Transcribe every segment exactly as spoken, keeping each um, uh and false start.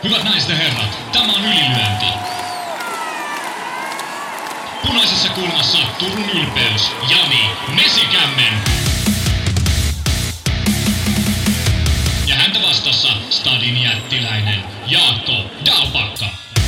Hyvät naiset ja herrat, tämä on Ylilyönti. Punaisessa kulmassa Turun ylpeys, Jani Mesikämmen. Ja häntä vastassa Stadin jättiläinen Jaakko Dalpakka.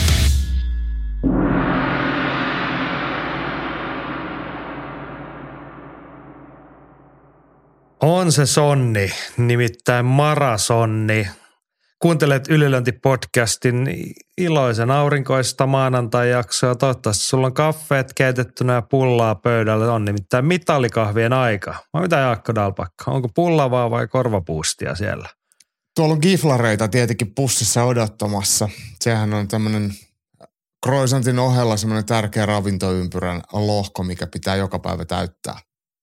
On se sonni, nimittäin marasonni. Kuuntelet Ylilöinti-podcastin iloisen aurinkoista maanantai-jaksoa. Toivottavasti sulla on kaffeet keitettynä ja pullaa pöydällä. On nimittäin mitallikahvien aika. Vai mitä Jaakko Dalpakka? Onko pullavaa vai korvapuustia siellä? Tuolla on giflareita tietenkin pussissa odottamassa. Sehän on tämmöinen croissantin ohella semmoinen tärkeä ravintoympyrän lohko, mikä pitää joka päivä täyttää.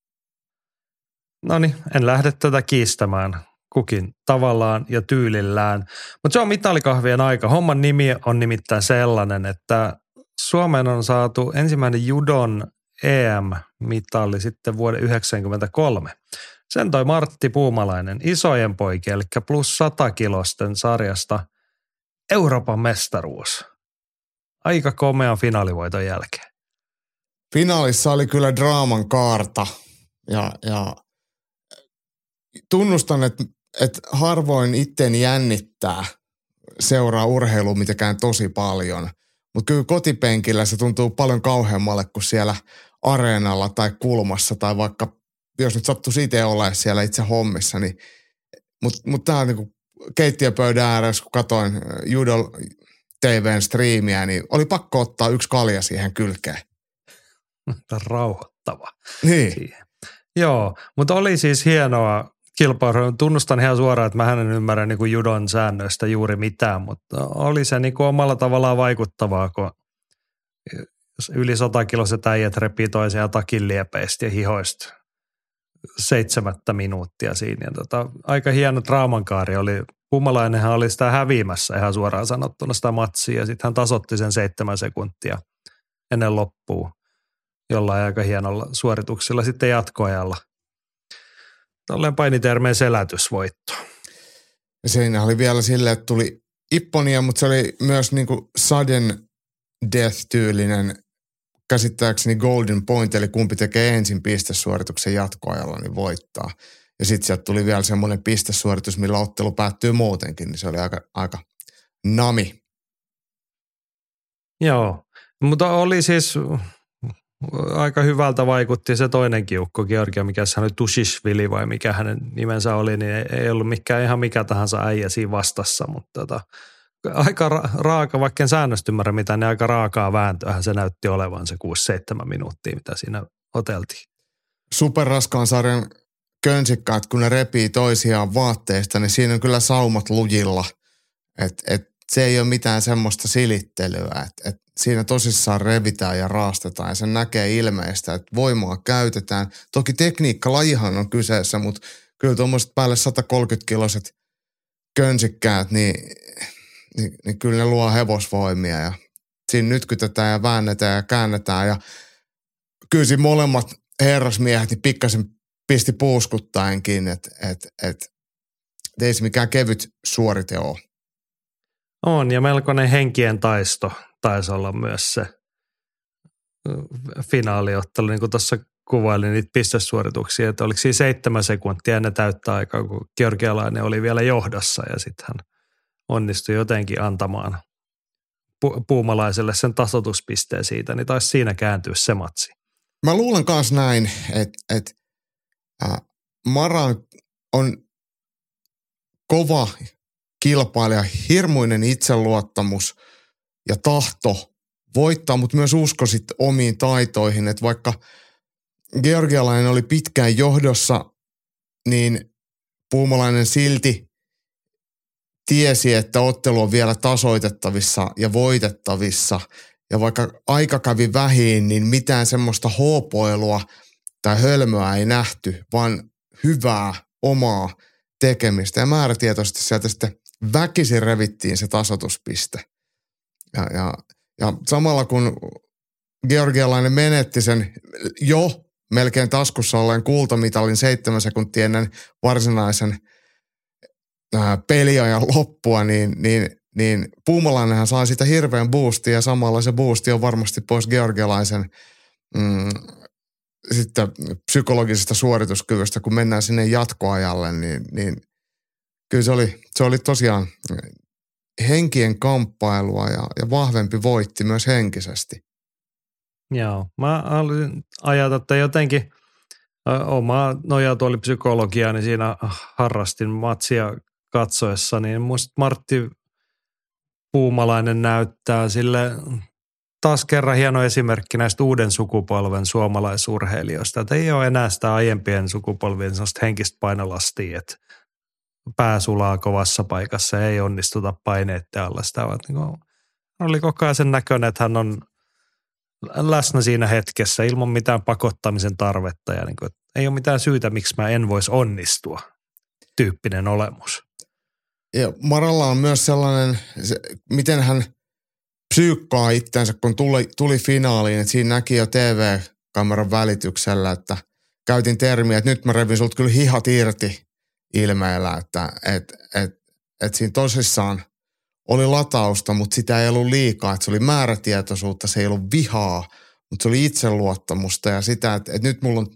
Noniin, en lähde tätä kiistämään. Kukin tavallaan ja tyylillään. Mutta se on mitallikahvien aika. Homman nimi on nimittäin sellainen, että Suomeen on saatu ensimmäinen judon E M-mitalli sitten vuoden yhdeksänkymmentäkolme. Sen toi Martti Puumalainen isojen poikien, eli plus sata kilosten sarjasta Euroopan mestaruus. Aika komean finaalivoiton jälkeen. Finaalissa oli kyllä draaman kaarta ja, ja tunnustan, että et harvoin itteeni jännittää seuraa urheilua mitenkään tosi paljon. Mutta kyllä kotipenkillä se tuntuu paljon kauheammalle kuin siellä areenalla tai kulmassa tai vaikka, jos nyt sattuisi itse olemaan siellä itse hommissa. Niin, mutta mut tämä on niinku keittiöpöydän ääressä, kun katsoin Judo T V:n striimiä, niin oli pakko ottaa yksi kalja siihen kylkeen. Rauhoittava. Niin. Siihen. Joo, mutta oli siis hienoa. Kilpailu. Tunnustan ihan suoraan, että mä en ymmärrä niin kuin judon säännöistä juuri mitään, mutta oli se niin kuin omalla tavallaan vaikuttavaa, kun yli satakiloiset äijät repii toisiaan takin liepeistä ja hihoista seitsemättä minuuttia siinä. Ja tota, aika hieno draamankaari oli. Puumalainenhan oli sitä häviämässä ihan suoraan sanottuna sitä matsia ja sitten hän tasoitti sen seitsemän sekuntia ennen loppua jollain aika hienolla suorituksella sitten jatkoajalla. Tolleen painitermeen selätysvoitto. Siinä oli vielä silleen, että tuli ipponia, mutta se oli myös niin kuin sudden death-tyylinen käsittääkseni golden point, eli kumpi tekee ensin pistesuorituksen jatkoajalla, niin voittaa. Ja sitten sieltä tuli vielä semmoinen pistesuoritus, millä ottelu päättyy muutenkin, niin se oli aika, aika nami. Joo, mutta oli siis aika hyvältä vaikutti se toinen kiukko, Georgia, mikä hän oli Tushishvili vai mikä hänen nimensä oli, niin ei ollut mikään ihan mikä tahansa äijä siinä vastassa, mutta tota, aika ra- raaka, vaikka en säännöstä ymmärrä mitään, niin aika raakaa vääntöähän se näytti olevan se kuusi seitsemän minuuttia, mitä siinä oteltiin. Superraskaan sarjan könsikkaat, kun ne repii toisiaan vaatteista, niin siinä on kyllä saumat lujilla, että et se ei ole mitään semmoista silittelyä, että et siinä tosissaan revitään ja raastetaan ja sen näkee ilmeistä, että voimaa käytetään. Toki tekniikkalajihan on kyseessä, mutta kyllä tuommoiset päälle satakolmekymmentä-kiloiset könsikkäät, niin, niin, niin kyllä ne luo hevosvoimia ja siinä nytkytetään ja väännetään ja käännetään ja kyllä siinä molemmat herrasmiehet niin pikkasen pisti puuskuttaenkin, että et, et, ei se mikään kevyt suorite ole. On ja melkoinen henkien taisto taisi olla myös se finaaliottelu, niin kuin tuossa kuvailin niitä pistesuorituksia, että oliko siinä seitsemän sekuntia ennen täyttä aikaa, kun georgialainen oli vielä johdossa ja sitten hän onnistui jotenkin antamaan pu- puumalaiselle sen tasoituspisteen siitä, niin taisi siinä kääntyä se matsi. Mä luulen myös näin, että, että äh, Mara on kova kilpailija, hirmuinen itseluottamus ja tahto voittaa, mutta myös usko sitten omiin taitoihin, että vaikka georgialainen oli pitkään johdossa, niin puumalainen silti tiesi, että ottelu on vielä tasoitettavissa ja voitettavissa. Ja vaikka aika kävi vähiin, niin mitään semmoista hoopoilua tai hölmöä ei nähty, vaan hyvää omaa tekemistä. Ja määrätietoisesti sieltä sitten väkisin revittiin se tasoituspiste. Ja, ja, ja samalla kun georgialainen menetti sen jo melkein taskussa olleen kultamitalin seitsemän sekuntia ennen varsinaisen ää, peliajan loppua, niin, niin niin Puumalainenhan sai sitä hirveän boostia ja samalla se boosti on varmasti pois georgialaisen mm, sitten psykologisesta suorituskyvystä, kun mennään sinne jatkoajalle, niin, niin kyllä se oli, se oli tosiaan henkien kamppailua ja, ja vahvempi voitti myös henkisesti. Joo, mä ajattelin, että jotenkin oma nojatuolipsykologiaa, niin siinä harrastin matsia katsoessa, niin musta Martti Puumalainen näyttää sille taas kerran hieno esimerkki näistä uuden sukupolven suomalaisurheilijoista, että ei ole enää sitä aiempien sukupolvien sellaista henkistä painolastia, että pää sulaa kovassa paikassa ja ei onnistuta paineiden alla. Sitä niin oli koko ajan sen näköinen, että hän on läsnä siinä hetkessä ilman mitään pakottamisen tarvetta ja niin kuin, ei ole mitään syytä, miksi mä en voisi onnistua, tyyppinen olemus. Ja Maralla on myös sellainen, se, miten hän psyykkaa itseänsä, kun tuli, tuli finaaliin, että siinä näki jo T V-kameran välityksellä, että käytin termiä, että nyt mä revin sulta kyllä hihat irti ilmeellä, että et, et, et siinä tosissaan oli latausta, mutta sitä ei ollut liikaa, että se oli määrätietoisuutta, se ei ollut vihaa, mutta se oli itseluottamusta ja sitä, että, että nyt mulla on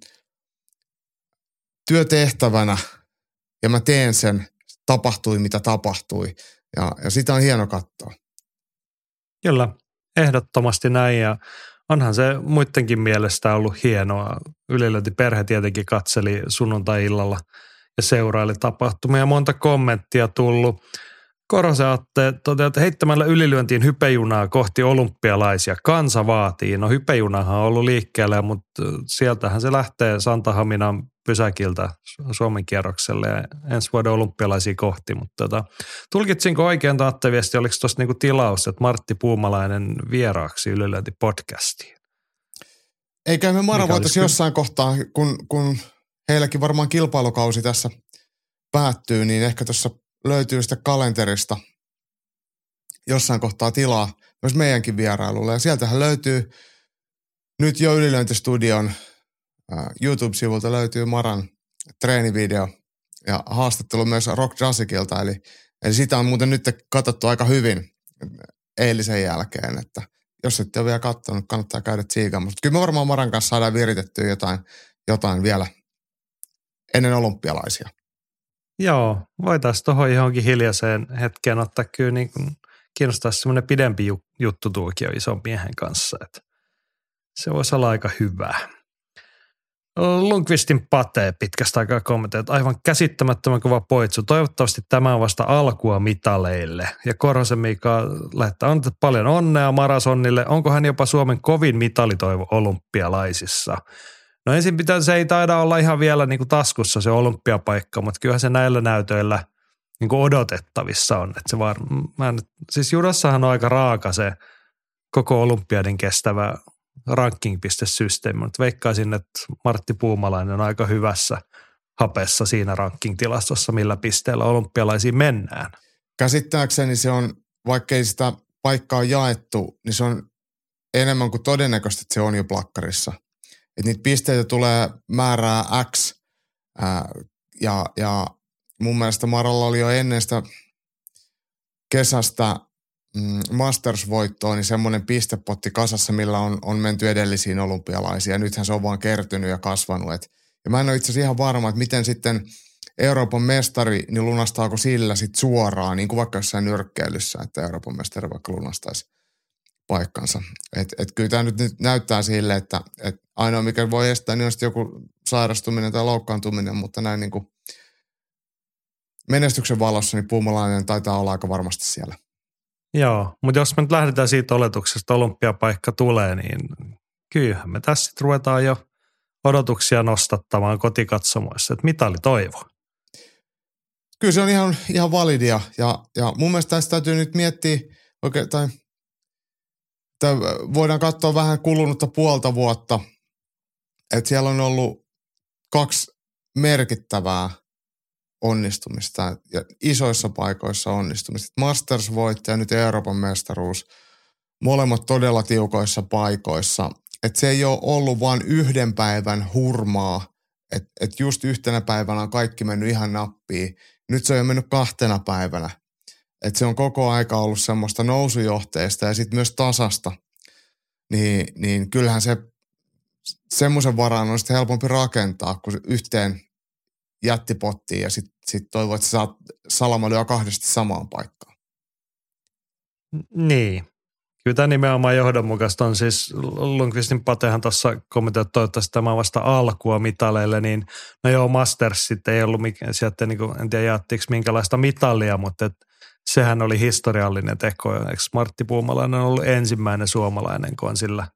työtehtävänä ja mä teen sen, tapahtui mitä tapahtui ja, ja sitä on hieno katsoa. Kyllä, ehdottomasti näin ja onhan se muidenkin mielestä ollut hienoa. Ylilöintiperhe tietenkin katseli sunnuntai-illalla ja seuraili tapahtumia. Monta kommenttia tullut. Korosen Atte toteaa, että heittämällä ylilyöntiin hypejunaa kohti olympialaisia. Kansa vaatii. No hypejunahan on ollut liikkeellä, mutta sieltähän se lähtee Santahaminan pysäkiltä Suomen kierrokselle ja ensi vuoden olympialaisia kohti. Mutta tota, tulkitsinko oikein Atte viesti, oliko tuossa niinku tilaus, että Martti Puumalainen vieraaksi ylilöintipodcastiin? Eikä me Mara voitaisiin jossain kohtaa, kun, kun heilläkin varmaan kilpailukausi tässä päättyy, niin ehkä tuossa löytyy sitä kalenterista jossain kohtaa tilaa myös meidänkin vierailulle. Ja sieltähän löytyy nyt jo Ylilöintistudion äh, YouTube-sivulta löytyy Maran treenivideo ja haastattelu myös Rock Jazzikilta. Eli, eli sitä on muuten nyt katsottu aika hyvin eilisen jälkeen, että jos ette ole vielä katsonut, kannattaa käydä tsiikaamassa. Kyllä me varmaan Maran kanssa saadaan viritettyä jotain, jotain vielä ennen olympialaisia. Joo, voitaisiin tuohon johonkin hiljaiseen hetkeen ottaa kyllä niin kuin kiinnostaisi semmoinen pidempi juttu tuokio ison miehen kanssa, että se voisi olla aika hyvää. Lundqvistin Pate pitkästä aikaa kommentoi, että aivan käsittämättömän kova poitsu. Toivottavasti tämä on vasta alkua mitaleille. Ja Korhosen Mika lähettää on paljon onnea Marasonnille. Onko hän jopa Suomen kovin mitalitoivo olympialaisissa? No ensin pitää, se ei taida olla ihan vielä niin kuin taskussa se olympiapaikka, mutta kyllähän se näillä näytöillä niin kuin odotettavissa on. Että se var, mä en, siis judossahan on aika raaka se koko olympiadin kestävä ranking-pistesysteemi, mutta veikkaisin, että Martti Puumalainen on aika hyvässä hapessa siinä ranking-tilastossa, millä pisteellä olympialaisiin mennään. Käsittääkseni se on, vaikkei sitä paikkaa jaettu, niin se on enemmän kuin todennäköistä, että se on jo plakkarissa. Että niitä pisteitä tulee määrää X ää, ja, ja mun mielestä Maralla oli jo ennen sitä kesästä mm, Masters-voittoa, niin semmoinen pistepotti kasassa, millä on, on menty edellisiin olympialaisiin ja nythän se on vaan kertynyt ja kasvanut. Et, ja mä en ole itse asiassa ihan varma, että miten sitten Euroopan mestari, niin lunastaako sillä sitten suoraan, niin kuin vaikka jossain nyrkkeilyssä, että Euroopan mestari vaikka lunastaisi paikkansa. Että et kyllä tämä nyt, nyt näyttää sille, että et ainoa mikä voi estää, niin on sitten joku sairastuminen tai loukkaantuminen, mutta näin niin kuin menestyksen valossa, niin Puumalainen taitaa olla aika varmasti siellä. Joo, mutta jos me nyt lähdetään siitä oletuksesta, että olympiapaikka tulee, niin kyllähän me tässä sitten ruvetaan jo odotuksia nostattamaan kotikatsomoissa, että mitali toivo. Kyllä se on ihan, ihan validia ja, ja mun mielestä tässä täytyy nyt miettiä oikein, tai voidaan katsoa vähän kulunutta puolta vuotta, että siellä on ollut kaksi merkittävää onnistumista ja isoissa paikoissa onnistumista. Masters-voittaja ja nyt Euroopan mestaruus, molemmat todella tiukoissa paikoissa. Että se ei ole ollut vain yhden päivän hurmaa, että et just yhtenä päivänä on kaikki mennyt ihan nappiin. Nyt se on jo mennyt kahtena päivänä. että se on koko aika ollut semmoista nousujohteista ja sitten myös tasasta, niin, niin kyllähän se semmoisen varaan on sitten helpompi rakentaa, kun yhteen jättipottiin ja sitten sit toivoo, että sä saat Salama lyö kahdesti samaan paikkaan. Niin. Kyllä tämä nimenomaan johdonmukaista on. Siis Lundqvistin Patehan tuossa kommentoi, että toivottavasti tämä on vasta alkua mitaleille, niin no joo, Masters sitten ei ollut mikään, sieltä niin kuin, en tiedä jaettiinko minkälaista mitalia, mutta et, sehän oli historiallinen teko. Eikö Martti Puumalainen on ollut ensimmäinen suomalainen, kun on sillä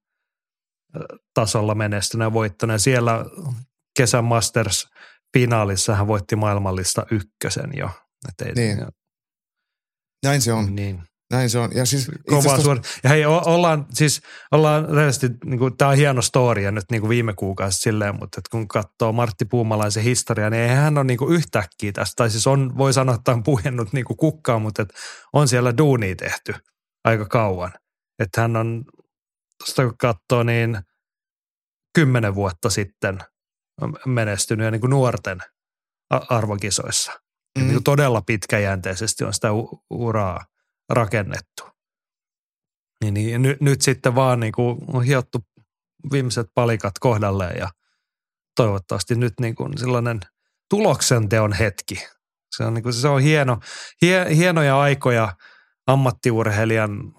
tasolla menestyneen ja voittanut. Siellä kesän Masters-finaalissa hän voitti maailmallista ykkösen jo. Et ei, niin. Näin se on. Niin. Näin se on. Ja siis Kovaa tos... suor... Ja hei, ollaan siis, ollaan rehellisesti, niin kuin, tämä on hieno story nyt niin kuin viime kuukausi silleen, mutta että kun katsoo Martti Puumalaisen historiaa, niin eihän hän ole niin kuin yhtäkkiä tästä. Tai siis on, voi sanoa, että on puhjennut niin kuin kukkaa, mutta että on siellä duunia tehty aika kauan. Että hän on, tuosta kun katsoo, niin kymmenen vuotta sitten menestynyt ja niin kuin nuorten arvokisoissa. Mm. Niin kuin todella pitkäjänteisesti on sitä u- uraa rakennettu. Niin, niin nyt, nyt sitten vaan niin kuin on hiottu viimeiset palikat kohdalleen ja toivottavasti nyt niin kuin sellainen tuloksenteon hetki. Se on, niin kuin, se on hieno, hie, hienoja aikoja ammattiurheilijan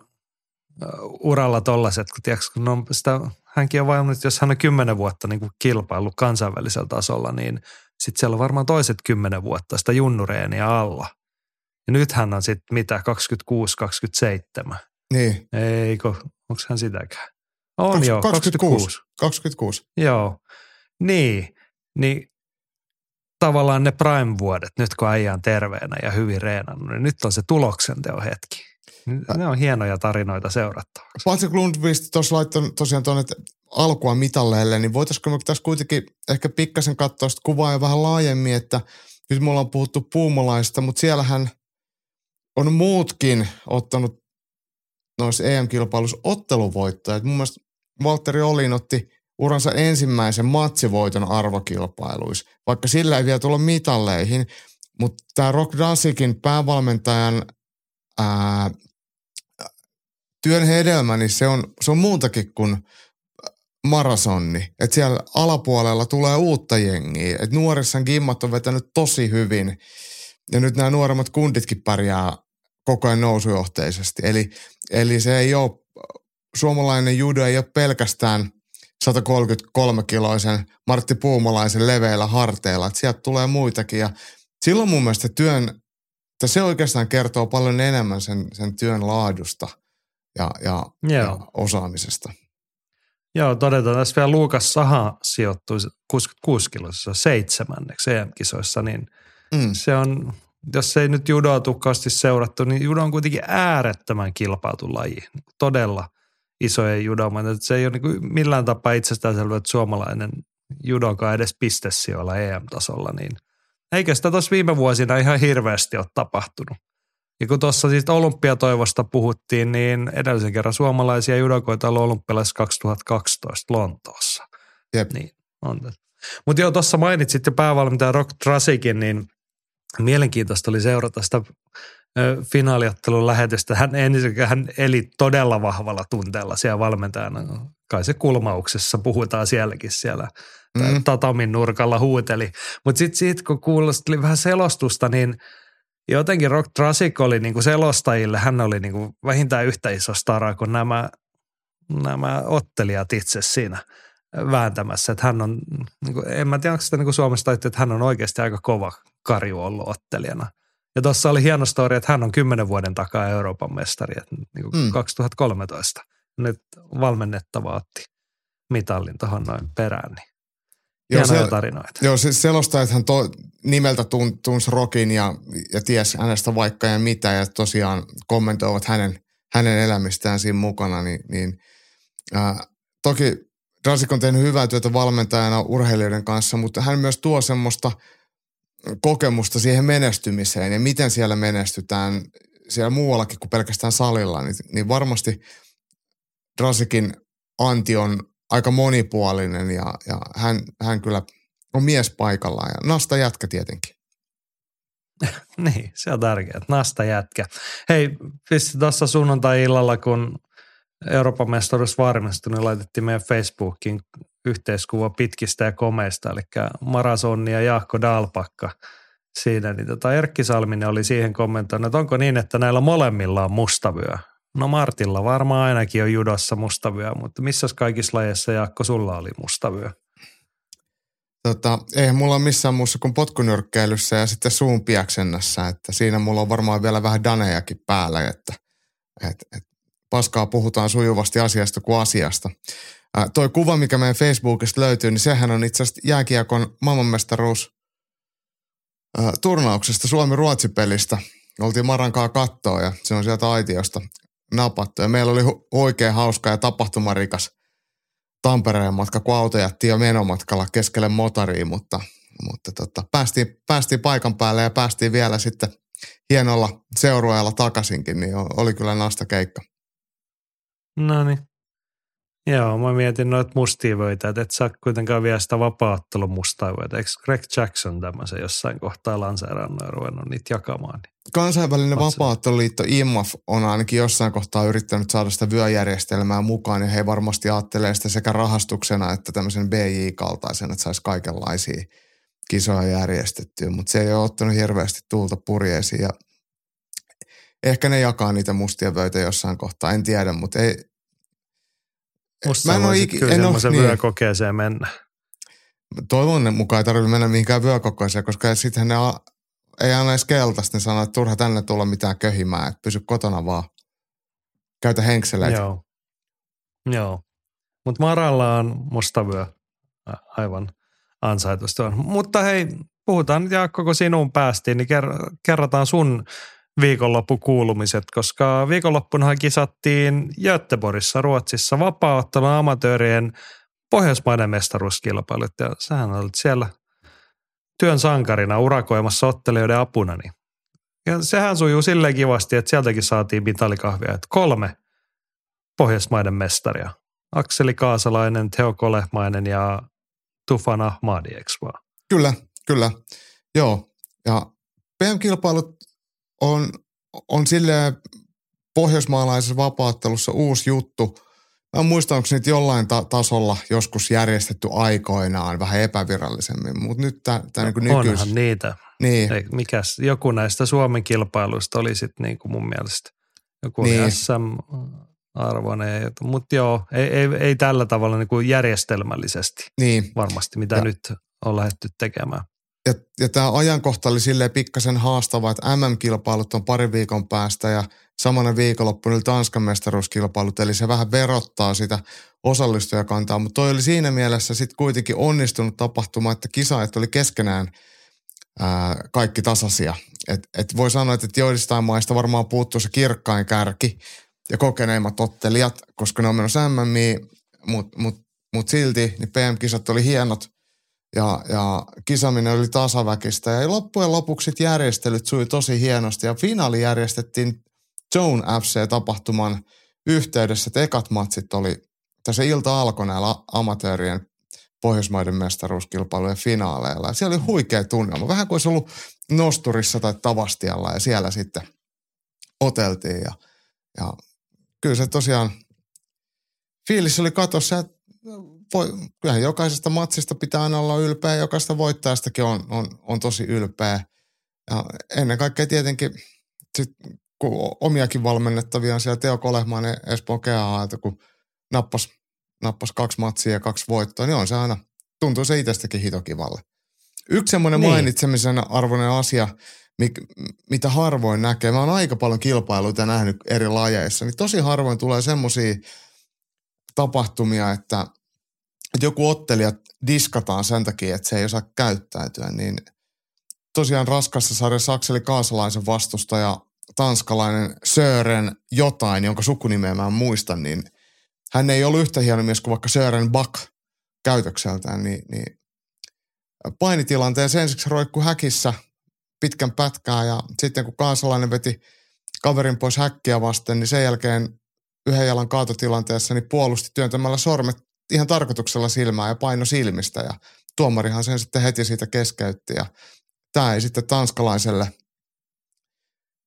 uralla tollaiset, kun tiedätkö, kun on sitä, hänkin on vain nyt, jos hän on kymmenen vuotta niin kuin kilpaillut kansainvälisellä tasolla, niin sitten siellä on varmaan toiset kymmenen vuotta sitä junnureenia alla. Ja nyt hän on sitten mitä, kaksikymmentäkuusi kaksikymmentäseitsemän. Niin. Eikö, onko hän sitäkään? On Kaks, joo, kaksikymmentäkuusi. kaksikymmentäkuusi. Joo, niin, niin tavallaan ne prime-vuodet, nyt kun äijä on terveenä ja hyvin reenannut, niin nyt on se tuloksenteon hetki. Ne on hienoja tarinoita seurattavaksi. Paitsi kun Lundqvist tuossa laittoi tosiaan tuonne alkua mitalleille, niin voitaisiinko me tässä kuitenkin ehkä pikkasen katsoa sitä kuvaa ja vähän laajemmin, että nyt me ollaan puhuttu Puumalaista, mutta siellähän on muutkin ottanut noissa E M-kilpailuissa otteluvoittoja. Mun mielestä Valtteri Olin otti uransa ensimmäisen matsivoiton arvokilpailuissa, vaikka sillä ei vielä tulla mitalleihin, mutta tämä Rock Dasikin päävalmentajan ää, työn hedelmä, niin se on, se on muutakin kuin marasonni. Että siellä alapuolella tulee uutta jengiä. Että nuorissa gimmat on vetänyt tosi hyvin. Ja nyt nämä nuoremmat kunditkin pärjää koko ajan nousujohteisesti. Eli, eli se ei ole, suomalainen judo ei ole pelkästään sata kolmekymmentäkolme kiloisen Martti Puumalaisen leveillä harteilla. Että sieltä tulee muitakin. Ja silloin mun mielestä työn, se oikeastaan kertoo paljon enemmän sen, sen työn laadusta ja, ja, ja osaamisesta. Joo, todetaan tässä vielä Luukas Saha sijoittui kuusikymmentäkuusi kiloisessa seitsemänneksi E M-kisoissa, niin mm. se on, jos ei nyt judoa tukkaasti seurattu, niin judo on kuitenkin äärettömän kilpailtu laji. Todella isoja judomaita. Se ei ole niin millään tapaa itsestäänselvää, että suomalainen judokaan edes pistesijoilla E M-tasolla, niin eikä sitä tuossa viime vuosina ihan hirveästi ole tapahtunut. Ja kun tuossa siis olympiatoivosta puhuttiin, niin edellisen kerran suomalaisia judokoita oli olympialaisissa kaksituhattakaksitoista Lontoossa. Jep. Niin, on. Mutta joo, tuossa mainitsit jo päävalmentaja Rock Drasikin, niin mielenkiintoista oli seurata sitä ö, finaaliottelun lähetystä. Hän, ensin, hän eli todella vahvalla tunteella siellä valmentajana. Kai se kulmauksessa puhutaan sielläkin siellä. Mm. Tatamin nurkalla huuteli. Mutta sitten siitä, kun kuulosteli vähän selostusta, niin jotenkin Rock Drasik oli niinku selostajille, hän oli niinku vähintään yhtä iso stara kuin nämä, nämä ottelijat itse siinä vääntämässä. Että hän on, niinku, en mä tiedä, onko sitä niinku Suomesta, että hän on oikeasti aika kova karju ollut ottelijana. Ja tuossa oli hieno story, että hän on kymmenen vuoden takaa Euroopan mestari, että niinku mm. kaksituhattakolmetoista. Nyt valmennettava otti mitallin tuohon noin perään, niin Joo, hienoja se, tarinoita. Joo, se selostajathan to, nimeltä tun, tunsi Rockin ja, ja ties hänestä vaikka ja mitä ja tosiaan kommentoivat hänen, hänen elämistään siinä mukana. Niin, niin, ää, toki Drasik on tehnyt hyvää työtä valmentajana urheilijoiden kanssa, mutta hän myös tuo semmoista kokemusta siihen menestymiseen ja miten siellä menestytään siellä muuallakin kuin pelkästään salilla. Niin, niin varmasti Drasikin anti on aika monipuolinen ja, ja hän, hän kyllä on mies paikallaan ja nasta jätkä tietenkin. Niin, se on tärkeää. Nasta jätkä. Hei, pisti tuossa sunnuntai-illalla, kun Euroopan mestaruus varmistui, niin laitettiin meidän Facebookiin yhteiskuva pitkistä ja komeista, eli Marasonni ja Jaakko Dalpakka siinä. Niin tota Erkki Salminen oli siihen kommentoinut, että onko niin, että näillä molemmilla on mustavyö? No Martilla varmaan ainakin on judossa mustavyö, mutta missä kaikissa lajeissa, Jaakko, sulla oli mustavyö? Tota, ei mulla ole missään muussa kuin potkunyrkkeilyssä ja sitten suun piäksennässä, että siinä mulla on varmaan vielä vähän danejakin päällä, että et, et, paskaa puhutaan sujuvasti asiasta kuin asiasta. Ää, toi kuva, mikä meidän Facebookista löytyy, niin sehän on itse asiassa jääkiekon maailmanmestaruus ää, turnauksesta Suomi-Ruotsi-pelistä. Oltiin Marankaa kattoa ja se on sieltä aitiosta napattu ja meillä oli hu- oikein hauska ja tapahtumarikas Tampereen matka, kun auto jätti jo menomatkalla keskelle motoriin, mutta, mutta tota, päästiin, päästiin paikan päälle ja päästiin vielä sitten hienolla seurueella takaisinkin, niin oli kyllä nasta keikka. No niin. Joo, mä mietin noita mustia vöitä, että et saa kuitenkaan vielä sitä vapaa-ottelun mustaa vöitä. Eikö Greg Jackson tämmöisen jossain kohtaa lanseerannut ja ruvennut niitä jakamaan? Niin. Kansainvälinen vapaa-otteluliitto I M A F on ainakin jossain kohtaa yrittänyt saada sitä vyöjärjestelmää mukaan, ja he varmasti ajattelee sitä sekä rahastuksena että tämmöisen B J-kaltaisen, että saisi kaikenlaisia kisoja järjestettyä, mutta se ei ole ottanut hirveästi tuulta purjeisiin, ja ehkä ne jakaa niitä mustia vöitä jossain kohtaa, en tiedä, mutta ei. Musta mä voisit kyllä semmoisen niin. vyökokeeseen mennä. Toivon mukaan ei tarvitse mennä mihinkään vyökokeeseen, koska sittenhän ne a, ei aina edes keltaista. Ne sanoo, että turha tänne tulla mitään köhimää, että pysy kotona vaan. Käytä henkseleitä. Joo, Joo. Mutta Maralla on musta vyö aivan ansaitusti on. Mutta hei, puhutaan nyt Jaakko, kun sinuun päästiin, niin ker- kerrotaan sun viikonloppukuulumiset, koska viikonloppunahan kisattiin Göteborgissa Ruotsissa vapaa-ottelun amatöörien Pohjoismaiden mestaruuskilpailut ja sähän olit siellä työn sankarina urakoimassa ottelijoiden apuna. Niin. Ja sehän sujuu silleen kivasti, että sieltäkin saatiin mitalikahvia, että kolme Pohjoismaiden mestaria. Akseli Kaasalainen, Teo Kolehmainen ja Tufan Ahmadi, eikö vaan? Kyllä, kyllä. Joo. Ja P M-kilpailut on, on silleen pohjoismaalaisessa vapaattelussa uusi juttu. Mä muistan, onko niitä jollain ta- tasolla joskus järjestetty aikoinaan vähän epävirallisemmin, mutta nyt tämä no, niinku nykyis... Onhan niitä. Niin. Ei, mikäs, joku näistä Suomen kilpailuista oli sitten niinku mun mielestä. Joku niin. oli S M-arvoinen, mutta joo, ei, ei, ei tällä tavalla niinku järjestelmällisesti niin. varmasti, mitä ja. nyt on lähdetty tekemään. Ja, ja tämä ajankohta oli silleen pikkasen haastava, että M M-kilpailut on parin viikon päästä ja samana viikonloppuna oli Tanskan mestaruuskilpailut, eli se vähän verottaa sitä osallistujakantaa, mutta toi oli siinä mielessä sitten kuitenkin onnistunut tapahtuma, että kisaajat oli keskenään ää, kaikki tasaisia. Et, et voi sanoa, että joistain maista varmaan puuttuu se kirkkain kärki ja kokeneimmat ottelijat, koska ne on menossa M M:iin, mutta mut, mut silti niin P M-kisat oli hienot. Ja, ja kisaminen oli tasaväkistä ja loppujen lopuksi järjestelyt sui tosi hienosti ja finaali järjestettiin Zone F C-tapahtuman yhteydessä, että ekat matsit oli, tässä ilta alkoi näillä amatöörien Pohjoismaiden mestaruuskilpailujen finaaleilla ja siellä oli huikea tunnelma, vähän kuin olisi ollut Nosturissa tai Tavastialla ja siellä sitten oteltiin ja, ja kyllä se tosiaan fiilis oli katossa ja voi, kyllähän jokaisesta matsista pitää aina olla ylpeä, jokaista voittajastakin on, on, on tosi ylpeä. Ja ennen kaikkea tietenkin, sit, kun omiakin valmennettavia on siellä Teo Kolehmainen Espoon Kea, että kun nappas, nappas kaksi matsia ja kaksi voittoa, niin on se aina, tuntuu se itsestäkin hitokivalle. Yksi semmoinen niin. mainitsemisen arvoinen asia, mitä harvoin näkee, mä oon aika paljon kilpailuita nähnyt eri lajeissa, niin tosi harvoin tulee semmoisia tapahtumia, että että joku ottelija diskataan sen takia, että se ei osaa käyttäytyä, niin tosiaan raskassa sarjassa Akseli Kaasalaisen vastustaja, tanskalainen Sören jotain, jonka sukunimeä mä en muista, niin hän ei ollut yhtä hieno mies kuin vaikka Sören Bak käytökseltään, niin, niin painitilanteessa ensiksi roikkui häkissä pitkän pätkää ja sitten kun Kaasalainen veti kaverin pois häkkiä vasten, niin sen jälkeen yhden jalan kaatotilanteessa niin puolusti työntämällä sormet ihan tarkoituksella silmää ja paino silmistä ja tuomarihan sen sitten heti siitä keskeytti ja tämä ei sitten tanskalaiselle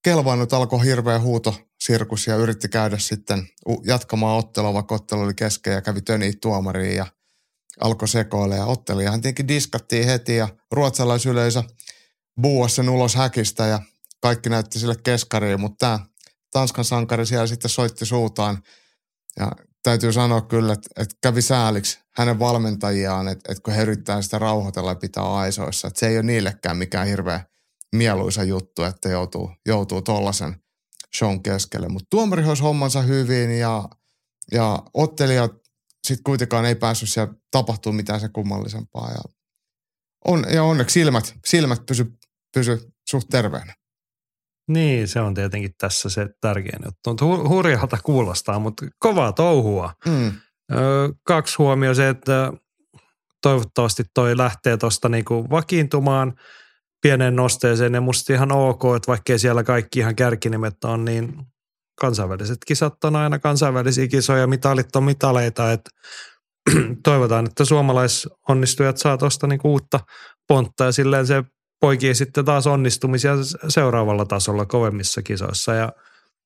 kelvannut, alkoi hirveä huutosirkus ja yritti käydä sitten jatkamaan ottelua, vaikka ottelu oli kesken ja kävi tönii tuomariin ja alkoi sekoilla ja otteli. Ja hän tietenkin diskattiin heti ja ruotsalaisyleisö buuasi sen ulos häkistä ja kaikki näytti sille keskariin, mutta tämä Tanskan sankari siellä sitten soitti suutaan ja täytyy sanoa kyllä, että, että kävi sääliksi hänen valmentajiaan, että, että kun he yrittää sitä rauhoitella ja pitää aisoissa, että se ei ole niillekään mikään hirveä mieluisa juttu, että joutuu, joutuu tollaisen shown keskelle. Mutta tuomari hoisi hommansa hyvin ja, ja ottelijat sitten kuitenkaan ei päässyt siellä tapahtumaan mitään se kummallisempaa. Ja, on, ja onneksi silmät, silmät pysy, pysy suht terveenä. Niin, se on tietenkin tässä se tärkein juttu. Hu- hurjalta kuulostaa, mutta kovaa touhua. Mm. Ö, kaksi huomioa se, että toivottavasti toi lähtee tuosta niinku vakiintumaan pienen nosteeseen. Ja musta ihan ok, että vaikkei siellä kaikki ihan kärkinimet on, niin kansainväliset kisat on aina kansainvälisiä kisoja, mitalit on mitaleita. Että toivotaan, että suomalaisonnistujat saa tuosta niinku uutta pontta ja silleen se poikii sitten taas onnistumisia seuraavalla tasolla kovemmissa kisoissa. Ja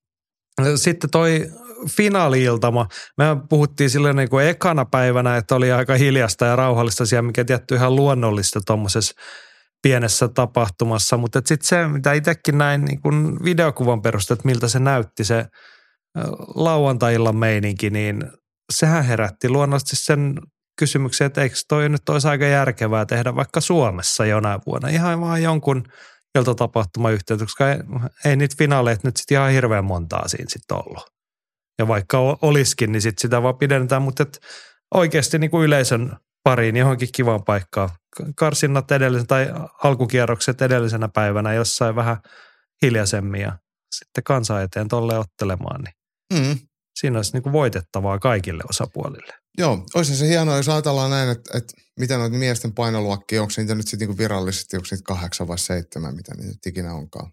sitten toi finaali-iltama, me puhuttiin silleen niin kuin ekana päivänä, että oli aika hiljasta ja rauhallista siellä, mikä tietty ihan luonnollista tuommoisessa pienessä tapahtumassa, mutta sitten se, mitä itsekin näin niin kuin videokuvan perusteella, että miltä se näytti se lauantai-illan meininki, niin sehän herätti luonnollisesti sen kysymyksiä, että eikö toi nyt olisi aika järkevää tehdä vaikka Suomessa jonain vuonna. Ihan vaan jonkun iltatapahtumayhteyttä, koska ei, ei niitä finaaleita nyt sitten ihan hirveän montaa siinä sitten ollut. Ja vaikka olisikin, niin sitten sitä vaan pidennetään, mutta et oikeasti niin kuin yleisön pariin johonkin kivaan paikkaan. Karsinnat edellisen tai alkukierrokset edellisenä päivänä jossain vähän hiljaisemmin ja sitten kansa eteen tolle ottelemaan, niin mm. siinä olisi niin kuin voitettavaa kaikille osapuolille. Joo, olisi se hienoa, jos ajatellaan näin, että, että mitä noita miesten painoluokkia, onko niitä nyt sitten niin virallisesti, onko niitä kahdeksan vai seitsemän, mitä niitä nyt ikinä onkaan.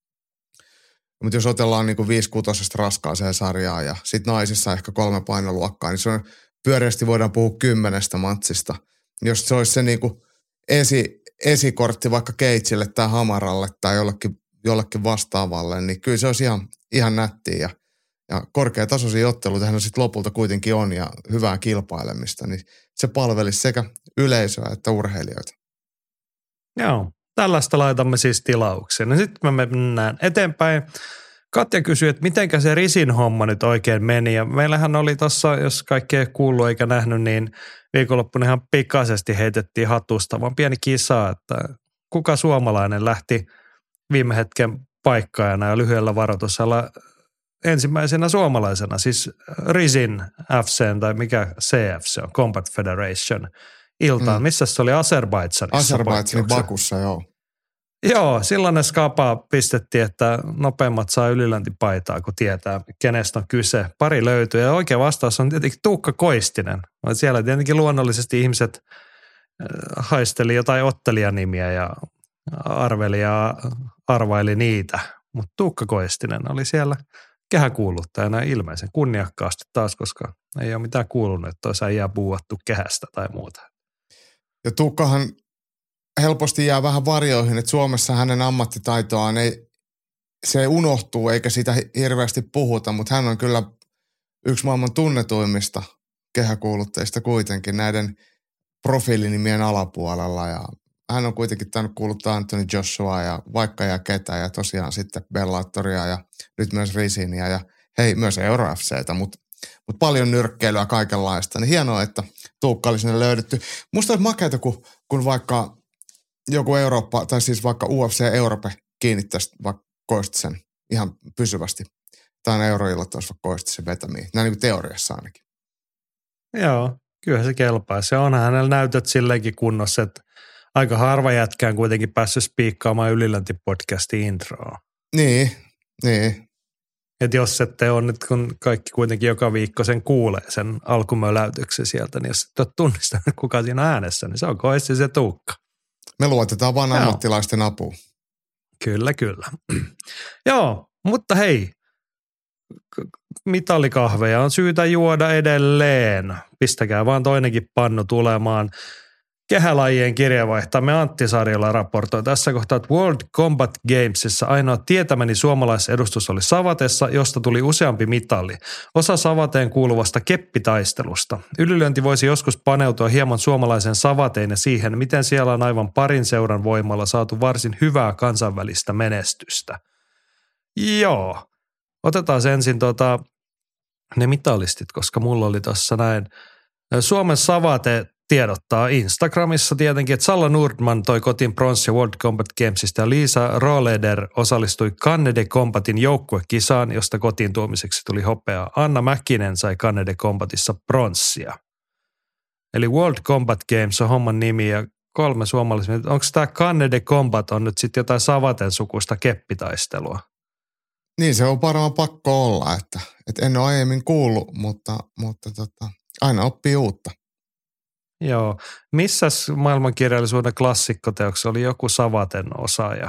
Mutta jos otellaan niin viisi kutosesta raskaaseen sarjaan ja sitten naisissa ehkä kolme painoluokkaa, niin se on pyöreästi voidaan puhua kymmenestä matsista. Jos se olisi se niin kuin esi, esikortti vaikka Keitsille tai Hamaralle tai jollekin, jollekin vastaavalle, niin kyllä se olisi ihan, ihan nättiä ja Ja korkeatasoisia otteluita hän sitten lopulta kuitenkin on ja hyvää kilpailemista, niin se palvelisi sekä yleisöä että urheilijoita. Joo, tällaista laitamme siis tilaukseen. Ja sitten me mennään eteenpäin. Katja kysyi, että mitenkä se Risin homma nyt oikein meni. Ja meillähän oli tuossa, jos kaikki ei kuullut eikä nähnyt, niin viikonloppuna ihan pikaisesti heitettiin hatusta, vaan pieni kisa, että kuka suomalainen lähti viime hetken paikkaajana ja lyhyellä varoitusalla ensimmäisenä suomalaisena, siis Risin F C tai mikä C F C on, Combat Federation iltaan. Mm. Missä se oli? Azerbaidžanissa? Azerbaidžanin Bakussa, joo. Joo, silloin skapaa pistettiin, että nopeimmat saa ylilantipaitaa, kun tietää, kenestä on kyse. Pari löytyy ja oikea vastaus on tietenkin Tuukka Koistinen. Siellä tietenkin luonnollisesti ihmiset haisteli jotain ottelijanimiä ja arveli ja arvaili niitä, mutta Tuukka Koistinen oli siellä kehäkuuluttajana ilmeisen kunniakkaasti taas, koska ei ole mitään kuulunut, että olisi äijää buuattu kehästä tai muuta. Ja Tuukkahan helposti jää vähän varjoihin, että Suomessa hänen ammattitaitoaan ei, se unohtuu eikä sitä hirveästi puhuta, mutta hän on kyllä yksi maailman tunnetuimmista kehäkuuluttajista kuitenkin näiden profiilinimien alapuolella ja hän on kuitenkin tainnut kuuluttaa Anthony Joshua ja vaikka ja ketä ja tosiaan sitten Bellatoria ja nyt myös Risinia ja hei myös Euro F C:tä, mutta mut paljon nyrkkeilyä kaikenlaista. Niin hienoa, että Tuukka oli sinne löydetty. Musta olisi makeata, kun, kun vaikka joku Eurooppa tai siis vaikka U F C Europe kiinnittäisi vaikka Koistisen ihan pysyvästi. Tai on euroillat olisi vaikka Koistisen vetämiä. Näin niin kuin teoriassa ainakin. Joo, kyllä se kelpaa. Se onhan hänellä näytöt silleenkin kunnossa, että aika harva jätkään kuitenkin päässyt spiikkaamaan Ylilänti-podcastin introa. Niin, niin. Että jos ette ole nyt, kun kaikki kuitenkin joka viikko sen kuulee, sen alkumöläytyksen sieltä, niin jos ette ole tunnistanut, kuka siinä äänessä, niin se on Koisti se Tuukka. Me luotetaan vaan ammattilaisten apuun. Kyllä, kyllä. Joo, mutta hei, mitalikahveja on syytä juoda edelleen. Pistäkää vaan toinenkin pannu tulemaan. Kehälajien kirjeenvaihtajamme Antti Sarjola raportoi tässä kohtaa, että World Combat Gamesissa ainoa tietämäni suomalaisedustus oli savatessa, josta tuli useampi mitalli. Osa savateen kuuluvasta keppitaistelusta. Ylilyönti voisi joskus paneutua hieman suomalaisen savateen ja siihen, miten siellä on aivan parin seuran voimalla saatu varsin hyvää kansainvälistä menestystä. Joo. Otetaan ensin tota, ne mitallistit, koska mulla oli tuossa näin. Suomen savate tiedottaa Instagramissa tietenkin, että Salla Nordman toi kotiin pronssia World Combat Gamesista ja Liisa Rohleder osallistui Canada Combatin joukkuekisaan, josta kotiin tuomiseksi tuli hopeaa. Anna Mäkinen sai Canada Combatissa pronssia. Eli World Combat Games on homman nimi ja kolme suomalaisia. Onko tämä Canada Combat on nyt sitten jotain savaten sukuista keppitaistelua? Niin se on varmaan pakko olla, että, että en ole aiemmin kuullut, mutta, mutta tota, aina oppii uutta. Joo. Missäs maailmankirjallisuuden klassikkoteoksessa oli joku savaten osaaja?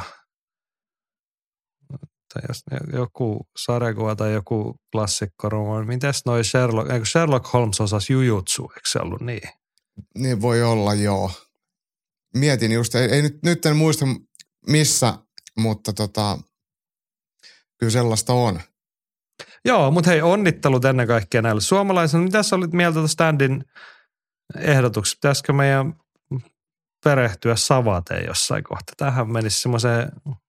Tai jos joku sarjakuva tai joku klassikkoromaani. Mites noi Sherlock, eikö Sherlock Holmes osasi jujutsu, eikö se ollut niin? Niin voi olla, joo. Mietin just, ei, ei nyt, nyt en muista missä, mutta tota, kyllä sellaista on. Joo, mutta hei, onnittelut ennen kaikkea näille suomalaisille. Mitä sä olit mieltä tuosta Andin ehdotuksesta? Pitäisikö meidän perehtyä savateen jossain kohtaa? Tähän menisi semmoiseen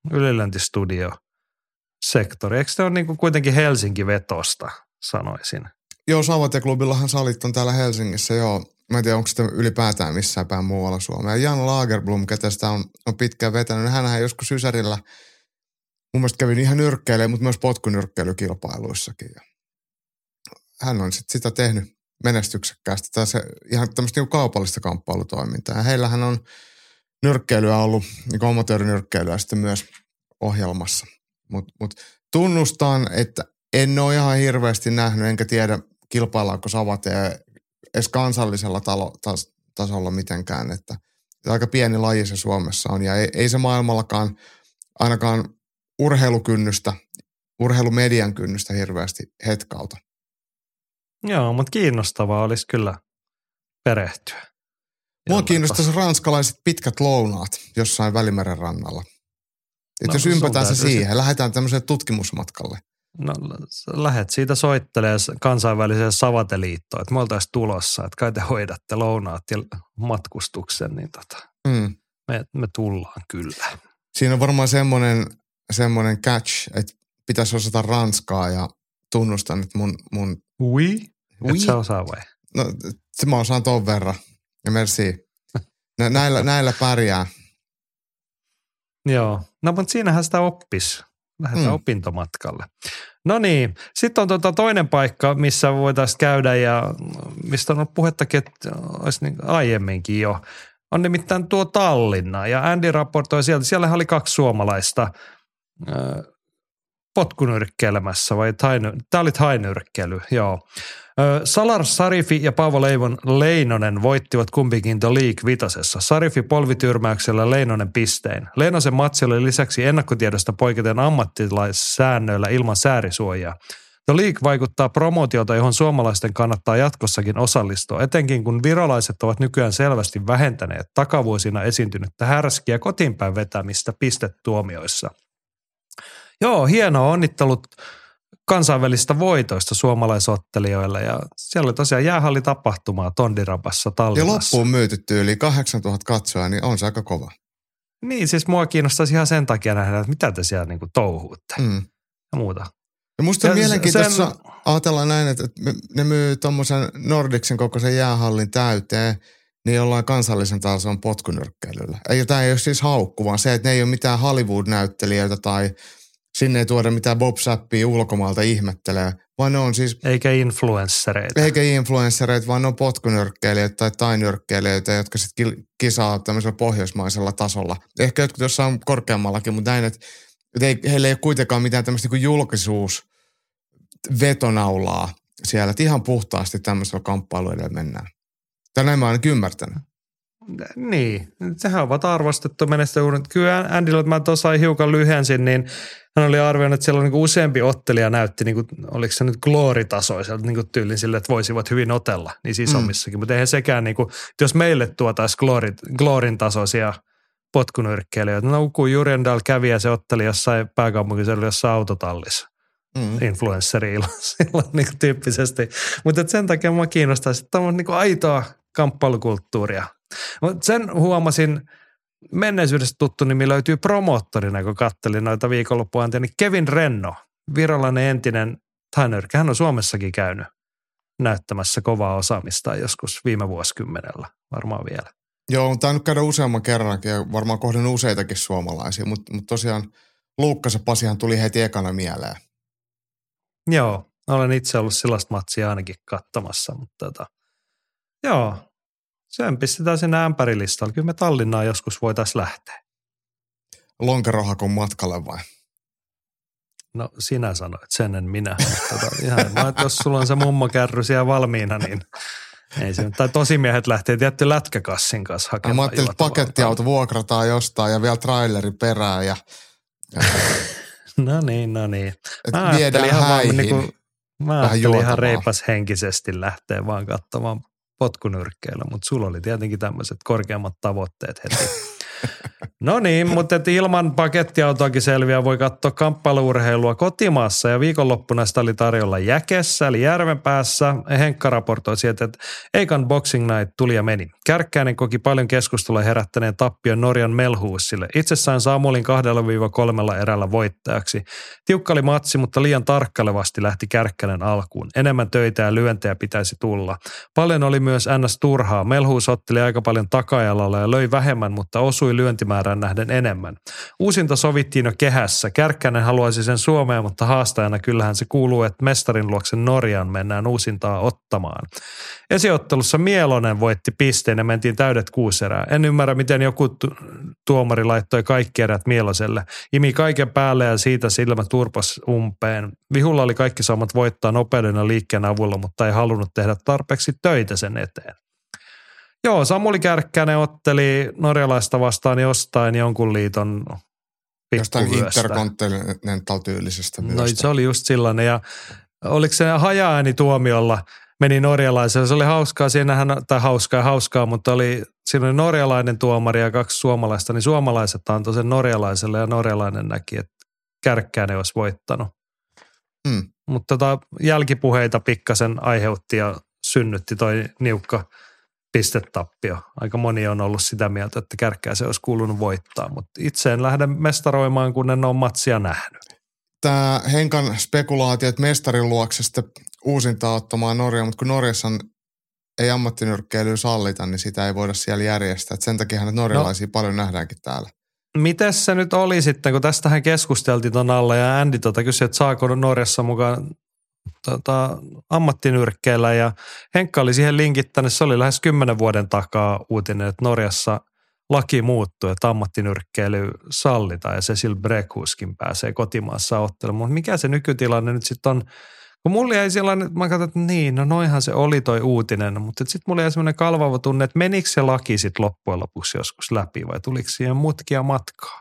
ylilöntistudio-sektori. Eikö se ole niin kuin kuitenkin Helsinki-vetosta, sanoisin? Joo, Savate-klubillahan salit on täällä Helsingissä, joo. Mä en tiedä, onko sitä ylipäätään missään päin muualla Suomea. Jan Lagerblom, ketä sitä on, on pitkään vetänyt, niin hänhän joskus Ysärillä mun mielestä kävi ihan nyrkkeilemään, mutta myös potkunyrkkeilykilpailuissakin. Hän on sit sitä tehnyt menestyksekkäästi. Tämä se ihan tämmöistä niin kaupallista kamppailutoimintaa. Ja heillähän on nyrkkeilyä ollut, niin kuin amatöörinyrkkeilyä sitten myös ohjelmassa. Mutta mut tunnustan, että en ole ihan hirveästi nähnyt, enkä tiedä kilpaillaanko Savate edes kansallisella talo, tas, tasolla mitenkään. Että aika pieni laji se Suomessa on ja ei, ei se maailmallakaan ainakaan urheilukynnystä, urheilumedian kynnystä hirveästi hetkauta. Joo, mutta kiinnostavaa olisi kyllä perehtyä. Mua kiinnostaisi ranskalaiset pitkät lounaat jossain Välimeren rannalla. Et no, jos ympätään se siihen, se... lähdetään tämmöiselle tutkimusmatkalle. No lähet siitä soittelee kansainväliseen savateliittoon, että me oltaisiin tulossa, että kai te hoidatte lounaat ja matkustuksen, niin tota, mm. me, me tullaan kyllä. Siinä on varmaan semmoinen, semmoinen catch, että pitäisi osata ranskaa ja tunnustan, että mun... mun oui? oui? Et sä osaa vai? No se mä osaan ton verran. Ja merci. Nä, näillä, näillä pärjää. Joo. No mutta siinähän sitä oppisi. Lähdetään mm. opintomatkalle. No niin. Sitten on tuota toinen paikka, missä voitaisiin käydä ja mistä on ollut puhettakin, että olisi niin aiemminkin jo. On nimittäin tuo Tallinna ja Andy raportoi sieltä. Siellä oli kaksi suomalaista äh, potkunyrkkeilemässä vai tainu, tämä oli tainyrkkeily, joo. Salar Sarifi ja Paavo Leivon Leinonen voittivat kumpikin The League vitasessa. Sarifi polvityrmäyksellä, Leinonen pistein. Leinosen matsi oli lisäksi ennakkotiedosta poiketen ammattilaissäännöillä ilman säärisuojaa. The League vaikuttaa promootiota, johon suomalaisten kannattaa jatkossakin osallistua, etenkin kun virolaiset ovat nykyään selvästi vähentäneet takavuosina esiintynyttä härskiä kotiinpäin vetämistä pistetuomioissa. Joo, hienoa, onnittelut kansainvälisistä voitoista suomalaisottelijoille ja siellä oli tosiaan jäähallitapahtumaa Tondirabassa Tallinnassa. Ja loppuun myytytty yli kahdeksantuhatta katsoja, niin on se aika kova. Niin, siis mua kiinnostaisi ihan sen takia nähdä, että mitä te siellä niinku touhuutte mm. ja muuta. Ja musta on ja mielenkiintoista sen... ajatellaan näin, että ne myy tommosen Nordicsin kokoisen jäähallin täyteen, niin jollain kansallisen tason potkunyrkkeilyllä. Ei, tämä ei ole siis haukku, vaan se, että ne ei ole mitään Hollywood-näyttelijöitä tai sinne ei tuoda mitään Bob Sappia ulkomaalta ihmettelee, vaan ne on siis... Eikä influenssereita. Eikä influenssereita, vaan ne on potkunyrkkeilijöitä tai tainyrkkeilijöitä, jotka sitten kisaa tämmöisellä pohjoismaisella tasolla. Ehkä jotkut jossain korkeammallakin, mutta näin, että, että ei, heillä ei ole kuitenkaan mitään tämmöistä niin julkisuusvetonaulaa siellä. Että ihan puhtaasti tämmöisellä kamppailuilla mennään. Tai näin mä ainakin ymmärtänyt. Niin, sehän ovat arvostettu menestyä. Kyllä Andyllä, että mä tuossa hiukan lyhensin, niin hän oli arvioinut, että siellä on niin useampi ottelija näytti, niin kuin, oliko se nyt glooritasoiselta niin tyylin sille, että voisivat hyvin otella niissä isommissakin. Mm. Mutta eihän sekään, niin kuin, jos meille tuotaisiin gloorin, gloorin tasoisia potkunyrkkeilijöitä. No kun Jurjendal kävi ja se otteli jossain pääkaupunkiseudulla jossain autotallissa. Mm. Influencerilla silloin niin kuin tyyppisesti. Mutta sen takia mua kiinnostaisi, että tämä on niin kuin aitoa kamppailukulttuuria. Mutta sen huomasin, menneisyydestä tuttu nimi löytyy promoottorina, kun kattelin noita viikonloppuantia, niin Kevin Renno, virolainen entinen tainyrkkä. Hän on Suomessakin käynyt näyttämässä kovaa osaamista joskus viime vuosikymmenellä, varmaan vielä. Joo, on tainnut käydä useamman kerrankin ja varmaan kohdannut useitakin suomalaisia, mutta mut tosiaan Luukkas ja Pasihan tuli heti ekana mieleen. Joo, olen itse ollut sellaista matsia ainakin kattamassa, mutta tota, joo, sen pistetään sinne ämpärilistalle. Kyllä me Tallinnaan joskus voitaisiin lähteä. Lonkerohakon matkalle vai? No sinä sanoit sen, en minä. Tota, ihan, mä, jos sulla on se mummokärry siellä valmiina, niin ei se. Tai tosimiehet lähtee tietty lätkäkassin kanssa hakemaan. Mä ajattelin, että pakettiauto vuokrataan jostain ja vielä traileri perään ja... ja no niin, no niin. Mä viedään häihin. Niin kuin, mä ajattelin ihan reipas henkisesti lähteä vaan katsomaan potkunyrkkeillä, mutta sulla oli tietenkin tämmöiset korkeammat tavoitteet heti. No niin, mutta ilman pakettiautoakin selviää voi katsoa kamppailuurheilua kotimaassa ja viikonloppuna sitä oli tarjolla Jäkessä eli Järvenpäässä. Henkka raportoi sieltä, että Eikan Boxing Night tuli ja meni. Kärkkäinen koki paljon keskustelua herättäneen tappion Norjan Melhusille. Itsessään Samuelin kahdella kolmella erällä voittajaksi. Tiukka oli matsi, mutta liian tarkkailevasti lähti Kärkkäinen alkuun. Enemmän töitä ja lyöntejä pitäisi tulla. Paljon oli myös ns. Turhaa. Melhus otteli aika paljon takajalalla ja löi vähemmän, mutta osui lyöntimäärään nähden enemmän. Uusinta sovittiin jo kehässä. Kärkkäinen haluaisi sen Suomeen, mutta haastajana kyllähän se kuuluu, että mestarin luoksen Norjaan mennään uusintaa ottamaan. Esiottelussa Mielonen voitti pisteen ja mentiin täydet kuusi erää. En ymmärrä, miten joku tu- tuomari laittoi kaikki erät Mieloselle. Imi kaiken päälle ja siitä silmä turpas umpeen. Vihulla oli kaikki saamat voittaa nopeuden ja liikkeen avulla, mutta ei halunnut tehdä tarpeeksi töitä sen eteen. Joo, Samuli Kärkkäinen otteli norjalaista vastaan jostain jonkun liiton jostain pikkuvyöstä. Intercontinental-tyylisestä vyöstä. No se oli just sellainen ja oliko se haja-ääni tuomiolla meni norjalaiselle. Se oli hauskaa, siinähän, tai hauskaa hauskaa, mutta oli, siinä oli norjalainen tuomari ja kaksi suomalaista, niin suomalaiset antoi sen norjalaiselle ja norjalainen näki, että Kärkkäinen olisi voittanut. Hmm. Mutta tota, jälkipuheita pikkasen aiheutti ja synnytti toi niukka pistetappio. Aika moni on ollut sitä mieltä, että Kärkkäisen olisi kuulunut voittaa, mutta itse en lähde mestaroimaan, kun en ole matsia nähnyt. Tämä Henkan spekulaatio, että mestarin luokse sitten uusintaa ottamaan Norjaa, mutta kun Norjassa on, ei ammattinyrkkeilyä sallita, niin sitä ei voida siellä järjestää. Et sen takia hänet norjalaisia no, paljon nähdäänkin täällä. Mites se nyt oli sitten, kun tästähän keskusteltiin ton alla ja Andy tota kysyi, että saako Norjassa mukaan tota, ammattinyrkkeillä ja Henkka oli siihen linkittänyt, se oli lähes kymmenen vuoden takaa uutinen, että Norjassa laki muuttui, että ammattinyrkkeily sallitaan ja Cecil Brekhuskin pääsee kotimaassa ottelemaan. Mutta mikä se nykytilanne nyt sitten on? Kun mulla jäi sellainen, mä katsoin, että niin, no noinhan se oli toi uutinen, mutta sitten mulla jäi sellainen kalvava tunne, että menikö se laki sitten loppujen lopuksi joskus läpi vai tuliko siihen mutkia matkaa?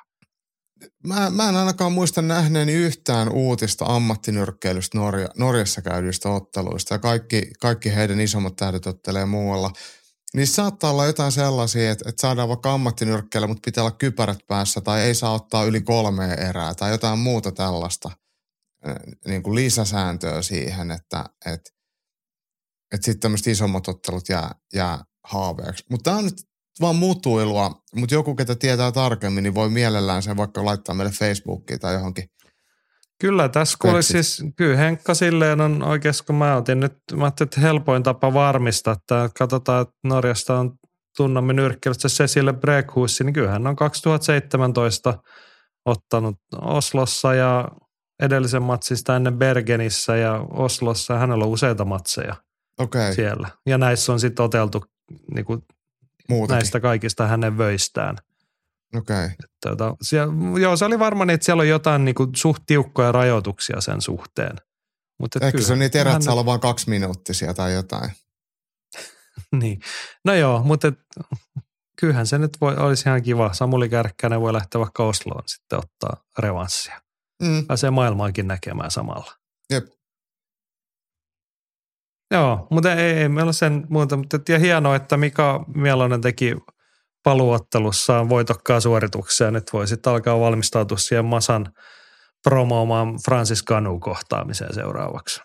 Mä, mä en ainakaan muista nähneeni yhtään uutista ammattinyrkkeilystä Norja, Norjassa käydyistä otteluista ja kaikki, kaikki heidän isommat tähdet ottelee muualla. Niissä saattaa olla jotain sellaisia, että, että saadaan vaikka ammattinyrkkeillä, mutta pitää olla kypärät päässä tai ei saa ottaa yli kolmea erää tai jotain muuta tällaista niin kuin lisäsääntöä siihen, että, että, että sitten tämmöiset isommat ottelut jää, jää haaveeksi. Mutta tämä on nyt vaan mutuilua, mutta joku, ketä tietää tarkemmin, niin voi mielellään sen vaikka laittaa meille Facebookiin tai johonkin. Kyllä, tässä kun olisi siis, kyllä Henkka silleen on oikeasti, kun mä otin nyt, mä ajattelin, että helpoin tapa varmistaa, että katsotaan, että Norjasta on tunnamme nyrkkeilystä Cecil Brekhus, niin kyllähän hän on kaksituhattaseitsemäntoista ottanut Oslossa ja edellisen matsista ennen Bergenissä ja Oslossa, hänellä on useita matseja okay. siellä. Ja näissä on sitten oteltu niin kuin näistä kaikista hänen vöistään. Okei. Okay. Joo, se oli varmaan, että siellä on jotain niin kuin suht tiukkoja rajoituksia sen suhteen. Mut ehkä se on niitä erät, saa olla vaan kaksi minuuttisia tai jotain. Niin. No joo, mutta et, kyllähän se nyt voi, olisi ihan kiva. Samuli Kärkkäinen voi lähteä vaikka Osloon sitten ottaa revanssia. Mm. Pääsee maailmaankin näkemään samalla. Jep. Joo, mutta ei, ei meillä ole sen muuta. Mutta ja hienoa, että Mika Mielonen teki paluottelussaan voitokkaan suorituksia. Nyt voi sitten alkaa valmistautua siihen Masan promoomaan Francis Ngannou kohtaamiseen seuraavaksi.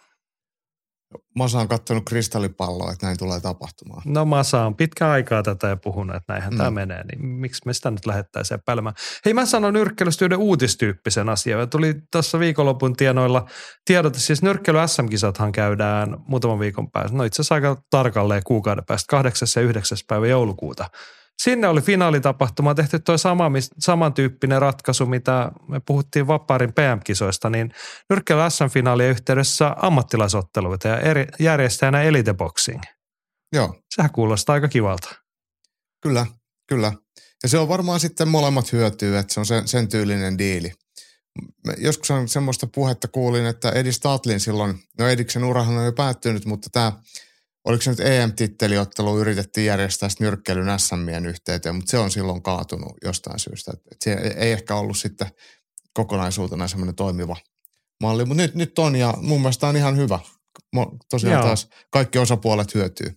Masa on katsonut kristallipalloa, että näin tulee tapahtumaan. No Masa on pitkä aikaa tätä ja puhunut, että näinhän mm. tämä menee, niin miksi me sitä nyt lähettäisiin epäilemään. Hei, mä sanon nyrkkeilystä yhden uutistyyppisen asian. Tuli tuossa viikonlopun tienoilla tiedot, siis nyrkkeily S M-kisathan käydään muutaman viikon päästä. No itse asiassa aika tarkalleen kuukauden päästä, kahdeksas ja yhdeksäs päivä joulukuuta. Sinne oli finaalitapahtuma, tehty tuo sama, samantyyppinen ratkaisu, mitä me puhuttiin Vapaarin P M-kisoista, niin nyrkkeily S M-finaalien yhteydessä ammattilaisotteluita ja eri, järjestäjänä Elite Boxing. Joo. Sehän kuulostaa aika kivalta. Kyllä, kyllä. Ja se on varmaan sitten molemmat hyötyy, että se on sen, sen tyylinen diili. Joskus on semmoista puhetta kuulin, että Eddie Statlin silloin, no Ediksen urahan on jo päättynyt, mutta tämä oliko se nyt E M-titteliottelu, yritettiin järjestää nyrkkeilyn S M:ien yhteyteen, mutta se on silloin kaatunut jostain syystä. Et se ei ehkä ollut sitten kokonaisuutena semmoinen toimiva malli, mutta nyt, nyt on ja mun mielestä on ihan hyvä. Tosiaan Joo. taas kaikki osapuolet hyötyy.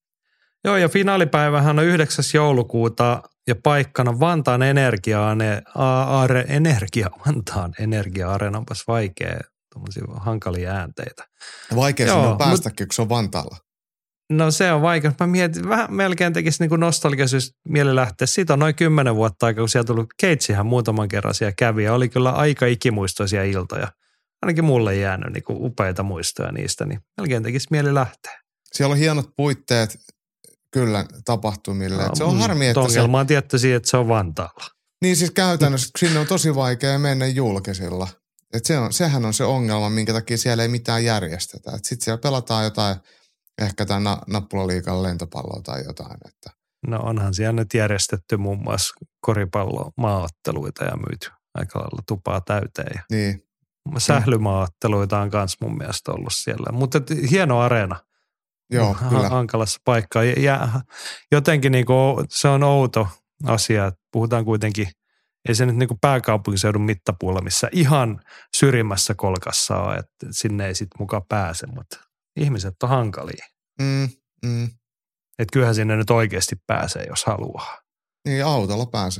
Joo, ja finaalipäivähän on yhdeksäs joulukuuta ja paikkana Vantaan Energia-Aare, Energia, Vantaan Energia-Areena, onpas vaikea, tuommoisia hankalia äänteitä. Vaikea sinne on päästäkin, kun se on Vantaalla. No se on vaikea. Mä mietin, vähän melkein tekisi niin kuin nostalgisuus mieli lähteä. Siitä on noin kymmenen vuotta aikaa, kun siellä tullut Keitsihän muutaman kerran siellä kävi ja oli kyllä aika ikimuistoisia iltoja. Ainakin mulle jäänyt niin kuin upeita muistoja niistä, niin melkein tekisi mieli lähteä. Siellä on hienot puitteet kyllä tapahtumille. No, se on harmi, että se on tietty siihen, että se on Vantaalla. Niin siis käytännössä, sinne on tosi vaikea mennä julkisilla. Että se on, sehän on se ongelma, minkä takia siellä ei mitään järjestetä. Sitten siellä pelataan jotain, ehkä tämä na- nappulaliigan lentopalloa tai jotain. Että. No onhan siellä nyt järjestetty muun muassa koripallo-maaotteluita ja myyty aika lailla tupaa täyteen. Niin. Sählymaaotteluita on myös mun mielestä ollut siellä. Mutta hieno areena. Joo, ha- kyllä. Hankalassa paikkaa. Ja, ja jotenkin niinku, se on outo asia, että puhutaan kuitenkin, ei se nyt niinku pääkaupunkiseudun mittapuulla, missä ihan syrjimmässä kolkassa on, että sinne ei sitten mukaan pääse, mutta ihmiset on hankalia. Mm, mm. Että kyllähän sinne nyt oikeasti pääsee, jos haluaa. Niin, autolla pääsee.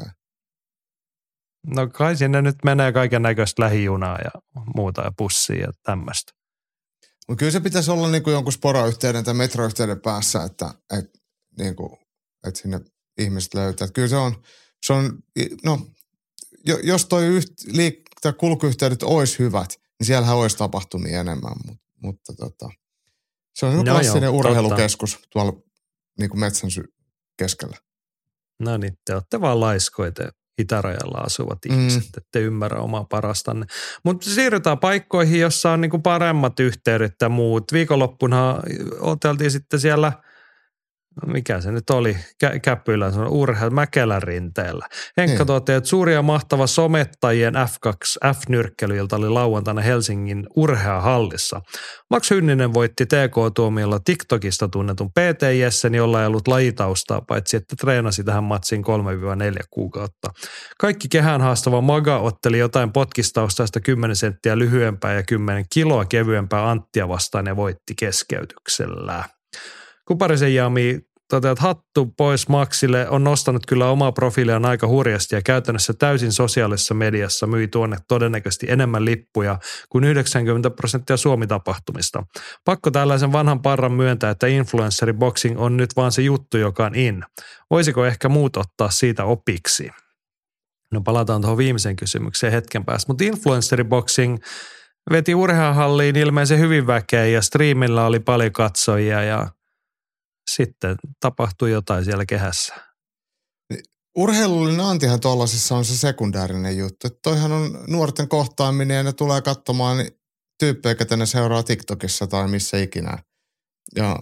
No kai sinne nyt menee kaiken näköistä lähijunaa ja muuta ja bussia ja tämmöistä. Mutta kyllä se pitäisi olla niinku jonkun sporoyhteyden tai metroyhteyden päässä, että et, niinku, et sinne ihmiset löytää. Et kyllä se on, se on, no jos toi yht, liik- kulkuyhteydet olisi hyvät, niin siellähän olisi tapahtumia enemmän, Mut, mutta tota, se on no klassinen joo, urheilukeskus totta. Tuolla niinku metsän sy- keskellä. No niin, te olette vaan laiskoita itärajalla asuvat ihmiset, mm. ette ymmärrä omaa parastanne. Mutta siirrytään paikkoihin, jossa on niinku paremmat yhteydet ja muut. Viikonloppuna oteltiin sitten siellä, mikä se nyt oli, Kä- Käpylän, se on urheil Mäkelän rinteellä. Henkka mm. totesi, että suuri ja mahtava somettajien F kaksi F-nyrkkelyilta oli lauantaina Helsingin Urheahallissa. Max Hynninen voitti T K-tuomiolla TikTokista tunnetun P T Jessen, jolla ei ollut lajitaustaa, paitsi että treenasi tähän matsiin kolme neljä kuukautta. Kaikki kehään haastava Maga otteli jotain potkistaustaista kymmenen senttiä lyhyempää ja kymmenen kiloa kevyempää Anttia vastaan ja voitti keskeytyksellä. Kuparisen Jami toteaa, että hattu pois Maxille, on nostanut kyllä omaa profiiliaan aika hurjasti ja käytännössä täysin sosiaalisessa mediassa myi tuonne todennäköisesti enemmän lippuja kuin yhdeksänkymmentä prosenttia Suomi-tapahtumista. Pakko tällaisen vanhan parran myöntää, että influenssariboxing on nyt vaan se juttu, joka on in. Voisiko ehkä muut ottaa siitä opiksi? No palataan tuohon viimeiseen kysymykseen hetken päästä, mutta influenssariboxing veti Urheahalliin ilmeisen hyvin väkeä ja striimillä oli paljon katsojia ja sitten tapahtui jotain siellä kehässä. Urheilullinen antihan tuollaisessa on se sekundäärinen juttu. Että toihan on nuorten kohtaaminen ja ne tulee katsomaan tyyppejä, ketä ne seuraa TikTokissa tai missä ikinä. Ja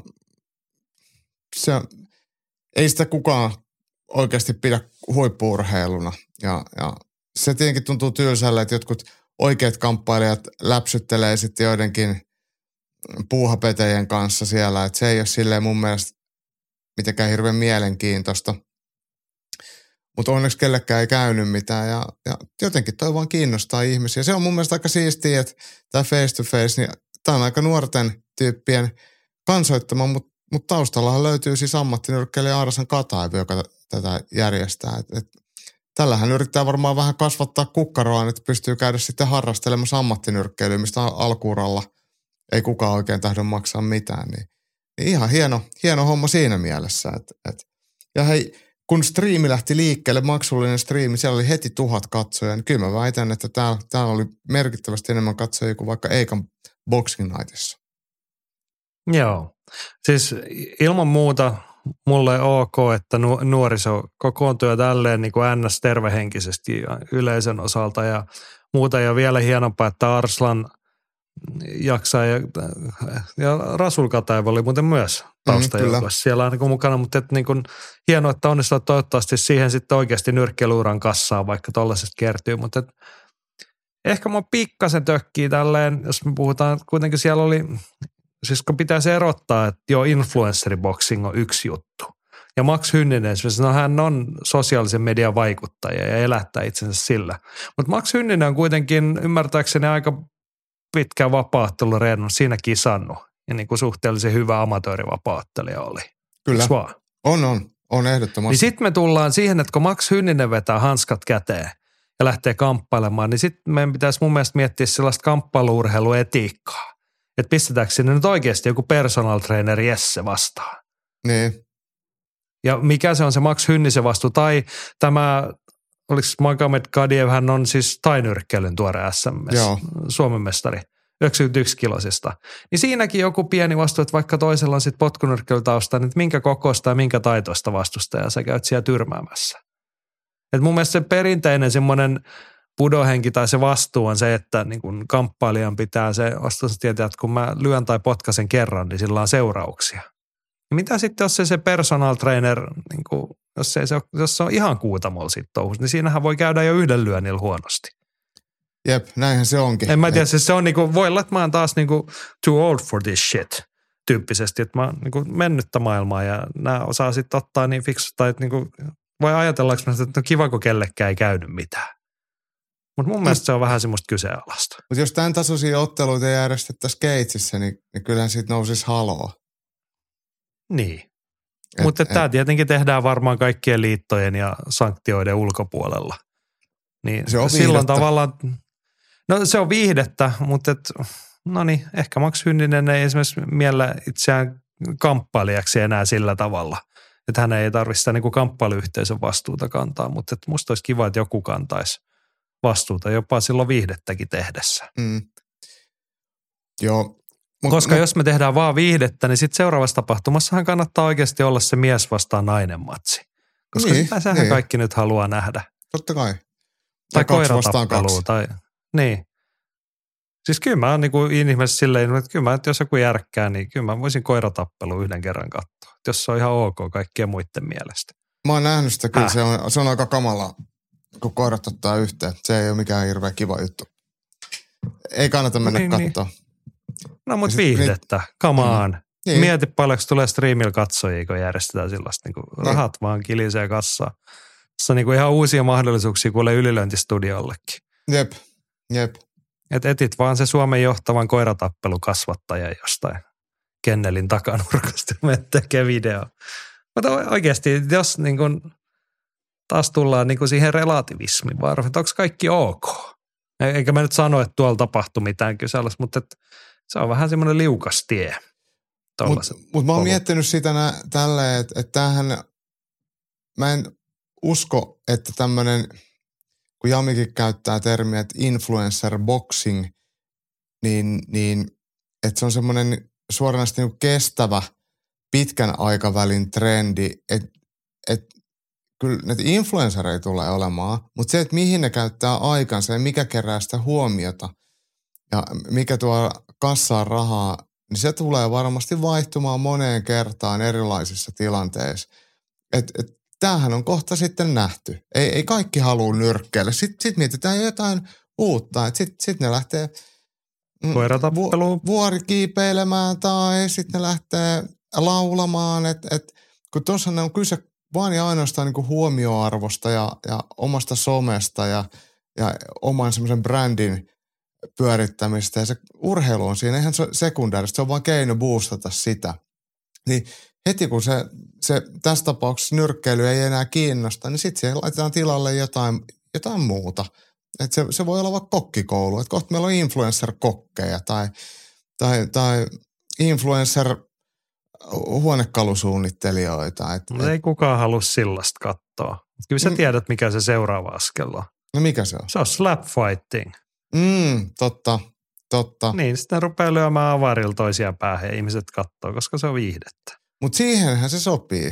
se, ei sitä kukaan oikeasti pidä huippu-urheiluna. Ja, ja se tietenkin tuntuu tylsälle, että jotkut oikeat kamppailijat läpsyttelee sitten joidenkin puuhapetäjien kanssa siellä, että se ei ole silleen mun mielestä mitenkään hirveän mielenkiintoista. mutta onneksi kellekään ei käynyt mitään ja, ja jotenkin toi vaan kiinnostaa ihmisiä. Se on mun mielestä aika siistiä, että tämä face to face, niin tämä on aika nuorten tyyppien kansoittama, mutta mut taustallahan löytyy siis ammattinyrkkeilijä Aarasan Kataevi, joka t- tätä järjestää. Et, et, tällähän yrittää varmaan vähän kasvattaa kukkaroa, että pystyy käydä sitten harrastelemassa ammattinyrkkeilyä, mistä alkuuralla ei kukaan oikein tahdo maksaa mitään. Niin, niin ihan hieno, hieno homma siinä mielessä. Et, et. Ja hei, kun striimi lähti liikkeelle, maksullinen striimi, siellä oli heti tuhat katsojaa, niin kyllä mä väitän, että täällä, täällä oli merkittävästi enemmän katsojia kuin vaikka Eikan Boxing Nightissa. Joo, siis ilman muuta mulle ok, että nuoriso kokoontuu ja tälleen niin kuin ns. Tervehenkisesti yleisön osalta ja muuta. Ja vielä hienompaa, että Arslan jaksaa ja, ja Rasul Kataev oli muuten myös taustajoukossa mm, siellä on niin mukana, mutta et niin kuin, hienoa, että onnistuu toivottavasti siihen sitten oikeasti nyrkkeilyuran kassaa, vaikka tollaisesta kertyy, mutta et, ehkä mä pikkasen tökkii tälleen, jos me puhutaan, kuitenkin siellä oli, siis kun pitäisi erottaa, että joo, influenceriboxing on yksi juttu. Ja Max Hynninen esimerkiksi, no hän on sosiaalisen median vaikuttaja ja elättää itsensä sillä. Mutta Max Hynninen on kuitenkin ymmärtääkseni aika pitkä vapaattelu reenannut, siinä kisannut. Ja niin kuin suhteellisen hyvä amatöörivapaattelija oli. Kyllä, on, on, on ehdottomasti. Niin sitten me tullaan siihen, että kun Max Hynninen vetää hanskat käteen ja lähtee kamppailemaan, niin sitten meidän pitäisi mun mielestä miettiä sellaista kamppailuurheiluetiikkaa. Että pistetäänkö sinne nyt oikeasti joku personal trainer Jesse vastaan. Niin. Ja mikä se on se Max Hynnisen vastuu? Tai tämä, oliko Magomed Kadiev, hän on siis tainyrkkeilyn tuore S M S, Joo. Suomen mestari, yhdeksänkymmentäyksi kilosista. Niin siinäkin joku pieni vastuu, että vaikka toisella on sitten potkunyrkkeilytausta, niin minkä kokoista ja minkä taitoista vastustajaa sä käyt siellä tyrmäämässä. Et mun mielestä se perinteinen semmoinen pudohenki tai se vastuu on se, että niin kun kamppailijan pitää se vastuussa tietää, että kun mä lyön tai potkasen kerran, niin sillä on seurauksia. Ja mitä sitten, jos se, se personal trainer, niin kun, jos, se, se, jos se on ihan kuutamolla siitä touhusta, niin siinähän voi käydä jo yhden lyönnillä huonosti. Jep, näinhän se onkin. En mä tiedä, siis se on niin kuin, voi olla, että mä oon taas niin kuin too old for this shit tyyppisesti, että mä oon niin kuin mennyttä maailmaa ja nämä osaa sitten ottaa niin fiksusta, että niin kuin, voi ajatella, että no kiva, kun kellekään ei käynyt mitään. Mutta mun mielestä se on vähän semmoista kyseenalaista. Mutta jos tämän tasoisia otteluita järjestettäisiin Keitsissä, niin, niin kyllähän siitä nousisi haloo. Niin. Mutta tämä tietenkin tehdään varmaan kaikkien liittojen ja sanktioiden ulkopuolella. Niin se on silloin tavallaan, no se on viihdettä, mutta et, no niin, ehkä Max Hynninen ei esimerkiksi miellä itseään kamppailijaksi enää sillä tavalla. Että hän ei tarvitse sitä niin kuin kamppailuyhteisön vastuuta kantaa, mutta musta olisi kiva, että joku kantaisi vastuuta jopa silloin viihdettäkin tehdessä. Mm. Joo. Mut, Koska mut, jos me tehdään vaan viihdettä, niin sitten seuraavassa tapahtumassahan kannattaa oikeasti olla se mies vastaan nainen matsi. Koska niin, sitähän niin. kaikki nyt haluaa nähdä. Totta kai. Tai koiratappelua. Tai, niin. Siis kyllä mä oon niin kuin ihmeessä silleen, että kyllä mä, että jos joku järkkää, niin kyllä mä voisin koiratappelua yhden kerran katsoa. Jos se on ihan ok kaikkien muiden mielestä. Mä oon nähnyt sitä kyllä, se on, se on aika kamalaa, kun koirat ottaa yhteen. Se ei ole mikään hirveän kiva juttu. Ei kannata mennä niin, katsoa. Niin. No mut viihdettä, come on. Niin. Mieti paljonko tulee striimillä katsojia, kun järjestetään sellaista. Niin kuin rahat niin. vaan kilisee kassaa. Tässä on niin kuin ihan uusia mahdollisuuksia kuule ylilöintistudiollekin. Jep, jep. Et etit vaan se Suomen johtavan koiratappelukasvattaja jostain kennelin takanurkasta ja tekee video. Mutta oikeasti, jos niin kuin taas tullaan niin kuin siihen relativismiin vaan, että onko kaikki ok? Eikä mä nyt sano, että tuolla tapahtui mitään kyseessä, mutta et se on vähän semmoinen liukas tie. Mutta mut mä oon miettinyt sitä nä, tälleen, että et tämähän, mä en usko, että tämmöinen, kun Jamikin käyttää termiä, että influencer boxing, niin, niin että se on semmoinen suoranaisesti niin kestävä pitkän aikavälin trendi, että et, kyllä näitä influencereita tulee olemaan, mutta se, että mihin ne käyttää aikansa ja mikä kerää sitä huomiota ja mikä tuo kassaan rahaa, niin se tulee varmasti vaihtumaan moneen kertaan erilaisissa tilanteissa. Et, et, tämähän on kohta sitten nähty. Ei, ei kaikki halua nyrkkeelle. Sitten sit mietitään jotain uutta. Sitten sit ne lähtee vu, vuorikiipeilemään tai sitten ne lähtee laulamaan. Et, et, kun tuossahan on kyse vaan ja ainoastaan niin kuin huomioarvosta ja, ja omasta somesta ja, ja oman semmoisen brändin pyörittämistä. Ja se urheilu on siinä ihan sekundääristä, se on vaan keino boostata sitä. Niin heti kun se, se tässä tapauksessa nyrkkeily ei enää kiinnosta, niin sitten siihen laitetaan tilalle jotain, jotain muuta. Et se, se voi olla vaikka kokkikoulu, että kohta meillä on influencer-kokkeja tai, tai, tai influencer huonekalusuunnittelijoita. Et, et, ei kukaan halua sillasta katsoa. Kyllä sä mm, tiedät, mikä se seuraava askel on. No mikä se on? Se on slap fighting. Mm, totta, totta. Niin, sitten rupeaa lyömään avarilla toisia päähän ja ihmiset katsoo, koska se on viihdettä. Mutta siihenhän se sopii.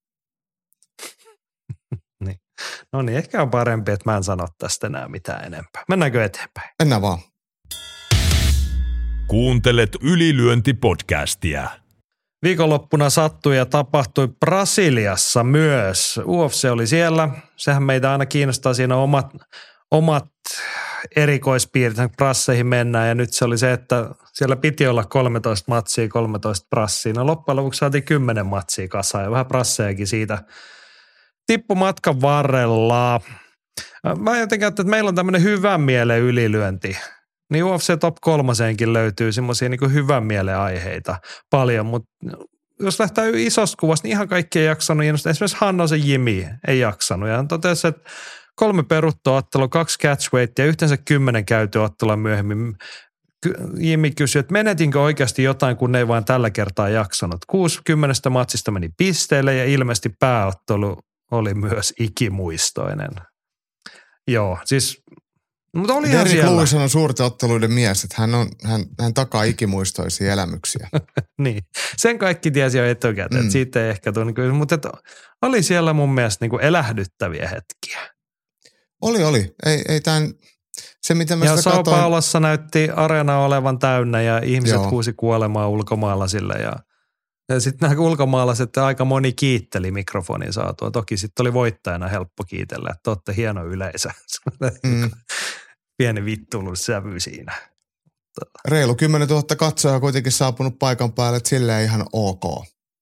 Niin. No niin, ehkä on parempi, että mä en sano tästä enää mitään enempää. Mennäänkö eteenpäin? Mennään vaan. Kuuntelet Ylilyönti-podcastia. Viikonloppuna sattui ja tapahtui Brasiliassa myös. U F C oli siellä. Sehän meitä aina kiinnostaa siinä omat, omat erikoispiirteet, brasseihin mennään. Ja nyt se oli se, että siellä piti olla kolmetoista matsia, kolmetoista brassia. No loppujen lopuksi saatiin kymmenen matsia kasaan ja vähän brassejakin siitä tippu matkan varrella. Mä jotenkin ajattelin, että meillä on tämmöinen hyvän mielen ylilyönti. Niin U F C Top kolmoseenkin löytyy semmoisia niin kuin hyvän mielen aiheita paljon, mutta jos lähtee isosta kuvasta, niin ihan kaikki ei jaksanut. Esimerkiksi Hannosen Jimi ei jaksanut. Ja hän totesi, että kolme peruttoottelua, kaksi catchweightia ja yhteensä kymmenen käytöottelua myöhemmin. Jimi kysyi, että menetinkö oikeasti jotain, kun ei vain tällä kertaa jaksanut. Kuusi kymmenestä matsista meni pisteille ja ilmeisesti pääottelu oli myös ikimuistoinen. Joo, siis mutta oli ihan siellä. Derrick Lewis on suurten otteluiden mies, että hän, on, hän, hän takaa ikimuistoisia elämyksiä. Niin, sen kaikki tiesi jo etukäteen, mm. että siitä ei ehkä tule, mutta että oli siellä mun mielestä niin kuin elähdyttäviä hetkiä. Oli, oli. Ei, ei tämän, se mitä mä ja sitä Sao katoin. Paulossa näytti areena olevan täynnä ja ihmiset Joo. huusi kuolemaa ulkomaalaisille ja, ja sitten nämä ulkomaalaiset aika moni kiitteli mikrofonin saatua. Toki sitten oli voittajana helppo kiitellä, että olette hieno yleisö. Mm. Pieni vittuilun sävy siinä. Reilu kymmenen tuhatta katsojaa kuitenkin saapunut paikan päälle, että silleen ihan ok.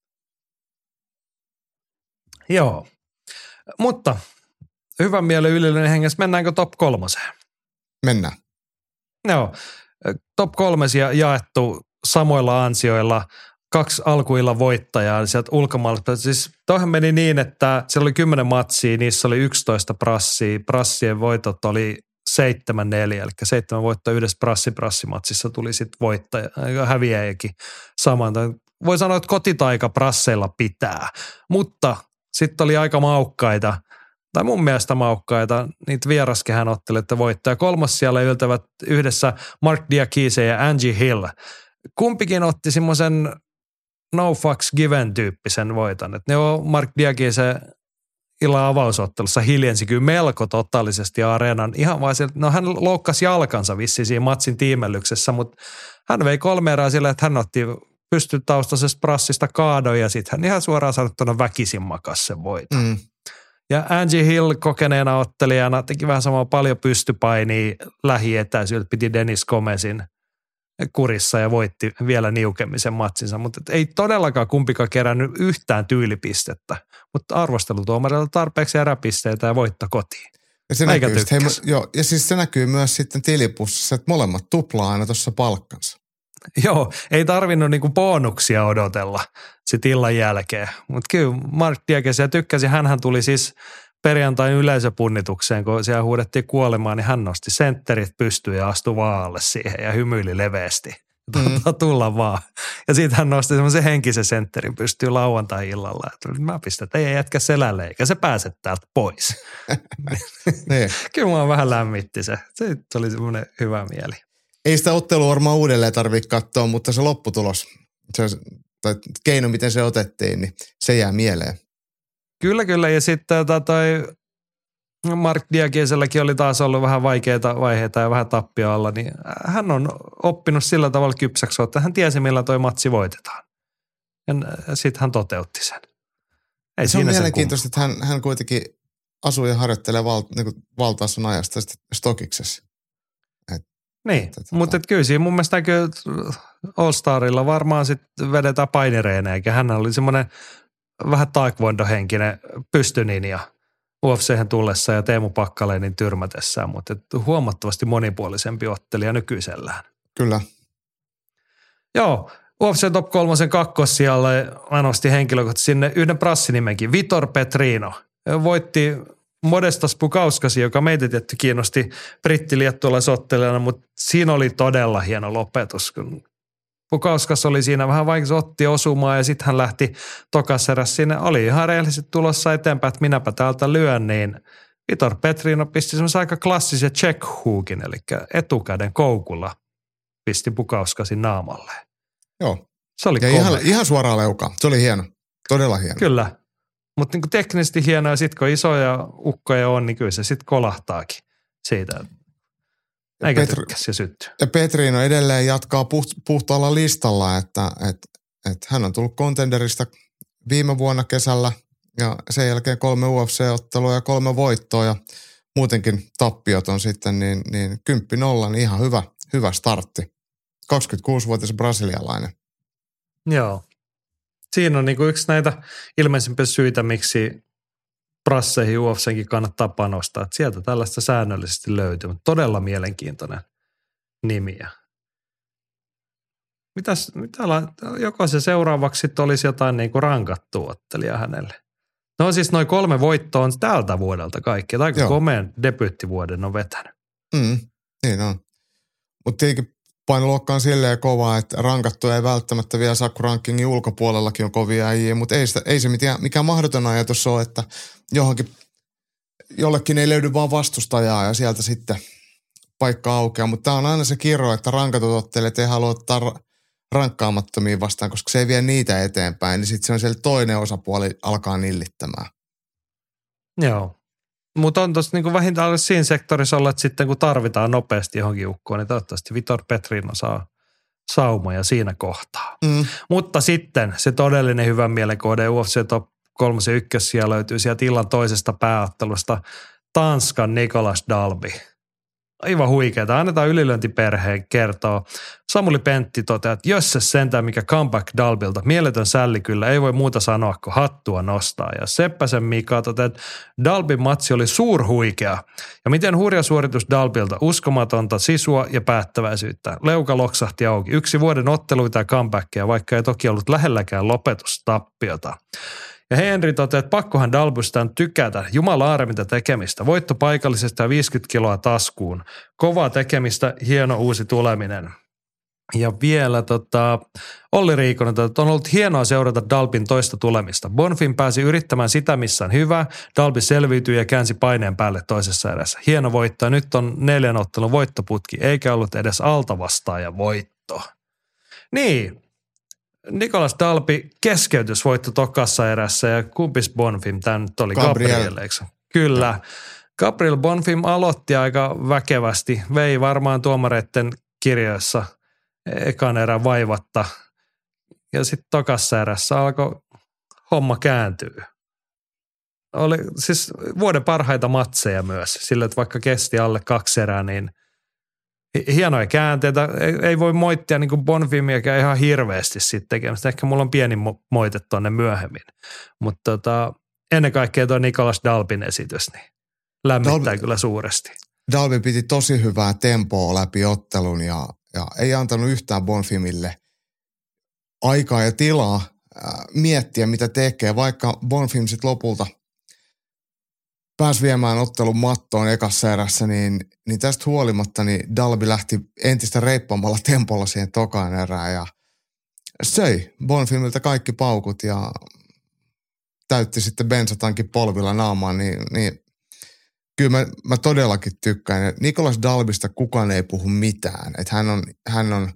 Joo, mutta hyvän mielen ylillinen hengessä, mennäänkö top kolmoseen? Mennään. Joo, top kolmes ja jaettu samoilla ansioilla, kaksi alkuilla voittajaa sieltä ulkomailla. Siis toihan meni niin, että siellä oli kymmenen matsia, niissä oli yksitoista prassia, prassien voitot oli seitsemän neljä, eli seitsemän voittoa yhdessä prassi-prassimatsissa tuli sitten voittaja, häviäjäkin saman. Voi sanoa, että kotitaika prasseilla pitää, mutta sitten oli aika maukkaita, tai mun mielestä maukkaita, niitä vieraskehän otteli, että voittaja. Kolmas siellä yltävät yhdessä Mark Diakise ja Angie Hill. Kumpikin otti semmoisen no fucks given -tyyppisen voiton. Että ne on Mark Diakise illan avausottelussa hiljensi kyllä melko totaalisesti areenan. Ihan vaan sieltä, no hän loukkasi jalkansa vissiin siinä matsin tiimellyksessä, mutta hän vei kolme erää sillä, että hän otti pystytaustaisesta prassista kaadon ja sitten hän ihan suoraan sanottuna väkisin makas sen voiton. Mm. Ja Angie Hill kokeneena ottelijana teki vähän samaa paljon pystypainia lähietäisyydeltä, piti Dennis Gomezin kurissa ja voitti vielä niukemmin sen matsinsa, mutta ei todellakaan kumpikaan kerännyt yhtään tyylipistettä, mutta arvostelutuomarilla tarpeeksi eräpisteitä ja voitto kotiin. Ja se, näkyy, hei, joo, ja siis se näkyy myös sitten tilipussissa, että molemmat tuplaa aina tuossa palkkansa. Joo, ei tarvinnut niinku bonuksia odotella sit illan jälkeen, mutta kyllä Mark Diakese ja tykkäsi, hänhän tuli siis perjantain yleisöpunnitukseen, kun siellä huudettiin kuolemaan, niin hän nosti sentterit pystyyn ja astui vaalle siihen ja hymyili leveästi. Mm. Tulla vaan. Ja siitä hän nosti semmoisen henkisen sentterin pystyyn lauantai-illalla. Että mä pistän teidän jätkä selälle, eikä se pääse täältä pois. niin. Kyllä mua vähän lämmitti se. Se oli semmoinen hyvä mieli. Ei sitä ottelua varmaan uudelleen tarvitse katsoa, mutta se lopputulos, se, tai keino miten se otettiin, niin se jää mieleen. Kyllä, kyllä. Ja sitten toi Mark Diakiselläkin oli taas ollut vähän vaikeita vaiheita ja vähän tappia alla, niin hän on oppinut sillä tavalla kypsäksi, että hän tiesi, millä toi matsi voitetaan. Ja sitten hän toteutti sen. Ei se on mielenkiintoista, että hän, hän kuitenkin asuu ja harjoittelee val, niin valtaosan ajasta Stokiksessa. Et, niin, että, mutta et kyllä siinä mun mielestä näkyy All Starilla varmaan sitten vedetään painireenejä, eikä hän oli semmoinen vähän taekwondo-henkinen pystyninja U F C:hen tullessa ja Teemu Pakkalenin tyrmätessään, mutta huomattavasti monipuolisempi ottelija nykyisellään. Kyllä. Joo, U F C Top kolmosen kakkossijalle mä nostin henkilökohtaisesti sinne yhden prassinimenkin, Vitor Petrino. Voitti Modestas Bukauskas, joka meitä tietty kiinnosti brittiliettualaisottelijana, mutta siinä oli todella hieno lopetus, kun Bukauskas oli siinä vähän vaikka otti osumaan ja sitten hän lähti tokaserässä sinne. Oli ihan rehellisesti tulossa eteenpäin, että minäpä täältä lyön, niin Vitor Petrino pisti semmoisen aika klassisen check hookin, eli etukäden koukulla pisti Bukauskasin naamalle. Joo. Se oli ja ihan, ihan suoraan leukaan. Se oli hieno. Todella hieno. Kyllä. Mutta niinku teknisesti hienoa ja sitten kun isoja ukkoja on, niin kyllä se sitten kolahtaakin siitä. Eikä Petri, tykkäs ja syttyy. Ja Petrino edelleen jatkaa puht, puhtaalla listalla, että et, et hän on tullut Contenderista viime vuonna kesällä ja sen jälkeen kolme U F C-ottelua ja kolme voittoa ja muutenkin tappiot on sitten niin, niin kymppi nolla, niin ihan hyvä, hyvä startti. kaksikymmentäkuusivuotias brasilialainen. Joo. Siinä on niinku yksi näitä ilmeisimpiä syitä, miksi prasseihin U F C:nkin kannattaa panostaa. Että sieltä tällaista säännöllisesti löytyy, mutta todella mielenkiintoinen nimiä. Mitäs, mitä, joko se seuraavaksi sitten olisi jotain niinku rankattua ottelija hänelle? No siis noin kolme voittoa on tältä vuodelta kaikki. Aika Joo. komeen debyyttivuoden on vetänyt. Mm, niin on. Mutta tietenkin painoluokka on silleen kova, että rankattu ei välttämättä vielä Saku rankingin ulkopuolellakin on kovia äijä, mutta ei, sitä, ei se mitään, mikään mahdoton ajatus ole, että johonkin, jollekin ei löydy vaan vastustajaa ja sieltä sitten paikka aukeaa. Mutta tämä on aina se kirro, että rankatut ottelijat ei halua ottaa rankkaamattomia vastaan, koska se ei vie niitä eteenpäin, niin sitten se on siellä toinen osapuoli alkaa nillittämään. Joo. Mutta on tuossa niinku vähintään siinä sektorissa olla, että sitten kun tarvitaan nopeasti johonkin ukkoon, niin toivottavasti Vitor Petrino saa saumoja siinä kohtaa. Mm. Mutta sitten se todellinen hyvän mielen kohde U F C Top kolmosen ykkössiä löytyy sieltä illan toisesta pääottelusta Tanskan Nicolas Dalby. Aivan huikeeta. Annetaan ylilöintiperheen kertoa. Samuli Pentti toteaa, että jösses sentään mikä comeback Dalbylta. Mieletön sälli kyllä, ei voi muuta sanoa kuin hattua nostaa. Ja Seppäsen Mika toteaa, että Dalbyn matsi oli suurhuikea. Ja miten hurja suoritus Dalbylta, uskomatonta sisua ja päättäväisyyttä. Leuka loksahti auki. Yksi vuoden otteluita ja comebackia, vaikka ei toki ollut lähelläkään lopetustappiota. Ja Henri toteaa, että pakkohan Dalbystaan tykätä. Jumala mitä tekemistä. Voitto paikallisesta ja viisikymmentä kiloa taskuun. Kovaa tekemistä, hieno uusi tuleminen. Ja vielä tota, Olli Riikonen, että on ollut hienoa seurata Dalbyn toista tulemista. Bonfim pääsi yrittämään sitä, missä on hyvä. Dalby selviytyi ja käänsi paineen päälle toisessa erässä. Hieno voitto. Nyt on neljän ottelun voittoputki, eikä ollut edes altavastaaja voitto. Niin. Nicolas Dalby keskeytysvoitto tokassa erässä ja kumpis Bonfim, tämä nyt oli Gabriel, Gabriel eikö? Kyllä. Ja. Gabriel Bonfim aloitti aika väkevästi, vei varmaan tuomareiden kirjoissa ekan erän vaivatta ja sitten tokassa erässä alkoi homma kääntyä. Oli siis vuoden parhaita matseja myös, sillä että vaikka kesti alle kaksi erää, niin hienoja käänteitä. Ei, ei voi moittia niin kuin Bonfimiäkään ihan hirveästi sitten tekemistä. Ehkä mulla on pieni mo- moite tuonne myöhemmin. Mutta tota, ennen kaikkea tuo Nicolas Dalbyn esitys niin lämmittää Dalby, kyllä suuresti. Dalby piti tosi hyvää tempoa läpi ottelun ja, ja ei antanut yhtään Bonfimille aikaa ja tilaa äh, miettiä, mitä tekee. Vaikka Bonfim sitten lopulta pääsi viemään ottelun mattoon ekassa erässä, niin, niin tästä huolimatta niin Dalby lähti entistä reippaammalla tempolla siihen tokaan erään ja söi Bonfimilta kaikki paukut ja täytti sitten bensatankin polvilla naamaan, niin, niin kyllä mä, mä todellakin tykkään. Nicolas Dalbysta kukaan ei puhu mitään, että hän on, hän on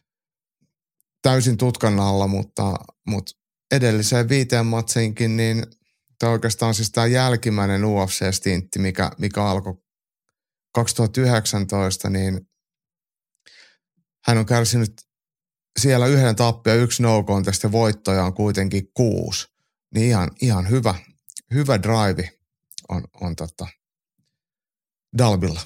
täysin tutkan alla, mutta, mutta edelliseen viiteen matseinkin niin tämä oikeastaan siis tämä jälkimmäinen U F C-stintti, mikä, mikä alkoi kaksituhattayhdeksäntoista, niin hän on kärsinyt siellä yhden tappia, yksi no-contest ja voittoja on kuitenkin kuusi. Niin ihan, ihan hyvä, hyvä drive on, on tota Dalbylla.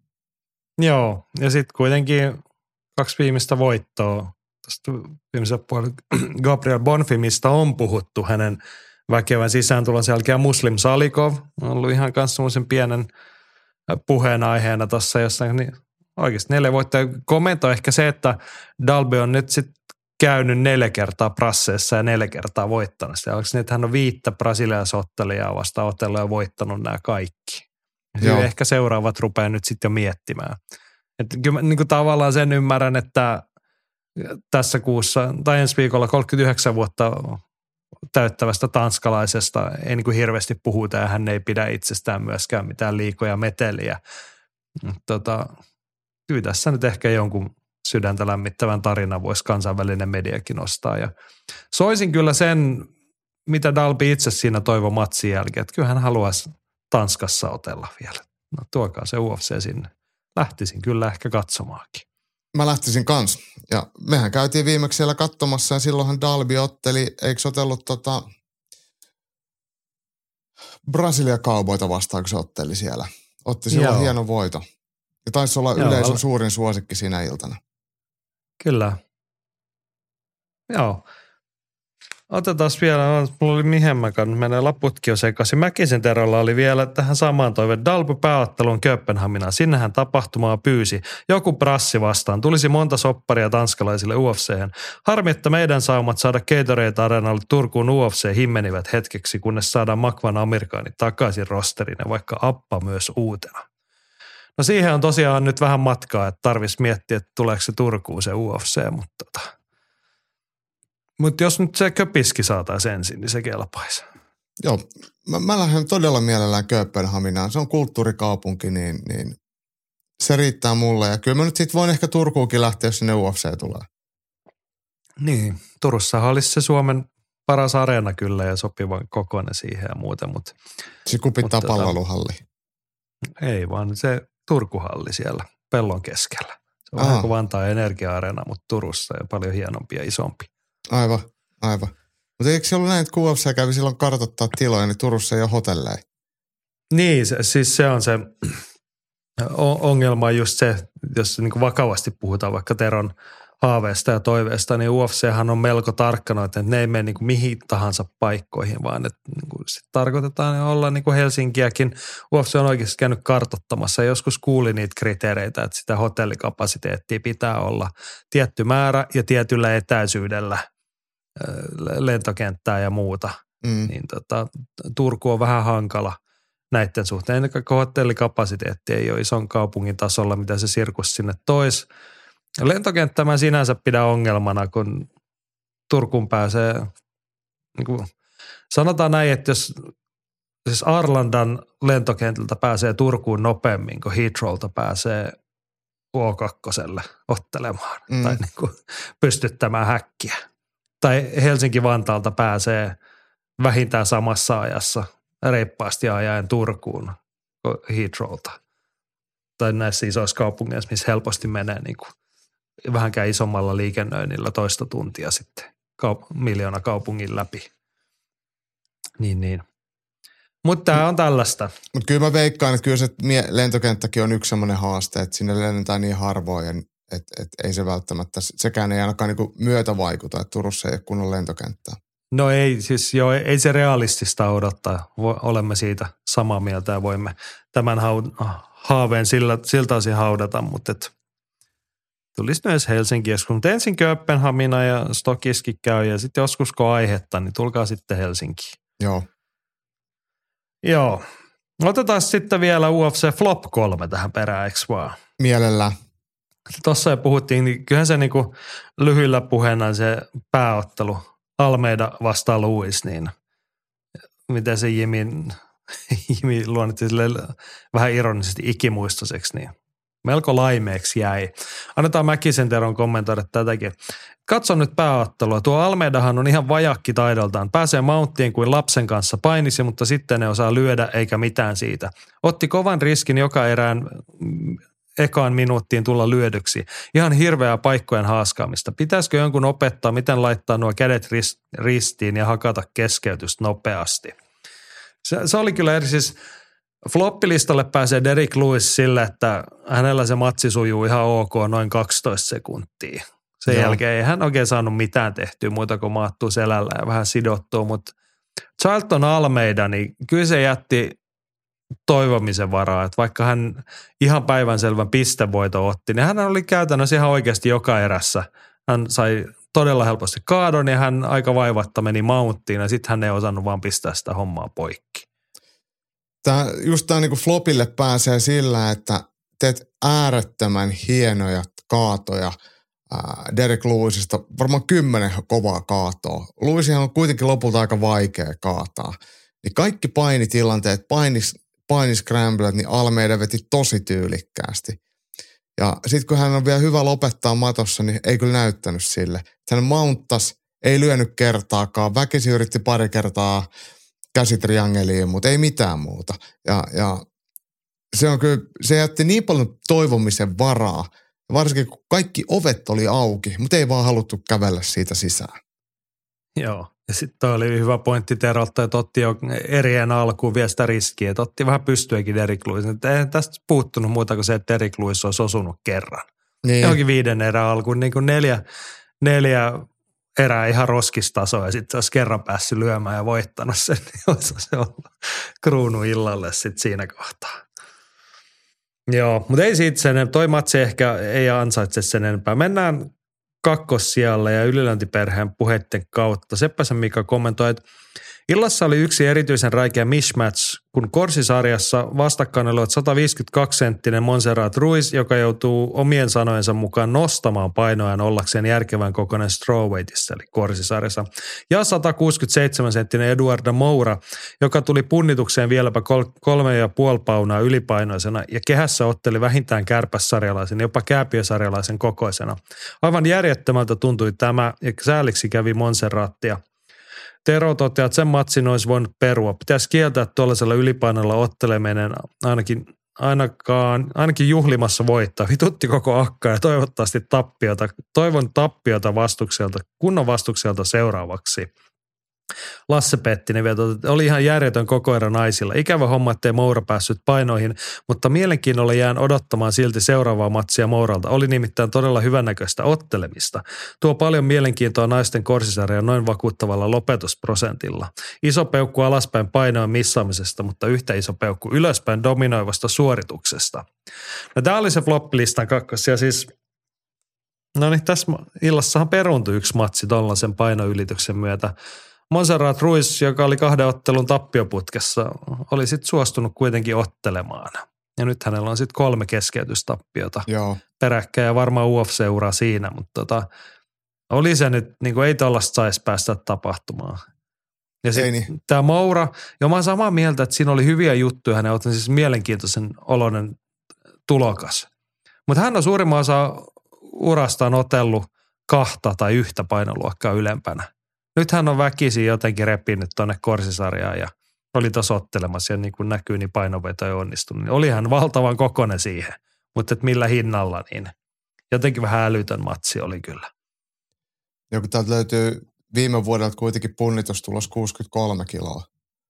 Joo, ja sitten kuitenkin kaksi viimeistä voittoa. Tuosta viimeisellä puolella Gabriel Bonfimista on puhuttu hänen väkevän sisääntulon sen jälkeen Muslim Salikov on ollut ihan kanssa semmoisen pienen puheenaiheena tuossa jossain, niin oikeasti neljä vuotta. Komento ehkä se, että Dalby on nyt sitten käynyt neljä kertaa Brasseessa ja neljä kertaa voittanut sitä. Onko niin, että hän on viittä brasilialaisottelijaa vasta otellut ja voittanut nämä kaikki. Ja ehkä seuraavat rupeaa nyt sitten jo miettimään. Että kyllä mä niin kuin tavallaan sen ymmärrän, että tässä kuussa tai ensi viikolla kolmekymmentäyhdeksän vuotta täyttävästä tanskalaisesta ei niin kuin hirveästi puhuta ja hän ei pidä itsestään myöskään mitään liikoja meteliä. Tota, kyllä tässä nyt ehkä jonkun sydäntä lämmittävän tarina voisi kansainvälinen mediakin nostaa. Ja soisin kyllä sen, mitä Dalby itse siinä toivoi matsin jälkeen, että kyllä hän haluaisi Tanskassa otella vielä. No tuokaa se U F C sinne. Lähtisin kyllä ehkä katsomaankin. Mä lähtisin kans. Ja mehän käytiin viimeksi siellä katsomassa ja silloinhan Dalby otteli, eikö otellut tota Brasilia Cowboyta vastaan, kun se otteli siellä. Otti silloin Joo. hieno voito. Ja taisi olla Joo, yleisön al- suurin suosikki siinä iltana. Kyllä. Joo. Otetaan vielä, mulla oli Mihemmäkan, menee laputkin jo sekaisin. Mäkisen Terolla oli vielä tähän samaan toive. Dalby pääotteluun Kööpenhaminaan. Sinnehän tapahtumaa pyysi. Joku prassi vastaan. Tulisi monta sopparia tanskalaisille U F C:hen. Harmi, että meidän saumat saada Gatorade-areenalle Turkuun U F C himmenivät hetkeksi, kunnes saadaan Makvan Amerikaani takaisin rosterin ja vaikka Appa myös uutena. No siihen on tosiaan nyt vähän matkaa, että tarvitsisi miettiä, että tuleeko se Turkuun se U F C, mutta tota. Mutta jos nyt se Köpiski saataisiin ensin, niin se kelpaisi. Joo, mä, mä lähden todella mielellään Kööpenhaminaan. Se on kulttuurikaupunki, niin, niin se riittää mulle. Ja kyllä mä nyt sit voin ehkä Turkuunkin lähteä, jos sinne U F C tulee. Niin, Turussahan olisi se Suomen paras areena kyllä ja sopivan kokoinen siihen ja muuten. Mutta, se kupittaa palveluhalli. Ei vaan se Turkuhalli siellä pellon keskellä. Se on vähän kuin Vantaan Energia-areena, mutta Turussa ja paljon hienompi ja isompi. Aivan, aivan. Mutta eikö se ollut näin, että kun U F C kävi silloin kartoittaa tiloja, niin Turussa ei ole hotelleja? Niin, se, siis se on se ongelma just se, jos niin kuin vakavasti puhutaan vaikka Teron haaveesta ja toiveesta, niin U F Chan on melko tarkkana, että ne ei mene niin kuin mihin tahansa paikkoihin, vaan että niin kuin sit tarkoitetaan olla niin kuin Helsinkiäkin. U F C on oikeasti käynyt kartoittamassa ja joskus kuuli niitä kriteereitä, että sitä hotellikapasiteettia pitää olla tietty määrä ja tietyllä etäisyydellä lentokenttää ja muuta. Mm. Niin tota, Turku on vähän hankala näiden suhteen. Ennen kaikkea hotellikapasiteetti ei ole ison kaupungin tasolla, mitä se sirkus sinne toisi. Lentokenttä mä sinänsä pidän ongelmana, kun Turkuun pääsee, niin kuin sanotaan näin, että jos siis Arlandan lentokentältä pääsee Turkuun nopeammin, kun Heathrowlta pääsee U kakkoselle ottelemaan mm. tai niin kuin pystyttämään häkkiä. Tai Helsinki-Vantaalta pääsee vähintään samassa ajassa reippaasti ajaen Turkuun Heathrowlta. Tai näissä isoissa kaupungeissa, missä helposti menee niin kuin vähänkään isommalla liikennöinnillä toista tuntia sitten kaup- miljoona kaupungin läpi. Niin, niin. Mutta tämä on tällaista. Mutta kyllä mä veikkaan, että kyllä se lentokenttäkin on yksi semmoinen haaste, että sinne lennetään niin harvoin, että et ei se välttämättä, sekään ei ainakaan niinku myötä vaikuta, että Turussa ei ole kunnon lentokenttää. No ei, siis joo, ei se realistista odottaa. Olemme siitä samaa mieltä ja voimme tämän haaveen sillä, siltä osin haudata, mutta et tulisi myös Helsinki joskus. Mutta ensin Kööpenhamina ja Stokiski käy ja sitten joskus kun aihetta, niin tulkaa sitten Helsinkiin. Joo. Joo. Otetaan sitten vielä U F C Flop kolme tähän perään, eikö vaan? Mielellään. Tuossa jo puhuttiin, niin kyllähän se niinku lyhyillä puheena se pääottelu Almeida vastaan Lewis, niin miten se Jimin, Jimi luonnettiin vähän ironisesti ikimuistoiseksi, niin melko laimeeksi jäi. Annetaan Mäkisen Teron kommentoida tätäkin. Katso nyt pääottelua. Tuo Almeidahan on ihan vajakki taidoltaan. Pääsee mounttiin kuin lapsen kanssa painisi, mutta sitten ne osaa lyödä eikä mitään siitä. Otti kovan riskin joka erään ekaan minuuttiin tulla lyödyksi. Ihan hirveää paikkojen haaskaamista. Pitäisikö jonkun opettaa, miten laittaa nuo kädet ristiin ja hakata keskeytystä nopeasti? Se, se oli kyllä eri siis floppilistalle pääsee Derrick Lewis sille, että hänellä se matsi sujuu ihan ok noin kaksitoista sekuntia. Sen Joo. jälkeen ei hän oikein saanut mitään tehtyä muuta kuin maattuu selällä ja vähän sidottua, mutta Charlton Almeida, niin kyllä se jätti toivomisen varaa, että vaikka hän ihan päivänselvän pistevoito otti, niin hän oli käytännössä ihan oikeasti joka erässä. Hän sai todella helposti kaadon ja hän aika vaivatta meni mounttiin ja sitten hän ei osannut vaan pistää sitä hommaa poikki. Tämä, just tämä niin kuin flopille pääsee sillä, että teet äärettömän hienoja kaatoja ää, Derek Lewisista, varmaan kymmenen kovaa kaatoa. Lewisihan on kuitenkin lopulta aika vaikea kaataa. Niin kaikki painitilanteet, painis, painiscramblet, niin Almeida veti tosi tyylikkäästi. Ja sitten kun hän on vielä hyvä lopettaa matossa, niin ei kyllä näyttänyt sille. Hän mounttasi, ei lyönyt kertaakaan, väkisin yritti pari kertaa käsitriangeliin, mutta ei mitään muuta. Ja, ja se on kyllä, se jätti niin paljon toivomisen varaa, varsinkin kun kaikki ovet oli auki, mutta ei vaan haluttu kävellä siitä sisään. Joo, ja sitten toi oli hyvä pointti Terolta, että otti jo erien alkuun vielä sitä riskiä, että otti vähän pystyäkin Derek Lewisin. Ei tästä puuttunut muuta kuin se, että Derek Lewis olisi osunut kerran. Niin. Johonkin viiden erän alkuun, niin kuin neljä, neljä erää ihan roskistasoa ja sitten olisi kerran päässyt lyömään ja voittanut sen, niin olisi se ollut kruunu illalle sitten siinä kohtaa. Joo, mutta ei siitä sen, toi matsi ehkä ei ansaitse sen enempää. Mennään kakkossijalle ja ylilöintiperheen puheitten kautta. Seppäsen Mika kommentoi, että illassa oli yksi erityisen räikeä mismatch, kun Korsisarjassa vastakkain oli sata viisikymmentäkaksi senttinen Montserrat Ruiz, joka joutuu omien sanojensa mukaan nostamaan painoaan ollakseen järkevän kokoinen strawweightissa, eli Korsisarjassa. Ja sata kuusikymmentäseitsemän senttinen Eduardo Moura, joka tuli punnitukseen vieläpä kolme ja puoli paunaa ylipainoisena ja kehässä otteli vähintään kärpässarjalaisen, jopa kääpiösarjalaisen kokoisena. Aivan järjettömältä tuntui tämä ja sääliksi kävi Montserrattia. Tero toteaa, että sen matsin olisi voinut perua. Pitäisi kieltää tuollaisella ylipainolla otteleminen ainakin, ainakaan, ainakin juhlimassa voittaa. Vitutti koko akkaa ja toivottavasti tappiota. Toivon tappiota vastukselta, kunnon vastukselta seuraavaksi. Lasse Pettinen vielä, oli ihan järjetön koko erä naisilla. Ikävä homma, ettei Moura päässyt painoihin, mutta mielenkiinnolla jään odottamaan silti seuraavaa matsia Mouralta. Oli nimittäin todella hyvännäköistä ottelemista. Tuo paljon mielenkiintoa naisten korsisarjaan noin vakuuttavalla lopetusprosentilla. Iso peukku alaspäin painoin missaamisesta, mutta yhtä iso peukku ylöspäin dominoivasta suorituksesta. No tämä oli se floppilistan kakkos ja siis no niin, tässä illassahan peruuntui yksi matsi tollaisen painoylityksen myötä. Montserrat Ruiz, joka oli kahden ottelun tappioputkessa, oli sitten suostunut kuitenkin ottelemaan. Ja nyt hänellä on sitten kolme keskeytystappiota Joo. peräkkäin ja varmaan U F C-ura siinä, mutta tota, oli se nyt, niin kuin ei tollaista saisi päästä tapahtumaan. Ja sitten niin. Tämä Moura, ja mä oon samaa mieltä, että siinä oli hyviä juttuja, hänen otti siis mielenkiintoisen oloinen tulokas. Mutta hän on suurimman osa urastaan otellut kahta tai yhtä painoluokkaa ylempänä. Nyt hän on väkisin jotenkin repinyt tuonne korsisarjaan ja oli tuossa ottelemassa ja niin kuin näkyy, niin painoveto ei onnistunut. Oli hän valtavan kokoinen siihen, mutta et millä hinnalla, niin jotenkin vähän älytön matsi oli kyllä. Joku täältä löytyy viime vuodelta kuitenkin punnitustulos kuusikymmentäkolme kiloa.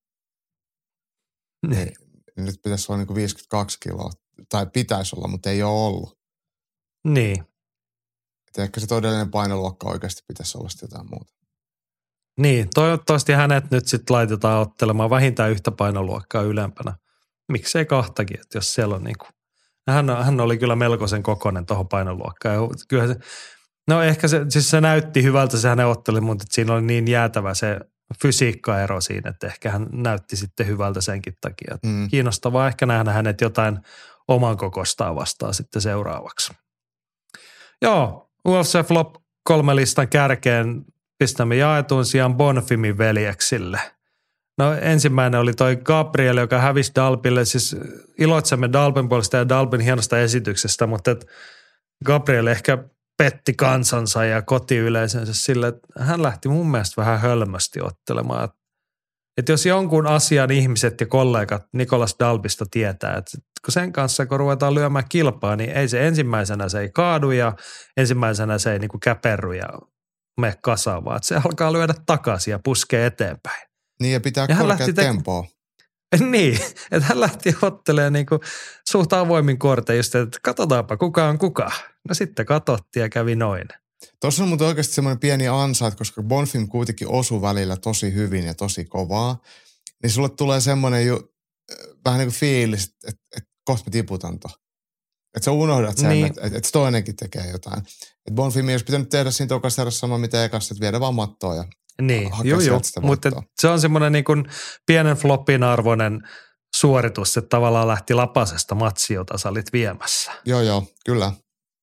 Niin. Nyt pitäisi olla niin kuin viisikymmentäkaksi kiloa, tai pitäisi olla, mutta ei ole ollut. Niin. Et ehkä se todellinen painoluokka oikeasti pitäisi olla sitten jotain muuta. Niin, toivottavasti hänet nyt sitten laitetaan ottelemaan vähintään yhtä painoluokkaa ylempänä. Miksei kahtakin, että jos siellä on niinku, hän, hän oli kyllä melkoisen kokoinen tuohon painoluokkaan. Ja kyllä se, no ehkä se, siis se näytti hyvältä se hänen otteli, mutta siinä oli niin jäätävä se fysiikkaero siinä, että ehkä hän näytti sitten hyvältä senkin takia. Mm. Kiinnostavaa ehkä nähdä hänet jotain oman kokostaan vastaan sitten seuraavaksi. Joo, U F C Flop kolme listan kärkeen pistämme jaetun sijaan Bonfimin veljeksille. No ensimmäinen oli toi Gabriel, joka hävisi Dalbille. Siis iloitsemme Dalbin puolesta ja Dalbin hienosta esityksestä, mutta et Gabriel ehkä petti kansansa ja kotiyleisönsä sille, että hän lähti mun mielestä vähän hölmösti ottelemaan. Että et jos jonkun asian ihmiset ja kollegat Nicolas Dalbista tietää, että kun sen kanssa kun ruvetaan lyömään kilpaa, niin ei se ensimmäisenä se ei kaadu ja ensimmäisenä se ei niinku käperry ja mene kasaan, vaan se alkaa lyödä takaisin ja puskee eteenpäin. Niin ja pitää ja korkea tempoa. Te- niin, että hän lähti ottelemaan niinku suht avoimin kortein just, että katsotaanpa kuka on kuka. No sitten katsottiin ja kävi noin. Tuossa on muuten oikeasti semmoinen pieni ansa, koska Bonfim kuitenkin osui välillä tosi hyvin ja tosi kovaa, niin sulle tulee semmoinen ju, vähän niin kuin fiilis, että, että, että kohta mä tiputan to. Että sä unohdat sen, niin. että, että, että toinenkin tekee jotain. Että Bonfimi olisi pitänyt tehdä siinä tokassa eräs sama mitä ekassa, että viedä vaan mattoa ja niin, joo, joo. Mutta se on semmoinen niin kuin pienen floppin arvoinen suoritus, että tavallaan lähti lapasesta matsi, jota sä olit viemässä. Joo, joo, kyllä.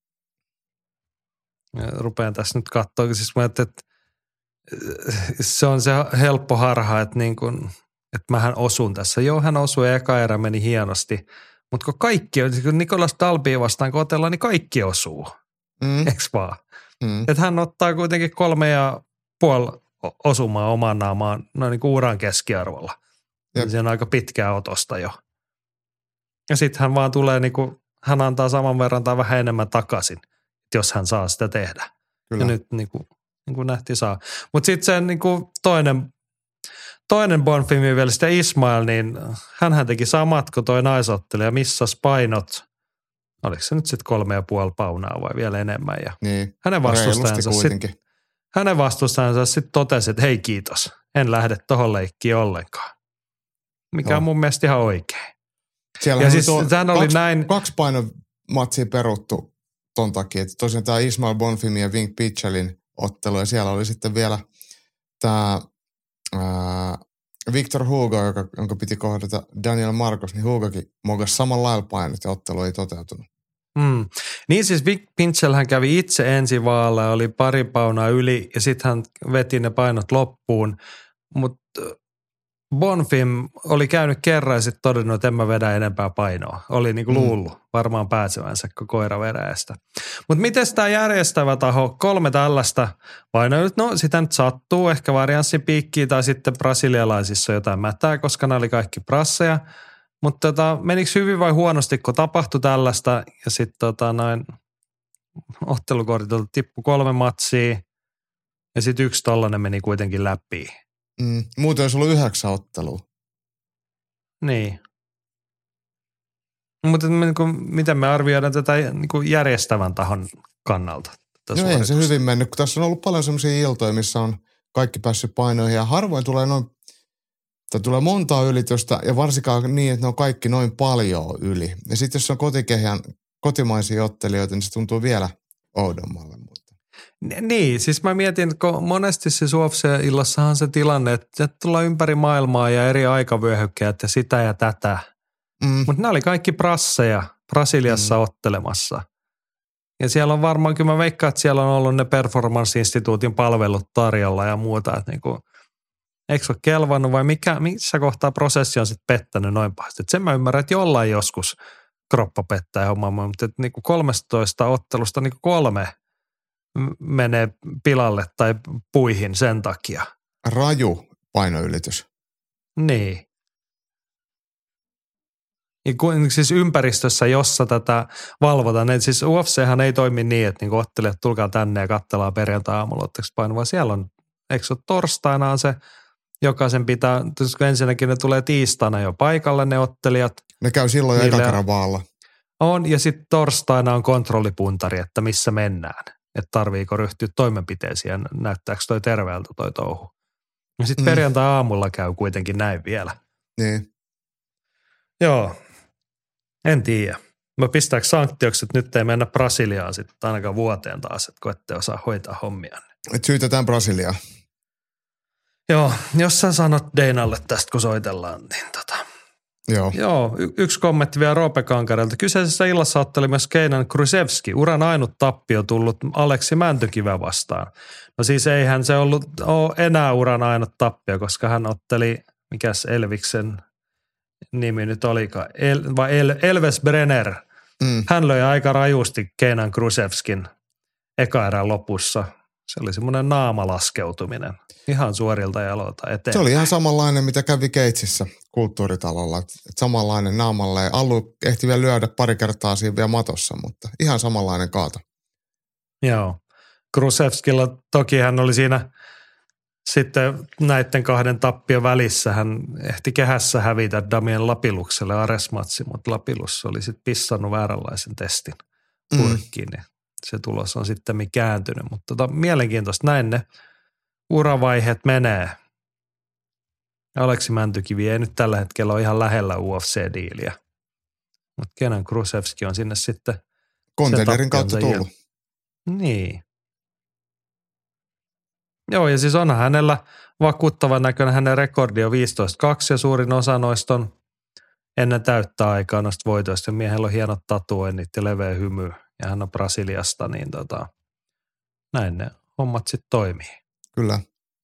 Ja rupean tässä nyt katsoa, siis mä että se on se helppo harha, että, niin kuin, että mähän osun tässä. Joo, hän osui ja eka erä meni hienosti, mutta kun kaikki, kun Nicolas Dalbia vastaan kotellaan, niin kaikki osuu, mm. eks vaan? Mm. Että hän ottaa kuitenkin kolme ja puoli osumaa oman naamaan noin niin kuin uran keskiarvolla. Jep. Se on aika pitkää otosta jo. Ja sitten hän vaan tulee niin kuin, hän antaa saman verran tai vähän enemmän takaisin, jos hän saa sitä tehdä. Kyllä. Ja nyt niin kuin, niin kuin nähtiin saa. Mutta sitten se niin kuin toinen, toinen Bonfimi vielä sitten Ismail, niin hänhän teki samat kuin toi naisottelija, missasi painot. Oliko se nyt sitten kolme ja puoli paunaa vai vielä enemmän? Ja niin, hänen vastustajansa sitten hänen vastustajansa sitten totesi, että hei kiitos, en lähde tohon leikkiin ollenkaan. Mikä no. on mun mielestä ihan oikein. Siellä ja siis oli kaksi, näin... kaksi painomatsia peruttu ton takia. Että tosiaan tämä Ismail Bonfimi ja Vink Pitchelin ottelu ja siellä oli sitten vielä tämä Victor Hugo, joka, jonka piti kohdata Daniel Marcos, niin Hugokin mogasi samalla lailla painot ja ottelu ei toteutunut. Mm. Niin siis Vic Pitchell hän kävi itse ensi vaalla ja oli pari paunaa yli ja sitten hän veti ne painot loppuun, mutta Bonfim oli käynyt kerran ja sitten todennut, että en mä vedä enempää painoa. Oli niinku luullut mm. varmaan pääsevänsä koira veräjästä. Mutta miten tämä järjestävä taho, kolme tällaista painoa, no sitä nyt sattuu, ehkä varianssipiikkiä tai sitten brasilialaisissa jotain mätää, koska nämä oli kaikki brasseja. Mutta tota, menikö hyvin vai huonosti, kun tapahtui tällaista ja sitten tota noin ottelukortilta tippui kolme matsia ja sitten yksi tollainen meni kuitenkin läpi. Mm, muuten olisi ollut yhdeksän ottelua. Niin. Mutta niin miten me arvioidaan tätä niin järjestävän tahon kannalta? No ei se hyvin mennyt, kun tässä on ollut paljon sellaisia iltoja, missä on kaikki päässyt painoihin ja harvoin tulee noin, tai tulee montaa ylitystä ja varsinkaan niin, että ne on kaikki noin paljon yli. Ja sitten jos on kotikehjän, kotimaisia ottelijoita, niin se tuntuu vielä oudommalle. Niin, siis mä mietin, että monesti siis U F C-illassahan se tilanne, että tullaan ympäri maailmaa ja eri aikavyöhykkeet ja sitä ja tätä. Mm. Mutta nämä oli kaikki brasseja Brasiliassa mm. ottelemassa. Ja siellä on varmaan, kyllä mä veikkaan, että siellä on ollut ne Performance-instituutin palvelut tarjolla ja muuta. Että niinku, eikö se ole kelvannut vai mikä, missä kohtaa prosessi on sitten pettänyt noin pahasti. Et sen mä ymmärrän, että jollain joskus kroppa pettää hommaa, mutta että niinku kolmetoista ottelusta niinku kolme menee pilalle tai puihin sen takia. Raju painoylitys. Niin. Ja kun, siis ympäristössä, jossa tätä valvotaan, että siis U F C:hän ei toimi niin, että niinku ottelijat tulkaa tänne ja katsellaan perjantai-aamulla ottaisi paino, vaan siellä on, eikö se ole torstaina on se, jokaisen pitää, koska ensinnäkin ne tulee tiistaina jo paikalle ne ottelijat. Ne käy silloin jo ekan kerran vaalla. On, ja sitten torstaina on kontrollipuntari, että missä mennään. Että tarviiko ryhtyä toimenpiteisiin ja näyttääkö toi terveeltä toi touhu. Ja sitten mm. perjantai-aamulla käy kuitenkin näin vielä. Niin. Joo, en tiedä. Mä pistääkö sanktioksi, että nyt ei mennä Brasiliaan sitten ainakaan vuoteen taas, että kun ette osaa hoitaa hommia. Et syytetään Brasiliaa. Joo, jos sä sanot Deinalle tästä, kun soitellaan, niin tota. Joo. Joo, y- yksi kommentti vielä Roope Kankarelta. Kyseisessä illassa otteli myös Keinan Krusevski. Uran ainut tappio tullut Aleksi Mäntykivä vastaan. No siis eihän se ollut ole enää uran ainut tappio, koska hän otteli, mikäs Elviksen nimi nyt olikaan, El, vai El, Elves Brenner. Mm. Hän löi aika rajusti Keinan Krusevskin eka erän lopussa. Se oli semmoinen naamalaskeutuminen ihan suorilta jaloilta eteen. Se oli ihan samanlainen, mitä kävi Keitsissä kulttuuritalolla. Et samanlainen naamalle. Allu ehti vielä lyödä pari kertaa siinä vielä matossa, mutta ihan samanlainen kaato. Joo. Krusevskilla toki hän oli siinä sitten näiden kahden tappion välissä. Hän ehti kehässä hävitä Damien Lapilukselle Aresmatsi, mutta Lapilus oli sitten pissannut vääränlaisen testin purkkiin. Mm. se tulos on sitten kääntynyt. Mutta tota, mielenkiintoista, näin ne uravaiheet menee. Aleksi Mäntykivi ei nyt tällä hetkellä ole ihan lähellä U F C-diiliä. Mutta Kenan Krusevski on sinne sitten Contendrin kautta tullut. Niin. Joo, ja siis on hänellä vakuuttavan näköinen, hänen rekordi on viisitoista kaksi ja suurin osa noista on ennen täyttä aikaa noista voitoista. Miehellä on hienot tatuoinnit ja leveä hymy ja hän on Brasiliasta, niin tota, näin ne hommat sitten toimii. Kyllä.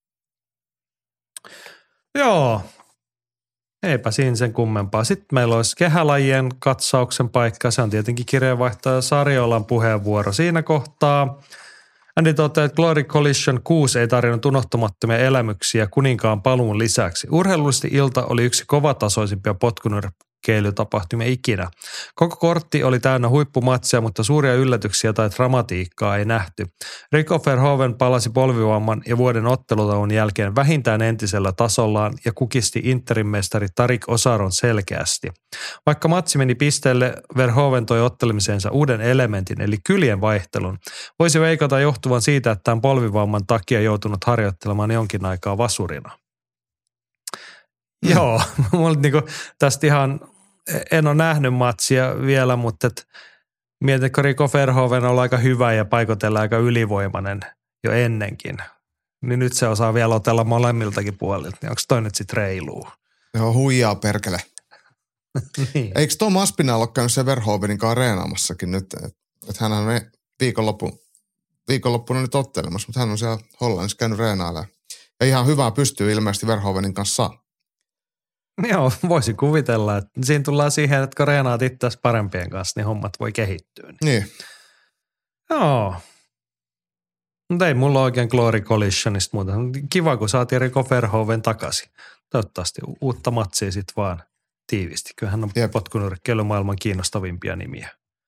Joo, eipä siinä sen kummempaa. Sitten meillä olisi kehälajien katsauksen paikka. Se on tietenkin kirjeenvaihtaja Sariolan puheenvuoro siinä kohtaa. Andy toteaa, että Glory Collision kuusi ei tarjonnut unohtumattomia elämyksiä kuninkaan paluun lisäksi. Urheilullisesti ilta oli yksi kovatasoisimpia potkunyrkkeilytapahtumia ikinä. Koko kortti oli täynnä huippumatseja, mutta suuria yllätyksiä tai dramatiikkaa ei nähty. Rico Verhoeven palasi polvivamman ja vuoden ottelutauon jälkeen vähintään entisellä tasollaan ja kukisti Interin mestari Tarik Osaron selkeästi. Vaikka matsi meni pisteelle, Verhoeven toi ottelemiseensa uuden elementin eli kyljen vaihtelun. Voisi veikata johtuvan siitä, että tämän polvivamman takia joutunut harjoittelemaan jonkin aikaa vasurina. Mm. Joo, mulla niinku tästä ihan, en ole nähnyt matsia vielä, mutta et, mietin, että Rico Verhoeven on aika hyvä ja paikotella aika ylivoimainen jo ennenkin. Niin nyt se osaa vielä otella molemmiltakin puolilta. Niin onko toi nyt sitten reiluu? Joo, huijaa perkele. Niin. Eikö Tom Aspinall ole käynyt sen Verhoevenin kanssa reenaamassakin nyt? Että et hän on viikonloppu, viikonloppuna nyt ottelemassa, mutta hän on siellä Hollannissa käynyt reenailemaan. Ja ihan hyvää pystyy ilmeisesti Verhoevenin kanssa. Joo, voisin kuvitella, että siinä tullaan siihen, että kun reenaat itseäsi parempien kanssa, niin hommat voi kehittyä. Niin. niin. Joo. Mutta ei mulla oikein Glory Collisionista muuta. Kiva, kun saatiin Rico Verhoeven takaisin. Toivottavasti uutta matsia sitten vaan tiivisti. Kyllähän on potkunyrkkeilymaailman kiinnostavimpia nimiä.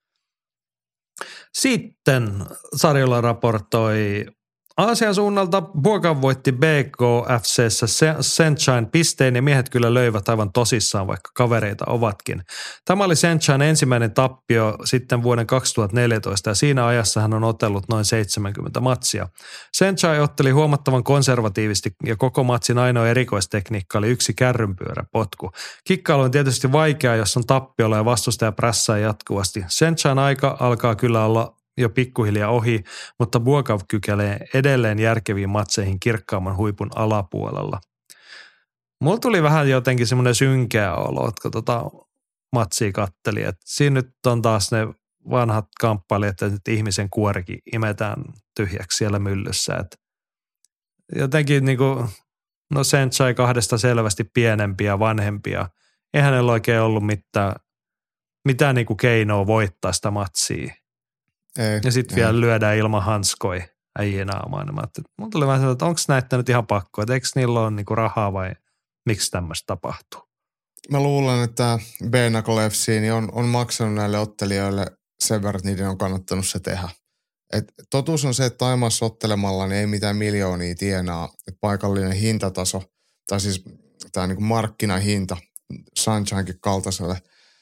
Sitten Sarjola raportoi Aasian suunnalta Bogan voitti B K F C:ssä Sunshine pisteen ja miehet kyllä löivät aivan tosissaan, vaikka kavereita ovatkin. Tämä oli Sunshine ensimmäinen tappio sitten vuoden kaksituhattaneljätoista ja siinä ajassa hän on otellut noin seitsemänkymmentä matsia. Sunshine otteli huomattavan konservatiivisesti ja koko matsin ainoa erikoistekniikka oli yksi kärrynpyöräpotku. Kikkailu on tietysti vaikeaa, jos on tappiolla ja vastustaja prässää jatkuvasti. Sunshine aika alkaa kyllä olla jo pikkuhiljaa ohi, mutta Buakav kykelee edelleen järkeviin matseihin kirkkaamman huipun alapuolella. Mulla tuli vähän jotenkin semmoinen synkeä olo, että kun tota matsia katteli, että siinä nyt on taas ne vanhat kamppailijat, että ihmisen kuorikin imetään tyhjäksi siellä myllyssä. Että jotenkin niin kuin, no Senchai kahdesta selvästi pienempiä, vanhempia. Ei hänellä oikein ollut mitään, mitään niin kuin keinoa voittaa sitä matsia. Ei, ja sitten vielä lyödään ilman hanskoi äijien naamaan. Mulla tuli vähän sellainen, että onko näitä nyt ihan pakko, että eikö niillä ole niinku rahaa vai miksi tämmöistä tapahtuu? Mä luulen, että B-Knuckle F C niin on, on maksanut näille ottelijoille sen verran, että niiden on kannattanut se tehdä. Et totuus on se, että Taimaassa ottelemalla niin ei mitään miljoonia tienaa. Et paikallinen hintataso, tai siis tämä niinku markkinahinta Sunshinekin kaltaiselle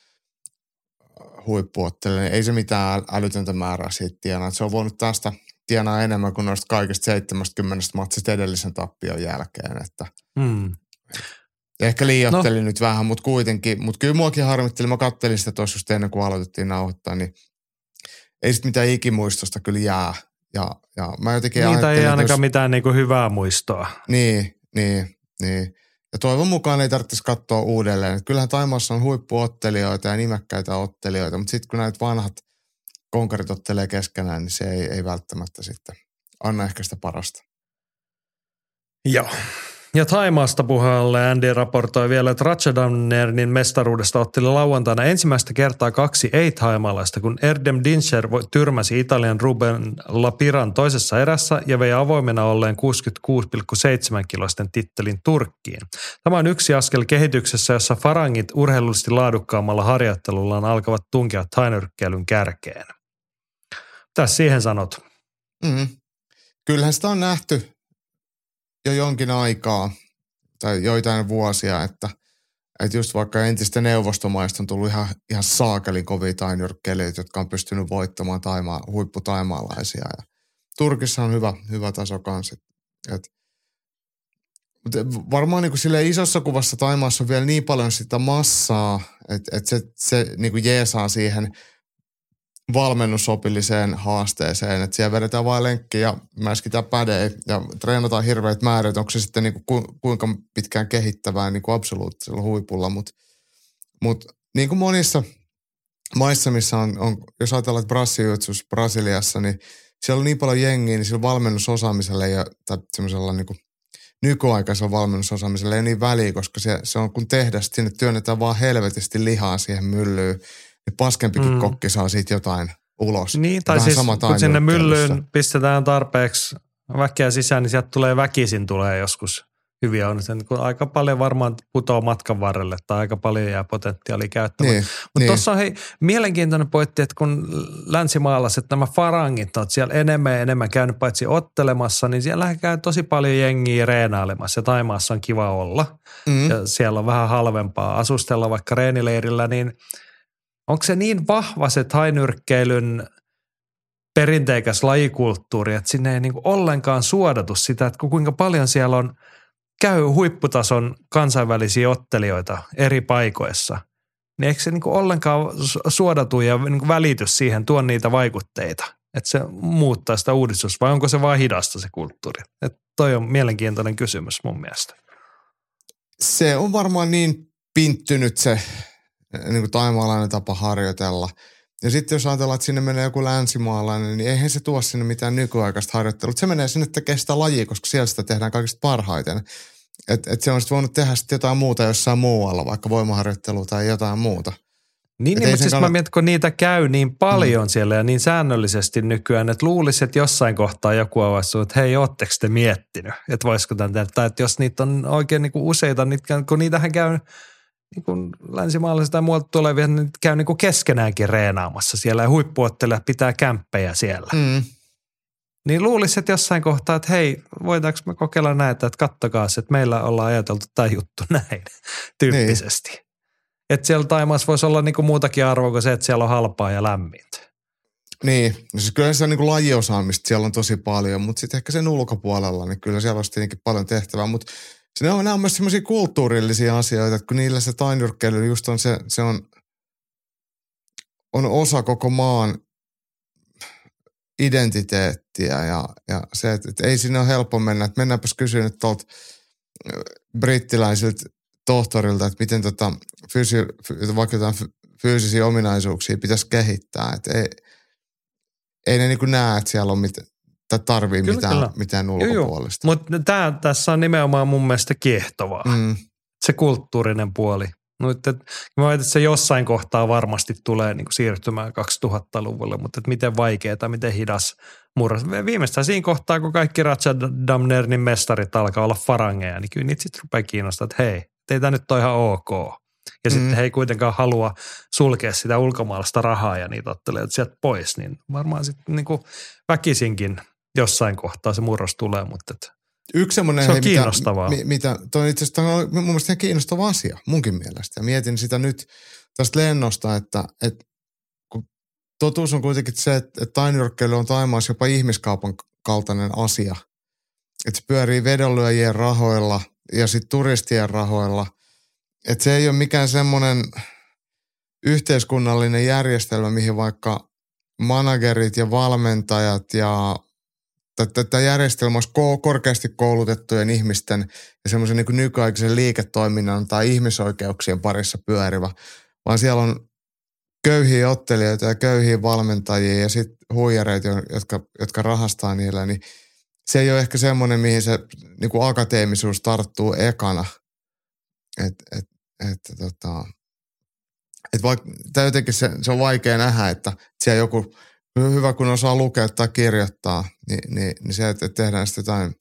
huippuottelijalle, niin ei se mitään älytöntä määrää siitä tienaa. Et se on voinut tästä tienaa enemmän kuin noista kaikista seitsemänkymmentä matsista edellisen tappion jälkeen. Että hmm. Ehkä liioittelin no. nyt vähän, mutta kuitenkin. Mutta kyllä muakin harmitteli. Mä kattelin sitä tuossa just ennen kuin aloitettiin nauhoittaa, niin ei sitten mitään ikimuistosta kyllä jää. Ja, ja mä jotenkin Niitä ei ainakaan jos... mitään niinku hyvää muistoa. Niin, niin, niin. Ja toivon mukaan ei tarvitsisi katsoa uudelleen. Että kyllähän Taimaassa on huippuottelijoita ja nimekkäitä ottelijoita, mutta sitten kun näitä vanhat konkarit ottelee keskenään, niin se ei, ei välttämättä sitten anna ehkä sitä parasta. Joo. Ja Thaimaasta puheelle Andy raportoi vielä, että Ratchadanernin mestaruudesta otteli lauantaina ensimmäistä kertaa kaksi ei-thaimalaista, kun Erdem Dinscher tyrmäsi Italian Ruben Lapiran toisessa erässä ja vei avoimena olleen kuusikymmentäkuusi pilkku seitsemän kiloisten tittelin Turkkiin. Tämä on yksi askel kehityksessä, jossa farangit urheilullisesti laadukkaammalla harjoittelullaan alkavat tunkea thainyrkkeilyn kärkeen. Tässä siihen sanot. Mm. Kyllähän sitä on nähty jo jonkin aikaa tai joitain vuosia, että Että just vaikka entistä neuvostomaista on tullut ihan, ihan saakelin kovia tainyrkkeilijöitä, jotka on pystynyt voittamaan taimaa, huipputaimaalaisia. Ja Turkissa on hyvä, hyvä taso kanssa. Et, varmaan niin kuin silleen isossa kuvassa Taimaassa on vielä niin paljon sitä massaa, että, että se, se niin kuin jeesaa siihen valmennusopilliseen haasteeseen, että siellä vedetään vain lenkkiä ja mäskitään pädejä ja treenataan hirveät määrät, onko se sitten niin kuin kuinka pitkään kehittävää niin kuin absoluuttisella huipulla, mutta mut, niin kuin monissa maissa, missä on, on jos ajatellaan, että brassijutsus Brasiliassa, niin siellä on niin paljon jengiä, niin sillä valmennusosaamisella ja tai semmoisella niin kuin nykyaikaisella valmennusosaamisella ei ole niin väliä, koska se, se on kun tehdas, sinne työnnetään vaan helvetisti lihaa siihen myllyyn, niin paskempikin mm. kokki saa siitä jotain ulos. Niin, tai vähän siis kun sinne myllyyn pistetään tarpeeksi väkeä sisään, niin sieltä tulee väkisin tulee joskus hyviä on. Sen, kun aika paljon varmaan putoaa matkan varrelle tai aika paljon jää potentiaalia käyttämään. Niin, Mutta niin. tuossa on hei, mielenkiintoinen pointti, että kun länsimaalaiset nämä farangit on siellä enemmän ja enemmän käynyt paitsi ottelemassa, niin siellä käy tosi paljon jengiä reenailemassa ja Taimaassa on kiva olla. Mm. Ja siellä on vähän halvempaa asustella vaikka reenileirillä, niin onko se niin vahva se thainyrkkeilyn perinteikäs lajikulttuuri, että sinne ei niinku ollenkaan suodatu sitä, että kuinka paljon siellä on käy huipputason kansainvälisiä ottelijoita eri paikoissa, niin eikö se niinku ollenkaan suodatu ja niinku välity siihen, tuon niitä vaikutteita, että se muuttaa sitä uudistusta, vai onko se vain hidasta se kulttuuri? Että toi on mielenkiintoinen kysymys mun mielestä. Se on varmaan niin pinttynyt se niin kuin taimaalainen tapa harjoitella. Ja sitten jos ajatellaan, että sinne menee joku länsimaalainen, niin eihän se tuo sinne mitään nykyaikaista harjoittelua. Se menee sinne tekemään sitä lajia, koska siellä sitä tehdään kaikista parhaiten. Että et se on sitten voinut tehdä sitten jotain muuta jossain muualla, vaikka voimaharjoittelua tai jotain muuta. Niin, niin mutta siis kannat... mä mietin, kun niitä käy niin paljon mm. siellä ja niin säännöllisesti nykyään, että luulisi, että jossain kohtaa joku avaisi, että hei, ootteko te miettinyt, että voisiko tämän tehdä. Tai että jos niitä on oikein niin kuin useita, niitä, kun niitähän käy niin kuin länsimaalaiset tai muualta tulevia, niin käy niin kuin keskenäänkin reenaamassa siellä ja huippuottelijat pitää kämppejä siellä. Mm. Niin luulisi, että jossain kohtaa, että hei, voitaanko me kokeilla näitä, että kattokaa se, että meillä ollaan ajateltu tämä juttu näin tyyppisesti. Niin. Että siellä Taimaassa voisi olla niin kuin muutakin arvoa kuin se, että siellä on halpaa ja lämmintä. Niin, no siis kyllä se on niin kuin lajiosaamista, siellä on tosi paljon, mutta sitten ehkä sen ulkopuolella, niin kyllä siellä olisi tietenkin paljon tehtävää, mutta se on, nämä on myös semmoisia kulttuurillisia asioita, että kun niillä se tainyrkkeily just on se, se on, on osa koko maan identiteettiä ja, ja se, että, että ei siinä ole helppo mennä, että mennäänpäs kysyä nyt tuolta brittiläisiltä tohtorilta, että miten tota fyysi, vaikka jotain fyysisiä ominaisuuksia pitäisi kehittää, että ei, ei ne niin kuin näe, että siellä on mitään. Tai tarvii kyllä, mitään, kyllä. mitään ulkopuolista. Mutta tämä tässä on nimenomaan mun mielestä kiehtovaa. Mm. Se kulttuurinen puoli. No, että, mä väitän, että se jossain kohtaa varmasti tulee niin kuin siirtymään kaksituhattaluvulle, mutta että miten vaikeaa, miten hidas murros. Viimeistään siinä kohtaa, kun kaikki Ratchadamnernin mestarit alkaa olla farangeja, niin kyllä niitä sitten rupeaa kiinnostaa, että hei, teitä nyt on ihan ok. Ja mm. sitten he ei kuitenkaan halua sulkea sitä ulkomaalaista rahaa ja niitä ottelee sieltä pois, niin varmaan sitten niin kuin väkisinkin jossain kohtaa se murros tulee, mutta et yksi semmoinen, se on hei, kiinnostavaa. Mitä, mitä, toi itse asiassa on mun mielestä ihan kiinnostava asia munkin mielestä. Ja mietin sitä nyt tästä lennosta, että, että kun totuus on kuitenkin se, että, että tainyrkkeily on Taimaassa jopa ihmiskaupan kaltainen asia. Että se pyörii vedonlyöjien rahoilla ja sitten turistien rahoilla. Että se ei ole mikään semmoinen yhteiskunnallinen järjestelmä, mihin vaikka managerit ja valmentajat ja tämä järjestelmä olisi korkeasti koulutettujen ihmisten ja semmoisen niin kuin nykyaikaisen liiketoiminnan tai ihmisoikeuksien parissa pyörivä, vaan siellä on köyhiä ottelijoita ja köyhiä valmentajia ja sitten huijareita, jotka, jotka rahastaa niillä, niin se ei ole ehkä semmoinen, mihin se niin kuin akateemisuus tarttuu ekana. Että et, et, tota, et vaikka, tämä jotenkin se, se on vaikea nähdä, että siellä joku hyvä, kun osaa lukea tai kirjoittaa, niin, niin, niin se, että tehdään sitten jotain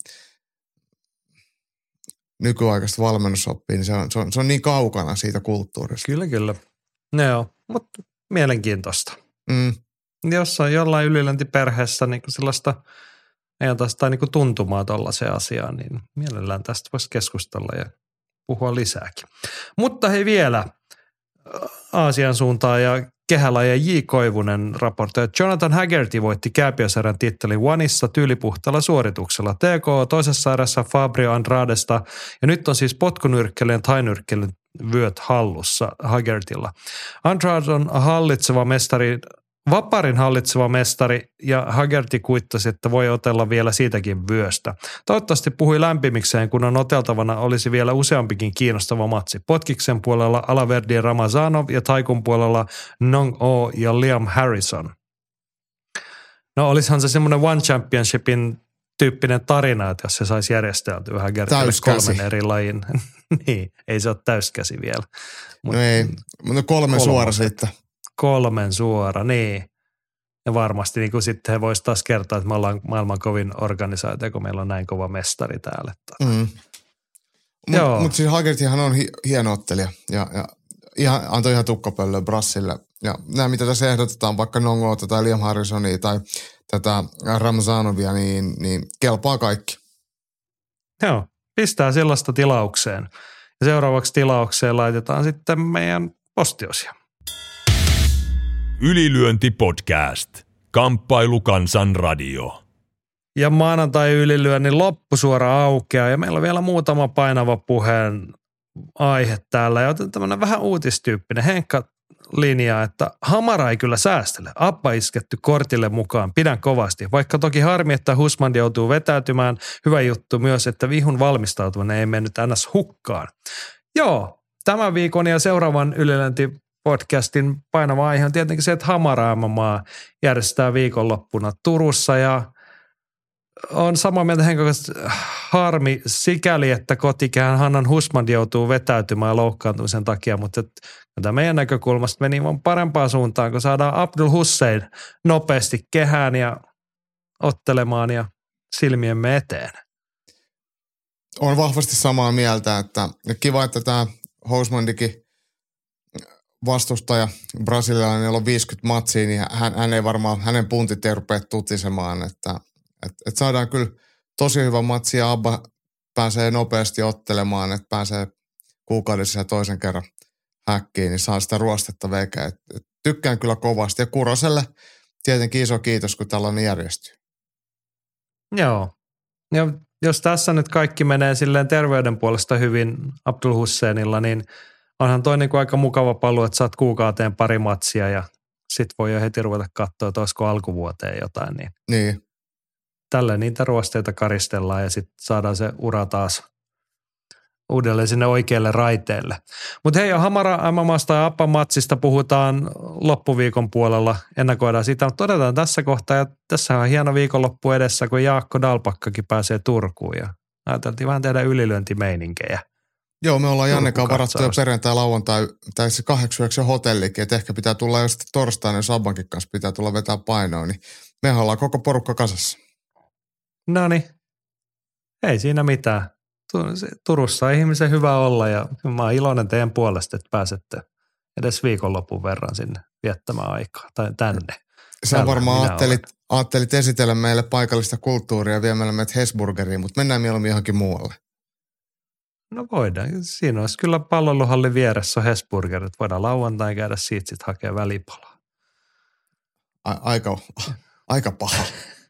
nykyaikaista valmennusoppia, niin se on, se, on, se on niin kaukana siitä kulttuurista. Kyllä, kyllä. No joo, mutta mielenkiintoista. Mm. Jossain jollain yliläntiperheessä niin sellaista ajatusta tai niin tuntumaa tuollaiseen asiaan, niin mielellään tästä voisi keskustella ja puhua lisääkin. Mutta hei vielä Aasian suuntaan ja kehälaaja J. Koivunen raportoi, että Jonathan Haggerty voitti kääpiösarjan tittelin Oneissa tyylipuhtaalla suorituksella. T K toisessa erässä Fabio Andradesta ja nyt on siis potkunyrkkelyn ja tainyrkkelyn vyöt hallussa Haggertylla. Andrade on hallitseva mestari, vaparin hallitseva mestari ja Haggerty kuittasi, että voi otella vielä siitäkin vyöstä. Toivottavasti puhui lämpimikseen, kun on oteltavana olisi vielä useampikin kiinnostava matsi. Potkiksen puolella Alaverdi Ramazanov ja taikun puolella Nong O ja Liam Harrison. No olisihan se semmoinen One Championshipin tyyppinen tarina, että jos se saisi järjesteltyä Haggertylle kolmen eri lajin. Niin, ei se ole täyskäsi vielä. Mut, no ei, mutta kolmen suora sitten. Kolmen suora, niin. Ja varmasti niin kuin sitten he voisivat taas kertoa, että me ollaan maailman kovin organisaatio, kun meillä on näin kova mestari täällä. Mm. Mutta mut siis Haggertyhan on hi- hieno ottelija ja, ja ihan, antoi ihan tukkapöllöä Brassille. Ja nämä, mitä tässä ehdotetaan, vaikka Nongoota tai Liam Harrisonia tai tätä Ramazanovia, niin, niin kelpaa kaikki. Joo, pistää sellaista tilaukseen. Ja seuraavaksi tilaukseen laitetaan sitten meidän postiosia. Ylilyönti-podcast. Kamppailu Kansan radio. Ja maanantai ylilyönnin loppusuora aukeaa ja meillä on vielä muutama painava puheen aihe täällä. Ja otetaan tämmöinen vähän uutistyyppinen Henkka linjaa, että Hamara ei kyllä säästele. Appa isketty kortille mukaan. Pidän kovasti. Vaikka toki harmi, että Husman joutuu vetäytymään. Hyvä juttu myös, että vihun valmistautuminen ei mennyt ns. Hukkaan. Joo, tämän viikon ja seuraavan ylilyönti podcastin painava aihe on tietenkin se, että Hamara M M A järjestää viikonloppuna Turussa ja on samaa mieltä Henkka, harmi sikäli, että kotikään Hannan Husman joutuu vetäytymään loukkaantumisen takia, mutta tämä meidän näkökulmasta meni vaan parempaan suuntaan, kun saadaan Abdul Hussein nopeasti kehään ja ottelemaan ja silmiemme eteen. On vahvasti samaa mieltä, että kiva, että tämä Husmandikin vastustaja brasilialainen, jolla on viisikymmentä matsia, niin hän, hän ei varmaan, hänen puntit ei rupea tutisemaan, että et, et saadaan kyllä tosi hyvä matsi ja Abba pääsee nopeasti ottelemaan, että pääsee kuukaudessa ja toisen kerran häkkiin, niin saa sitä ruostetta veikä. Et, et tykkään kyllä kovasti ja Kuroselle tietenkin iso kiitos, kun tällainen järjestyy. Joo. Ja jos tässä nyt kaikki menee silleen terveyden puolesta hyvin Abdul Husseinilla, niin onhan toi niinku aika mukava paluu, että saat kuukauteen pari matsia ja sit voi jo heti ruveta katsoa, että olisiko alkuvuoteen jotain. Niin, niin. Tällä niitä ruosteita karistellaan ja sitten saadaan se ura taas uudelleen sinne oikealle raiteelle. Mutta hei, Hamara M M A:sta ja Appan matsista puhutaan loppuviikon puolella. Ennakoidaan sitä, mutta todetaan tässä kohtaa. Ja tässä on hieno viikonloppu edessä, kun Jaakko Dalpakkakin pääsee Turkuun ja ajateltiin vähän tehdä ylilyöntimeininkejä. Joo, me ollaan Jannekaan varattu jo perjantai, lauantai, tai se kahdeksaksi hotellikin, että ehkä pitää tulla jo sitten torstaina, jos Abbankin kanssa pitää tulla vetää painoa, niin mehän ollaan koko porukka kasassa. Noniin, ei siinä mitään. Turussa on ihmisen hyvä olla ja mä oon iloinen teidän puolesta, että pääsette edes viikonlopun verran sinne viettämään aikaa tai tänne. Sä varmaan ajattelit, ajattelit esitellä meille paikallista kulttuuria ja viemällä meidät Hesburgeriin, mutta mennään mieluummin johonkin muualle. No voidaan. Siinä olisi kyllä palloiluhallin vieressä Hesburgerit. Voidaan lauantain käydä siitä sitten hakea välipalaa. A- aika, aika paha.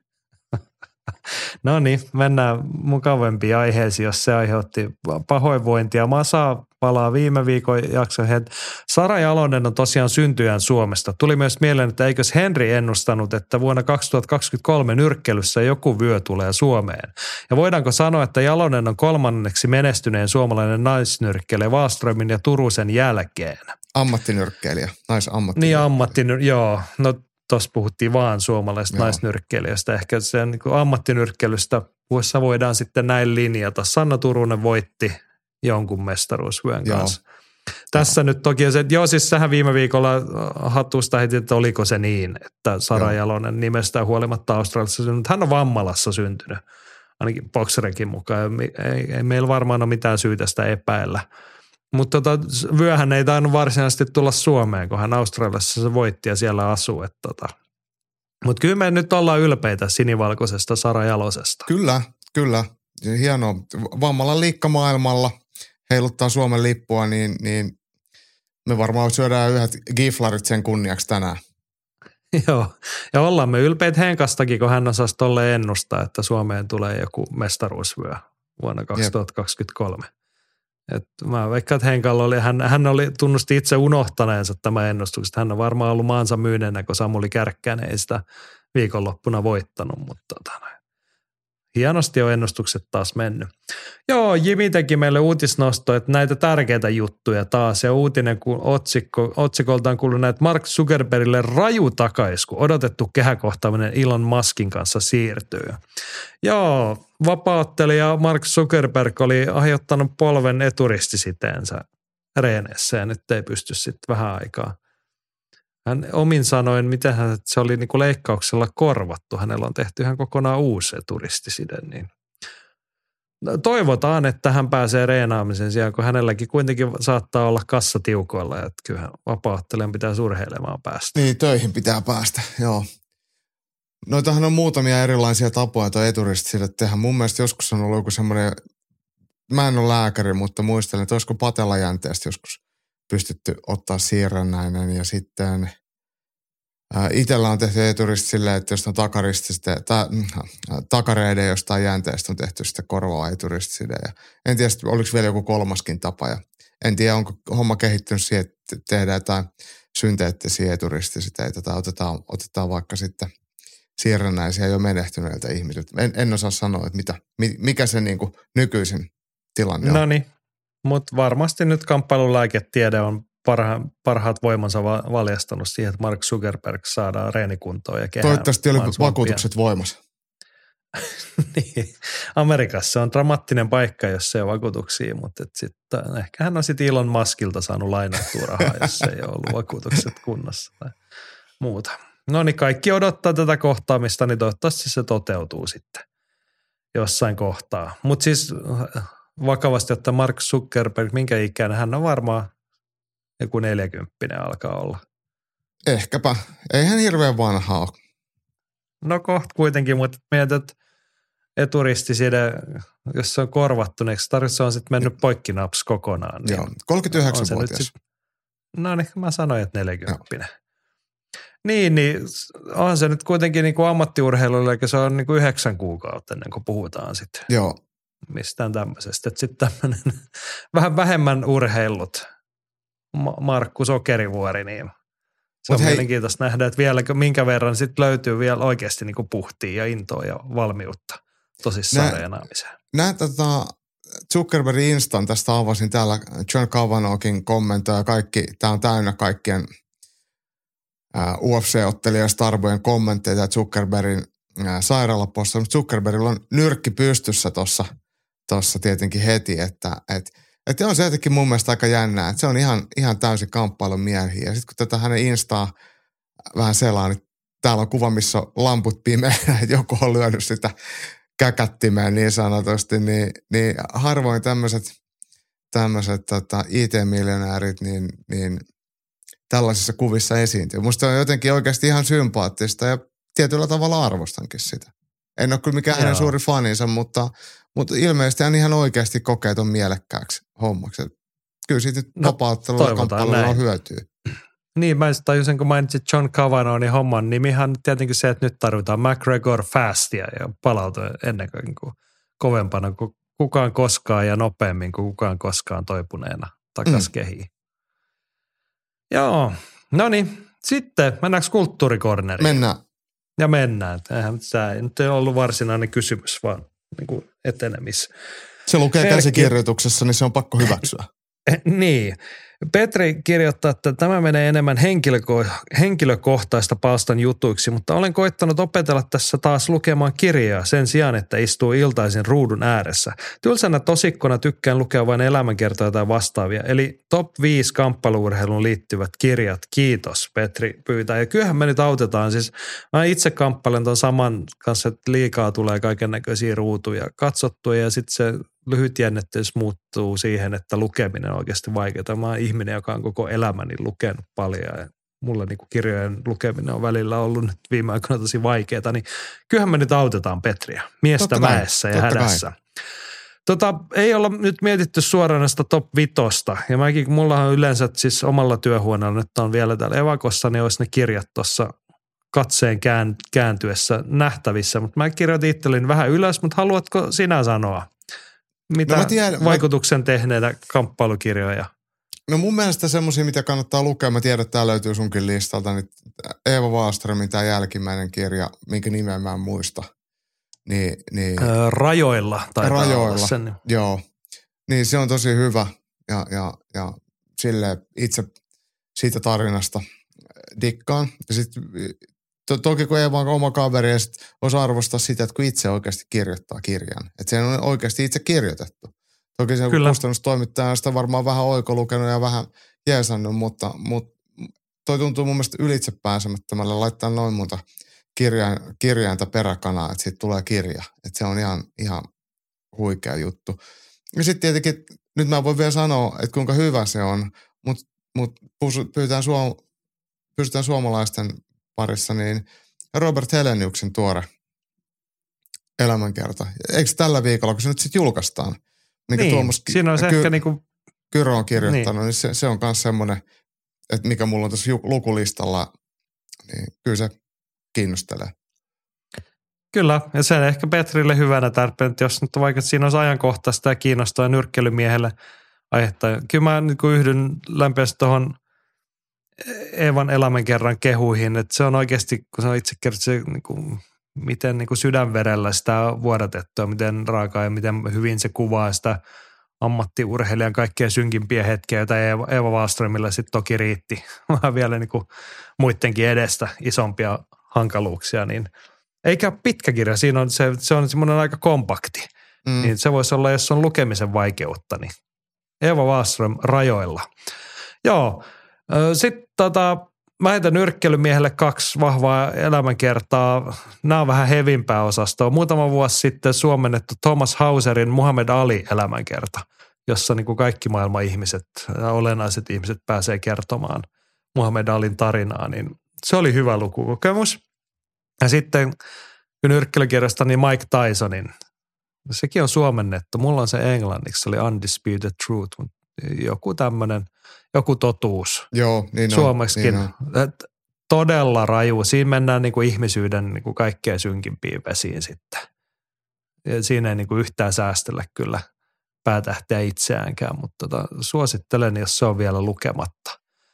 No niin, mennään mukavempiin aiheisiin, jos se aiheutti pahoinvointia. Masa palaa viime viikon jakson. Sara Jalonen on tosiaan syntyjän Suomesta. Tuli myös mieleen, että eikös Henri ennustanut, että vuonna kaksituhattakaksikymmentäkolme nyrkkelyssä joku vyö tulee Suomeen. Ja voidaanko sanoa, että Jalonen on kolmanneksi menestyneen suomalainen naisnyrkkelijä Wallströmin ja Turusen jälkeen? Ammattinyrkkelijä, naisammattinyrkkelijä. Niin ammattinyrkkelijä, joo. No tuossa puhuttiin vaan suomalaisesta joo. naisnyrkkeilijästä. Ehkä sen niin kuin ammattinyrkkeilystä vuossa voidaan sitten näin linjata. Sanna Turunen voitti jonkun mestaruusvyön kanssa. Joo. Tässä joo. nyt toki, se, joo siis sähän viime viikolla hatusta heti, että oliko se niin, että Sara joo. Jalonen nimestään huolimatta Australiassa syntynyt. Hän on Vammalassa syntynyt, ainakin Boxerekin mukaan. Ei, ei, ei meillä varmaan ole mitään syytä sitä epäillä. Mutta tota, vyöhän ei tainnut varsinaisesti tulla Suomeen, kun hän Australiassa se voitti ja siellä asuu. Tota. Mutta kyllä me nyt ollaan ylpeitä sinivalkoisesta Sara Jalosesta. Kyllä, kyllä. Hienoa. Vammalan liikka maailmalla. heiluttaa Suomen lippua, niin, niin me varmaan syödään yhdet giflarit sen kunniaksi tänään. Joo, ja ollaan me ylpeitä Henkastakin, kun hän osasi tolle ennustaa, että Suomeen tulee joku mestaruusvyö vuonna kaksituhattakaksikymmentäkolme. Et mä veikkaan, että Henkalla oli, hän, hän oli, tunnusti itse unohtaneensa tämä ennustukset. Hän on varmaan ollut maansa myyneenä, kun Samuli Kärkkäinen ei sitä viikonloppuna voittanut, mutta tota, hienosti on ennustukset taas mennyt. Joo, Jimi teki meille uutisnosto, että näitä tärkeitä juttuja taas. Ja uutinen, kun otsikko, otsikoltaan kuului näitä Mark Zuckerbergille raju takaisku. Odotettu kehäkohtaaminen Elon Muskin kanssa siirtyy. Joo, vapauttelija Mark Zuckerberg oli aiheuttanut polven eturistisiteensä reenessä ja nyt ei pysty sitten vähän aikaa. Hän omin sanoen, miten hän, se oli niinku leikkauksella korvattu. Hänellä on tehty ihan kokonaan uusi turistiside. Niin toivotaan, että hän pääsee reenaamisen sijaan, kun hänelläkin kuitenkin saattaa olla kassatiukoilla. Että kyllähän vapaattelijan pitää surheilemaan päästä. Niin, töihin pitää päästä, joo. Noitahan on muutamia erilaisia tapoja tuo eturistiside tehdä. Mun mielestä joskus on ollut joku semmoinen, mä en ole lääkäri, mutta muistelen, että olisiko patelajänteestä joskus pystytty ottaa siirrännäinen ja sitten ää, itsellä on tehty eturisti silleen, että jos on takaristi sitten, ta, takareiden jostain jänteestä on tehty sitten korvaava eturistiside ja en tiedä, oliko vielä joku kolmaskin tapa ja en tiedä, onko homma kehittynyt siihen, että tehdään jotain synteettisiä eturistisiteitä tai otetaan, otetaan vaikka sitten siirrännäisiä jo menehtyneiltä ihmisiltä. En, en osaa sanoa, että mitä, mikä se niin kuin nykyisin tilanne on. No niin. Mutta varmasti nyt kamppailulääketiede on parha, parhaat voimansa va- valjastanut siihen, että Mark Zuckerberg saadaan reenikuntoon ja kehään. Toivottavasti oli vakuutukset voimassa. Niin. Amerikassa on dramaattinen paikka, jos ei ole vakuutuksia, mutta sitten ehkä hän on sitten Elon Muskilta saanut lainattua rahaa, jos ei ole ollut vakuutukset kunnossa tai muuta. No niin, kaikki odottaa tätä kohtaamista, niin toivottavasti se toteutuu sitten jossain kohtaa. Mutta siis vakavasti, että Mark Zuckerberg, minkä ikäinen, hän on varmaan joku neljäkymppinen alkaa olla. Ehkäpä. Ei hän hirveän vanha ole. No kohta kuitenkin, mutta mietit, että eturistiside, jos se on korvattu, niin tarvitse se on sitten mennyt poikkinaps kokonaan. Niin joo, kolmekymmentäyhdeksänvuotias. No niin, mä sanoin, että neljäkymppinen. Joo. Niin, niin on se nyt kuitenkin niin kuin ammattiurheilulle, eikä se on niin kuin yhdeksän kuukautta ennen kuin puhutaan sitten. Joo. Mistään tämmöisestä. Että sitten tämmöinen vähän vähemmän urheilut, Markku Sokerivuori, niin se Mut on hei, mielenkiintoista nähdä, että vielä minkä verran sitten löytyy vielä oikeasti niin kuin puhtia ja intoa ja valmiutta tosissaan reenaamiseen. Näin tota Zuckerbergin Instan, tästä avasin täällä John Kavanaughkin kommentoi ja kaikki, tämä on täynnä kaikkien U F C-ottelijan Starbojen kommentteja Zuckerbergin sairaalapossa, mutta Zuckerbergilla on nyrkki pystyssä tuossa tossa tietenkin heti, että et, et on se jotenkin mun mielestä aika jännää, että se on ihan, ihan täysin kamppailun miehiä. Ja sitten kun tätä hänen Instaa vähän selaa, niin täällä on kuva, missä on lamput pimeänä, että joku on lyönyt sitä käkättimeen niin sanotusti, niin, niin harvoin tämmöiset tämmöiset tota, I T-miljonäärit, niin, niin tällaisissa kuvissa esiintyy. Musta on jotenkin oikeasti ihan sympaattista ja tietyllä tavalla arvostankin sitä. En ole kyllä mikään hänen suuri faninsa, mutta, mutta ilmeisesti hän ihan oikeasti kokee ton mielekkääksi hommaksi. Kyllä siitä no, vapauttelulla ja kamppailulla on hyötyä. Niin, mä tajusin, kun mainitsit John Kavanagh, niin homman nimihan tietenkin se, että nyt tarvitaan McGregor fastia ja palautua ennen kuin kovempana kuin kukaan koskaan ja nopeammin kuin kukaan koskaan toipuneena takas mm. kehiin. Joo, no niin. Sitten mennäänkö kulttuurikorneriin? Mennään. Ja mennään. Eihän tämä ei nyt ole ollut varsinainen kysymys, vaan niin kuin etenemis. Se lukee käsikirjoituksessa, niin se on pakko hyväksyä. Niin. Petri kirjoittaa, että tämä menee enemmän henkilöko- henkilökohtaista palstan jutuiksi, mutta olen koittanut opetella tässä taas lukemaan kirjaa sen sijaan, että istuu iltaisin ruudun ääressä. Tylsänä tosikkona tykkään lukea vain elämänkertoja tai vastaavia, eli top viisi kamppailuurheiluun liittyvät kirjat. Kiitos, Petri pyytää. Ja kyllähän me nyt autetaan. Siis mä itse kamppailen ton saman kanssa, että liikaa tulee kaiken näköisiä ruutuja katsottua ja sitten se lyhyt jännitteys muuttuu siihen, että lukeminen on oikeasti vaikeaa. Mä oon ihminen, joka on koko elämäni lukenut paljon ja mulla niin kuin kirjojen lukeminen on välillä ollut nyt viime aikoina tosi vaikeaa, niin kyllähän me nyt autetaan Petriä miestä totta mäessä kai, ja hädässä. Kai. Tota, ei olla nyt mietitty suoranaista top vitosta. Ja mäkin, kun mulla on yleensä siis omalla työhuoneella, nyt on vielä täällä evakossa, niin olisi ne kirjat tuossa katseen kään, kääntyessä nähtävissä. Mutta mä kirjoitin itselleni vähän ylös, mutta haluatko sinä sanoa, mitä no tiedän, vaikutuksen mä... tehneitä kamppailukirjoja? No mun mielestä semmoisia, mitä kannattaa lukea, mä tiedän, että tää löytyy sunkin listalta, niin Eeva Wahlströmin tämä jälkimmäinen kirja, minkä nimeä mä en muista. Niin, niin, öö, rajoilla taitaa rajoilla, olla sen. Joo, niin se on tosi hyvä ja, ja, ja silleen itse siitä tarinasta dikkaan. Ja sitten to, toki kun Eeva on oma kaveri ja sit osaa arvostaa sitä, että kun itse oikeasti kirjoittaa kirjan. Että se on oikeasti itse kirjoitettu. Toki se kustannustoimittaja on sitä varmaan vähän oikolukenut ja vähän jeesannut, mutta, mutta toi tuntuu mun mielestä ylitsepääsemättömälle laittaa noin monta kirjain, kirjainta peräkanaa, että siitä tulee kirja. Että se on ihan, ihan huikea juttu. Ja sitten tietenkin, nyt mä voin vielä sanoa, että kuinka hyvä se on, mutta mut pysytään, suom, pysytään suomalaisten parissa, niin Robert Heleniuksen tuore elämänkerta. Eikö tällä viikolla, kun se nyt sitten julkaistaan? Mikä niin, Tuomas siinä on se Ky- ehkä niinku... Kyrö on kirjoittanut, niin, niin se, se on myös semmoinen, että mikä mulla on tässä lukulistalla, niin kyllä se kiinnostelee. Kyllä, ja se ehkä Petrille hyvänä tärkeää, että jos nyt vaikka siinä olisi ajankohtaista ja kiinnostaa nyrkkeilymiehelle aihetta. Kyllä mä niin kuin yhdyn lämpimästi tuohon Eevan elämänkerran kehuihin, että se on oikeasti, kun se on itse kerrottu, se niin kuin, miten niin kuin sydänverellä sitä vuodatettua, miten raakaa ja miten hyvin se kuvaa sitä ammattiurheilijan kaikkein synkimpiä hetkiä, joita Eeva, Eeva Wahlströmillä sitten toki riitti vähän vielä niin kuin muidenkin edestä isompia hankaluuksia, niin eikä pitkä kirja, siinä on se, se on semmoinen aika kompakti, mm. niin se voisi olla, jos on lukemisen vaikeutta, niin Eeva Wahlström rajoilla. Joo, sitten tota, mä heitän nyrkkeilymiehelle kaksi vahvaa elämänkertaa. Nämä on vähän hevimpää osastoa. Muutama vuosi sitten suomennettu Thomas Hauserin Muhammad Ali elämänkerta, jossa niin kuin kaikki maailman ihmiset, olennaiset ihmiset pääsee kertomaan Muhammad Alin tarinaa, niin se oli hyvä lukukokemus. Ja sitten nyrkkeilykirjasta niin Mike Tysonin, sekin on suomennettu. Mulla on se englanniksi, se oli Undisputed Truth, mutta joku tämmöinen, joku totuus. Joo, niin on. Suomeksikin. Niin on. Todella raju. Siinä mennään niin kuin ihmisyyden niin kuin kaikkein synkimpiin vesiin sitten. Ja siinä ei niin kuin yhtään säästellä kyllä päätähteä itseäänkään, mutta tota, suosittelen, jos se on vielä lukematta.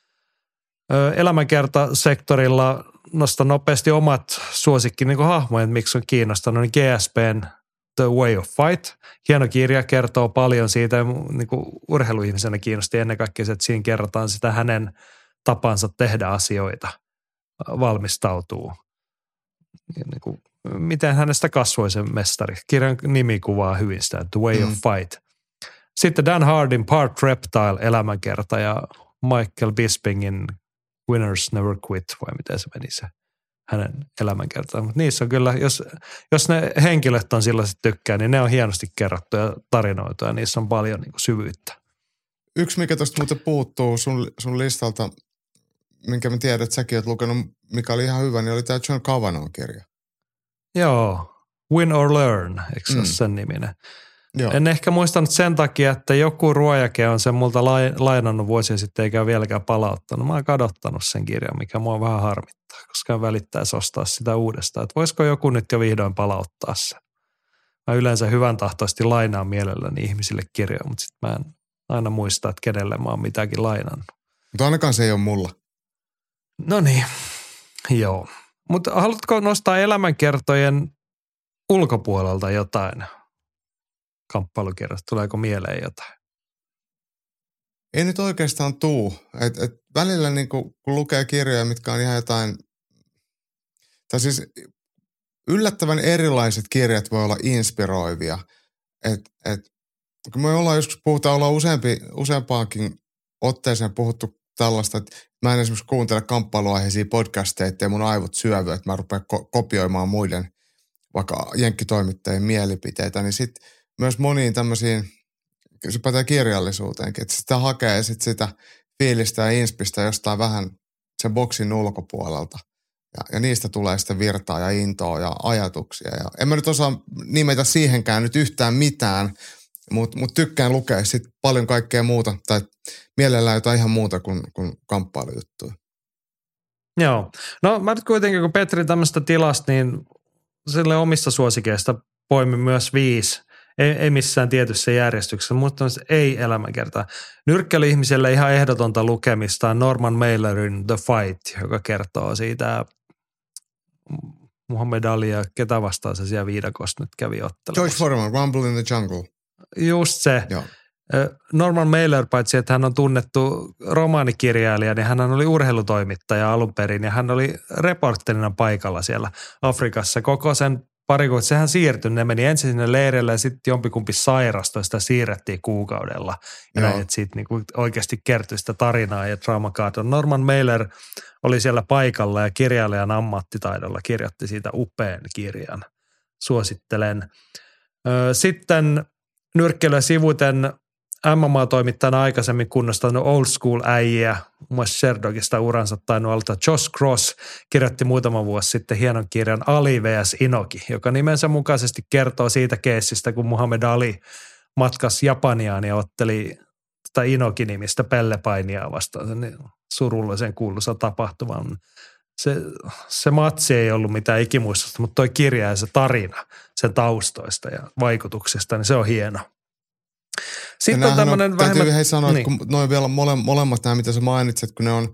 Elämänkertasektorilla nostan nopeasti omat suosikki niin kuin hahmojen, miksi on kiinnostanut, niin G S P:n The Way of Fight. Hieno kirja, kertoo paljon siitä, niin kuin urheiluihmisenä kiinnosti ennen kaikkea se, että siinä kerrotaan sitä hänen tapansa tehdä asioita, valmistautuu. Niin kuin, miten hänestä kasvoi se mestari. Kirjan nimi kuvaa hyvin sitä, The Way mm. of Fight. Sitten Dan Hardin Part Reptile elämänkerta ja Michael Bispingin Winners Never Quit, vai miten se meni se hänen elämänkertaan. Mutta niissä on kyllä, jos, jos ne henkilöt on sellaiset tykkää, niin ne on hienosti kerrottuja tarinoita ja niissä on paljon niin kuin syvyyttä. Yksi, mikä tuosta muuten puuttuu sun, sun listalta, minkä mä tiedän, että säkin oot lukenut, mikä oli ihan hyvä, niin oli tämä John Kavanagh kirja. Joo, Win or Learn, eikö se mm. ole sen niminen? Joo. En ehkä muistanut sen takia, että joku ruojake on sen multa lainannut vuosia sitten eikä ole vieläkään palauttanut. Mä oon kadottanut sen kirjan, mikä mua vähän harmittaa, koska en välittäisi ostaa sitä uudestaan. Että voisiko joku nyt jo vihdoin palauttaa sen? Mä yleensä hyvän tahtoisesti lainaan mielelläni ihmisille kirjoja, mutta sitten mä en aina muista, että kenelle mä oon mitäkin lainannut. Mutta ainakaan se ei ole mulla. No niin, joo. Mutta haluatko nostaa elämänkertojen ulkopuolelta jotain kamppailukirjasta? Tuleeko mieleen jotain? Ei nyt oikeastaan tuu. Et, et välillä niin kun lukee kirjoja, mitkä on ihan jotain, tai siis yllättävän erilaiset kirjat voi olla inspiroivia. Et, et, kun me ollaan joskus puhutaan, ollaan useampi, useampaankin otteeseen puhuttu tällaista, että mä en esimerkiksi kuuntele kamppailuaiheisia podcasteja, ettei mun aivot syövy, että mä rupean ko- kopioimaan muiden vaikka jenkkitoimittajien mielipiteitä, niin sitten myös moniin tämmöisiin, se pätee kirjallisuuteenkin, että sitä hakee ja sitten sitä fiilistä ja inspistä jostain vähän sen boksin ulkopuolelta. Ja, ja niistä tulee sitten virtaa ja intoa ja ajatuksia. Ja en mä nyt osaa nimetä siihenkään nyt yhtään mitään, Mutta mut tykkään lukea sitten paljon kaikkea muuta, tai mielellään jotain ihan muuta kuin, kuin kamppailujuttuja. Joo. No mä nyt kuitenkin, kun Petri tämmöistä tilasta, niin sille omista suosikeista poimin myös viisi. Ei, ei missään tietyssä järjestyksessä, mutta ei elämänkertaa. Nyrkkeilyihmiselle ihan ehdotonta lukemista on Norman Mailerin The Fight, joka kertoo siitä Muhammad Ali ja ketä vastaan se siellä viidakossa nyt kävi ottelemassa. George Foreman, Rumble in the Jungle. Just se. Joo. Norman Mailer, paitsi että hän on tunnettu romaanikirjailija, niin hän oli urheilutoimittaja alun perin ja hän oli reportterina paikalla siellä Afrikassa koko sen pari kuukautta. Sehän siirtyi, ne meni ensin sinne leirille ja sitten jompikumpi sairastui, sitä siirrettiin kuukaudella. Ja näin, että siitä niinku oikeasti kertyi sitä tarinaa ja draamakaarta. Norman Mailer oli siellä paikalla ja kirjailijan ammattitaidolla kirjoitti siitä upean kirjan. Suosittelen. Sitten nyrkkeilyä sivuten M M A-toimittajana aikaisemmin kunnostanut old school äijä, muun muassa Sherdogista uransa tainnut alta. Josh Cross kirjoitti muutama vuosi sitten hienon kirjan Ali versus Inoki, joka nimensä mukaisesti kertoo siitä keissistä, kun Muhammad Ali matkasi Japaniaan ja otteli tätä Inoki-nimistä pellepainia vastaan sen surullisen kuuluisa tapahtuman. Se, se matsi ei ollut mitään ikimuistosta, mutta toi kirja ja se tarina sen taustoista ja vaikutuksesta, niin se on hieno. Sitten on tämmöinen on, vähemmän... Täytyy hei sanoa, niin. että kun noin vielä mole, molemmat nämä, mitä sä mainitset, kun ne on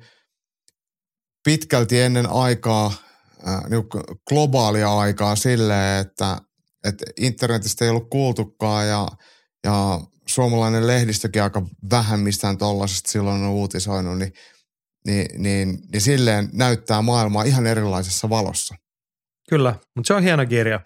pitkälti ennen aikaa, äh, niin globaalia aikaa silleen, että, että internetistä ei ollut kuultukaan ja, ja suomalainen lehdistökin aika vähän mistään tollaisesta silloin on uutisoinut, niin, niin, niin, niin silleen näyttää maailmaa ihan erilaisessa valossa. Kyllä, mutta se on hieno kirja.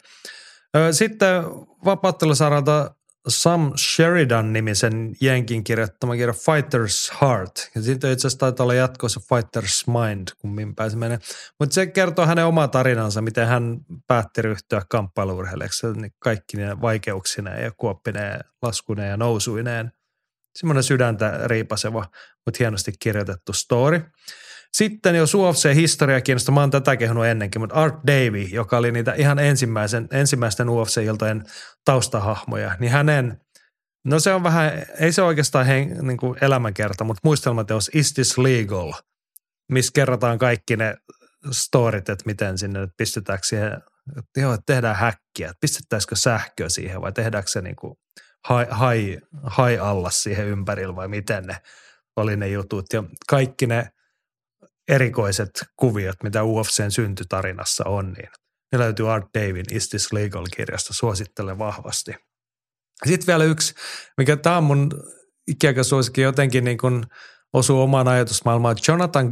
Sitten vapauttelusaralta Sam Sheridan-nimisen jenkin kirjoittama kirja Fighter's Heart. Ja sitten itse asiassa taitaa olla jatkossa Fighter's Mind, kummin pääsi menee. Mutta se kertoo hänen omaa tarinansa, miten hän päätti ryhtyä kamppailuurheilijaksi. Kaikki ne vaikeuksineen ja kuoppineen, laskuneen ja nousuineen. Semmoinen sydäntä riipaseva, mutta hienosti kirjoitettu story. Sitten jos U F C-historia kiinnostaa, mä oon tätä kehunut ennenkin, mutta Art Davey, joka oli niitä ihan ensimmäisen, ensimmäisten U F C-iltojen taustahahmoja, niin hänen, no se on vähän, ei se oikeastaan hen, niin kuin elämänkerta, mutta muistelmateos Is This Legal, missä kerrotaan kaikki ne storit, että miten sinne että pistetäänkö siihen, että joo, että tehdään häkkiä, että pistettäisikö sähköä siihen vai tehdäänkö se niin kuin hai, hai, hai alla siihen ympärillä vai miten ne oli ne jutut ja kaikki ne erikoiset kuviot, mitä U F C:n syntytarinassa on, niin ne löytyy Art Daveyn Is This Legal-kirjasta, suosittelen vahvasti. Sitten vielä yksi, mikä tämä on mun ikäkäsuosikin jotenkin niin kuin osuu omaan ajatusmaailmaan, Jonathan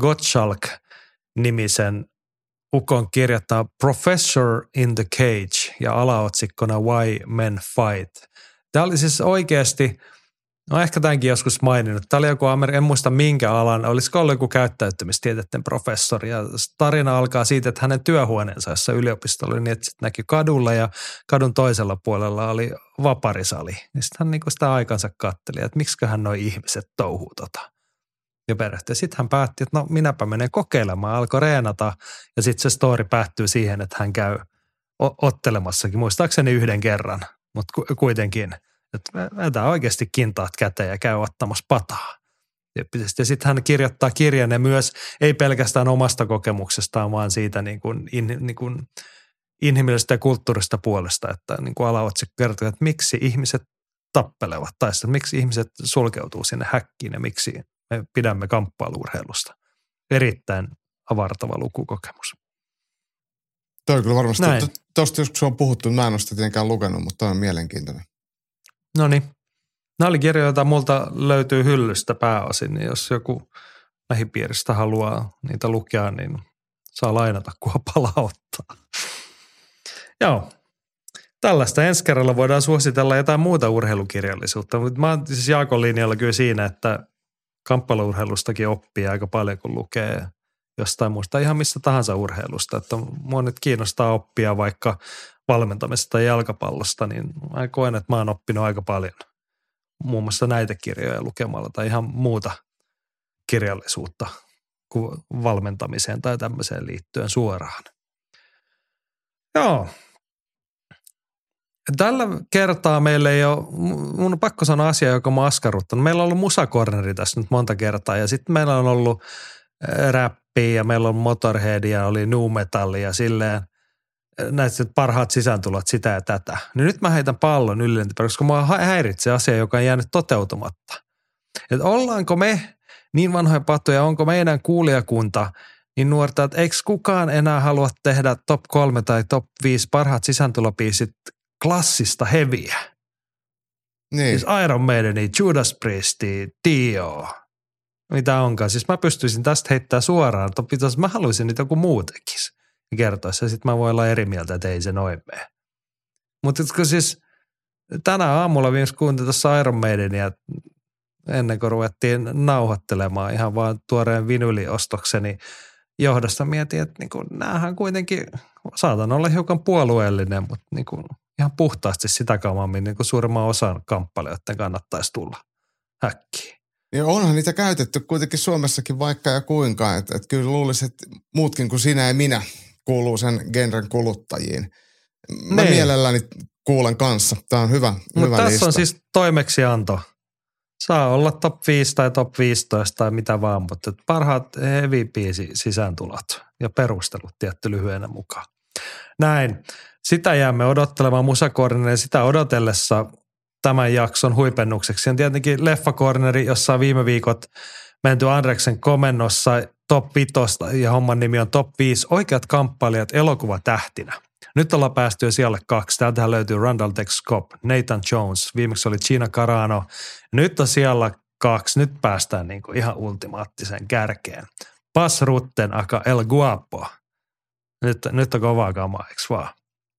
Gottschalk-nimisen ukon kirjoittaa Professor in the Cage ja alaotsikkona Why Men Fight. Tämä oli siis oikeasti, no ehkä tämänkin joskus maininnut. Tämä oli joku, en muista minkä alan, olisiko ollut joku käyttäytymistieteiden professori. Ja tarina alkaa siitä, että hänen työhuoneensa, jossa yliopisto oli, niin että sitten näki kadulla ja kadun toisella puolella oli vaparisali. Ja sitten hän niin sitä aikansa katteli, että miksiköhän noi ihmiset touhuu tota. Ja perehtyy. Sitten hän päätti, että no minäpä menen kokeilemaan, alkoi reenata ja sitten se story päättyy siihen, että hän käy ottelemassakin, muistaakseni yhden kerran, mutta kuitenkin. Että vetää oikeasti kintaat käteen ja käy ottamassa pataa. Ja sitten hän kirjoittaa kirjan ja myös ei pelkästään omasta kokemuksestaan, vaan siitä niin kuin, in, niin kuin inhimillisestä ja kulttuurista puolesta, että niin kuin alaotsikko kertoo, että miksi ihmiset tappelevat tai sitten miksi ihmiset sulkeutuu sinne häkkiin ja miksi me pidämme kamppailuurheilusta. Erittäin avartava lukukokemus. Toi kyllä varmasti. Tuosta joskus on puhuttu, mä en ole sitä tietenkään lukenut, mutta toi on mielenkiintoinen. No niin. Nämä oli kirjoja, joita multa löytyy hyllystä pääosin, niin jos joku lähipiiristä haluaa niitä lukea, niin saa lainata, kunhan palauttaa. Joo. Tällaista ensi kerralla voidaan suositella jotain muuta urheilukirjallisuutta, mutta mä oon siis Jaakon linjalla kyllä siinä, että kamppailuurheilustakin oppii aika paljon, kun lukee jostain muusta, ihan missä tahansa urheilusta. Että mua nyt kiinnostaa oppia vaikka valmentamisesta tai jalkapallosta, niin mä koen, että mä oon oppinut aika paljon muun muassa näitä kirjoja lukemalla tai ihan muuta kirjallisuutta kuin valmentamiseen tai tämmöiseen liittyen suoraan. Joo. Tällä kertaa meillä ei ole, mun on pakko sanoa asia, joka on askarruttanut. Meillä on ollut musakorneri tässä nyt monta kertaa ja sitten meillä on ollut räppiä ja meillä on Motorheadia, oli nu metallia ja silleen näitä parhaat sisääntulot sitä ja tätä. Niin nyt mä heitän pallon yllinen, koska mua häiritsee asia, joka on jäänyt toteutumatta. Että ollaanko me niin vanhoja pattuja, onko meidän kuulijakunta niin nuorta, että eikö kukaan enää halua tehdä top kolme tai top viisi parhaat sisääntulopiisit klassista heviä? Niin. Siis Iron Maideni, Judas Priesti, Dio, mitä onkaan. Siis mä pystyisin tästä heittämään suoraan, että mä haluaisin, että joku muu tekisi ja kertoisi. Ja sitten mä voin olla eri mieltä, että ei se noin mene. Mutta kun siis tänä aamulla viimeksi kuuntelin tuossa Iron Maidenia ennen kuin ruvettiin nauhoittelemaan ihan vaan tuoreen vinyliostokseni johdosta. Mietin, että niin kuin, näähän kuitenkin, saatan olla hiukan puolueellinen, mutta niin kuin, ihan puhtaasti sitä kaamammin niin kuin suurimman osan kamppalijoiden kannattaisi tulla häkkiin. Ja onhan niitä käytetty kuitenkin Suomessakin vaikka ja kuinka, että, että kyllä luulisi, että muutkin kuin sinä ja minä kuuluu sen genren kuluttajiin. Mä niin. Mielelläni kuulen kanssa. Tämä on hyvä, Mut hyvä tässä lista. on siis toimeksianto. Saa olla top viisi tai top viisitoista tai mitä vaan, mutta parhaat heavy-biisi sisääntulot ja perustelut tietty lyhyenä mukaan. Näin. Sitä jäämme odottelemaan musakorneria ja sitä odotellessa tämän jakson huipennukseksi on tietenkin leffakorneri, jossa on viime viikot menty Andreksen komennossa top viitosta ja homman nimi on top viisi oikeat kamppailijat elokuvatähtinä. Nyt ollaan päästy jo sijalle kaksi. Täältähän löytyy Randall Tex Cobb, Nathan Jones, viimeksi oli Gina Carano. Nyt on sijalla kaksi. Nyt päästään niin kuin ihan ultimaattiseen kärkeen. Bas Rutten aka El Guapo. Nyt, nyt on kovaa kamaa, eikö vaan?